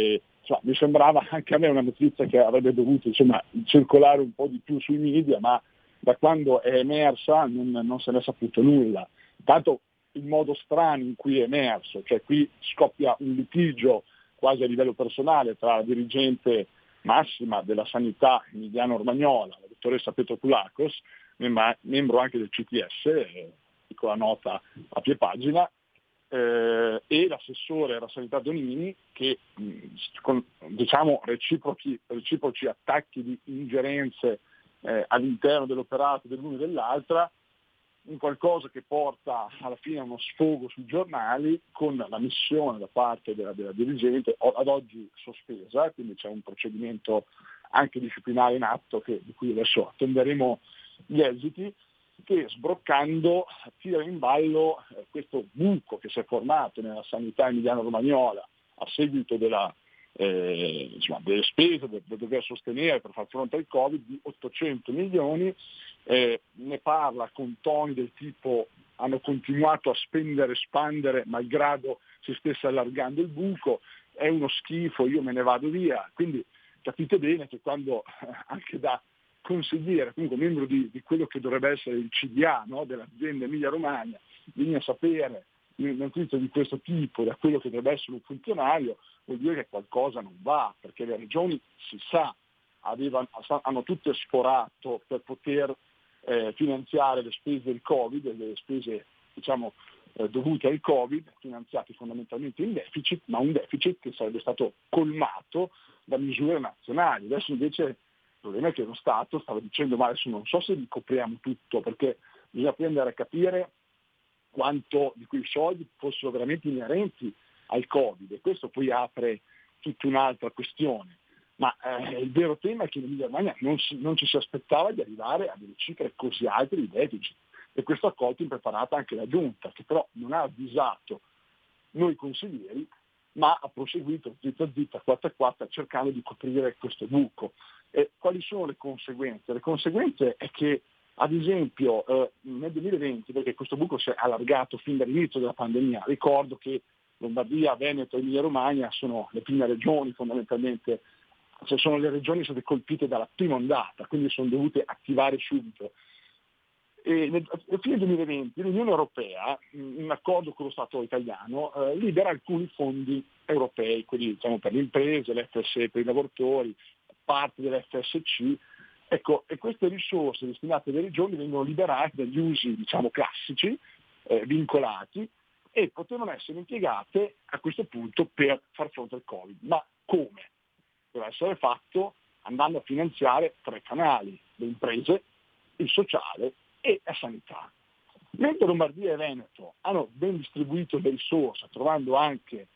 Speaker 10: mi sembrava anche a me una notizia che avrebbe dovuto circolare un po' di più sui media, ma da quando è emersa non se ne è saputo nulla. Tanto il modo strano in cui è emerso, cioè qui scoppia un litigio quasi a livello personale tra la dirigente massima della sanità emiliano-romagnola, la dottoressa Petropoulakos, membro anche del CTS, piccola nota a pie pagina, e l'assessore alla sanità Donini, che con reciproci attacchi di ingerenze all'interno dell'operato dell'una e dell'altra, in qualcosa che porta alla fine a uno sfogo sui giornali, con la missione da parte della dirigente ad oggi sospesa, quindi c'è un procedimento anche disciplinare in atto di cui adesso attenderemo gli esiti, che sbroccando tira in ballo questo buco che si è formato nella sanità emiliano-romagnola a seguito della insomma, delle spese da dover sostenere per far fronte al Covid di 800 milioni, ne parla con toni del tipo hanno continuato a spendere e spandere malgrado si stesse allargando il buco, è uno schifo, io me ne vado via. Quindi capite bene che quando anche da consigliere, comunque membro di quello che dovrebbe essere il CDA, no, dell'azienda Emilia Romagna, viene a sapere innanzitutto di questo tipo, da quello che dovrebbe essere un funzionario, vuol dire che qualcosa non va, perché le regioni, si sa, hanno tutte sforato per poter finanziare le spese del Covid, le spese diciamo dovute al Covid, finanziate fondamentalmente in deficit, ma un deficit che sarebbe stato colmato da misure nazionali. Adesso invece il problema è che lo Stato stava dicendo ma adesso non so se ricopriamo tutto, perché bisogna prendere a capire quanto di quei soldi fossero veramente inerenti al Covid, e questo poi apre tutta un'altra questione. Ma il vero tema è che in Emilia Romagna non ci si aspettava di arrivare a delle cifre così alte di deficit, e questo ha colto impreparata anche la Giunta, che però non ha avvisato noi consiglieri, ma ha proseguito zitta zitta, quatta quatta, cercando di coprire questo buco. E quali sono le conseguenze? Le conseguenze è che, ad esempio, nel 2020, perché questo buco si è allargato fin dall'inizio della pandemia, ricordo che Lombardia, Veneto e Emilia Romagna sono le prime regioni fondamentalmente, cioè sono le regioni state colpite dalla prima ondata, quindi sono dovute attivare subito. E nel fine 2020 l'Unione Europea, in accordo con lo Stato italiano, libera alcuni fondi europei, quelli diciamo, per le imprese, l'FSE per i lavoratori, parte dell'FSC, ecco, e queste risorse destinate alle regioni vengono liberate dagli usi diciamo, classici, vincolati, e potevano essere impiegate a questo punto per far fronte al Covid. Ma come? Deve essere fatto andando a finanziare 3 canali, le imprese, il sociale e la sanità. Mentre Lombardia e Veneto hanno ben distribuito le risorse, avendo anche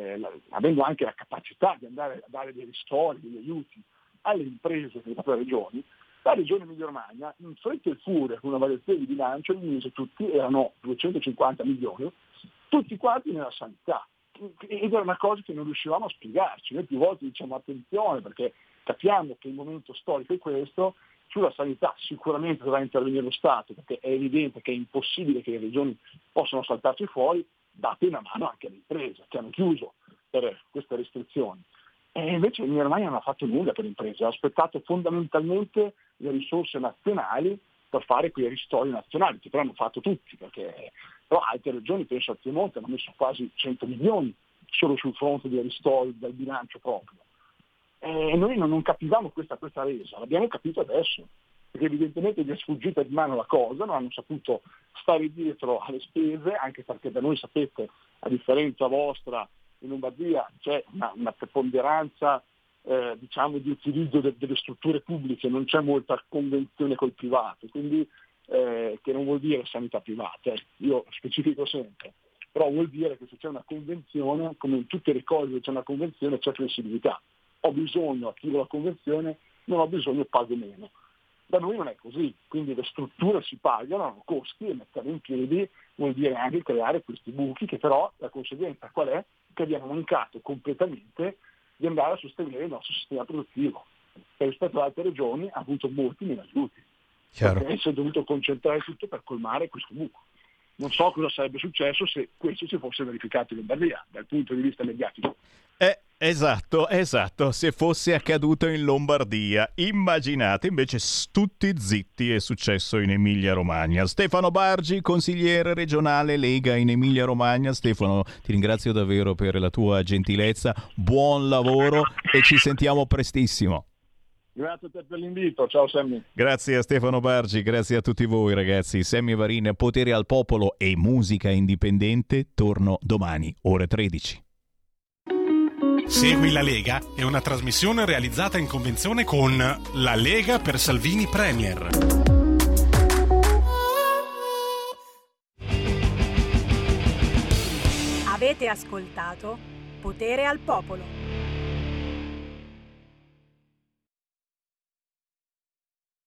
Speaker 10: la capacità di andare a dare dei ristori, degli aiuti alle imprese delle proprie regioni, la regione Emilia Romagna, in fretta e furia, con una variazione di bilancio, li mise tutti, erano 250 milioni, tutti quanti nella sanità. Ed era una cosa che non riuscivamo a spiegarci. Noi più volte diciamo attenzione, perché capiamo che il momento storico è questo, sulla sanità sicuramente dovrà intervenire lo Stato, perché è evidente che è impossibile che le regioni possano saltarci fuori, date una mano anche alle imprese che hanno chiuso per queste restrizioni. E invece l'Emilia Romagna non ha fatto nulla per le imprese, ha aspettato fondamentalmente le risorse nazionali per fare quei ristori nazionali, che però hanno fatto tutti, perché però altre regioni, penso al Piemonte, hanno messo quasi 100 milioni solo sul fronte dei ristori dal bilancio proprio. E noi non capivamo questa resa, l'abbiamo capito adesso, perché evidentemente gli è sfuggita di mano la cosa, non hanno saputo stare dietro alle spese, anche perché da noi sapete, a differenza vostra, in Lombardia c'è una preponderanza diciamo di utilizzo delle strutture pubbliche, non c'è molta convenzione col privato, quindi che non vuol dire sanità privata, io specifico sempre, però vuol dire che se c'è una convenzione, come in tutte le cose dove c'è una convenzione c'è flessibilità, ho bisogno, attivo la convenzione, non ho bisogno, pago meno. Da noi non è così, quindi le strutture si pagano, hanno costi, e metterle in piedi vuol dire anche creare questi buchi, che però la conseguenza qual è? Che abbiamo mancato completamente di andare a sostenere il nostro sistema produttivo, che rispetto ad altre regioni ha avuto molti meno aiuti. Perché si è dovuto concentrare tutto per colmare questo buco. Non so cosa sarebbe successo se questo si fosse verificato in Lombardia, dal punto di vista mediatico.
Speaker 2: Esatto, se fosse accaduto in Lombardia. Immaginate, invece tutti zitti, è successo in Emilia Romagna. Stefano Bargi, consigliere regionale Lega in Emilia Romagna. Stefano, ti ringrazio davvero per la tua gentilezza, buon lavoro e ci sentiamo prestissimo.
Speaker 10: Grazie a te per l'invito, ciao Sammy.
Speaker 2: Grazie a Stefano Bargi, grazie a tutti voi ragazzi. Sammy Varin, Potere al Popolo e musica indipendente, torno domani, ore 13.
Speaker 8: Segui la Lega è una trasmissione realizzata in convenzione con La Lega per Salvini Premier.
Speaker 11: Avete ascoltato Potere al Popolo.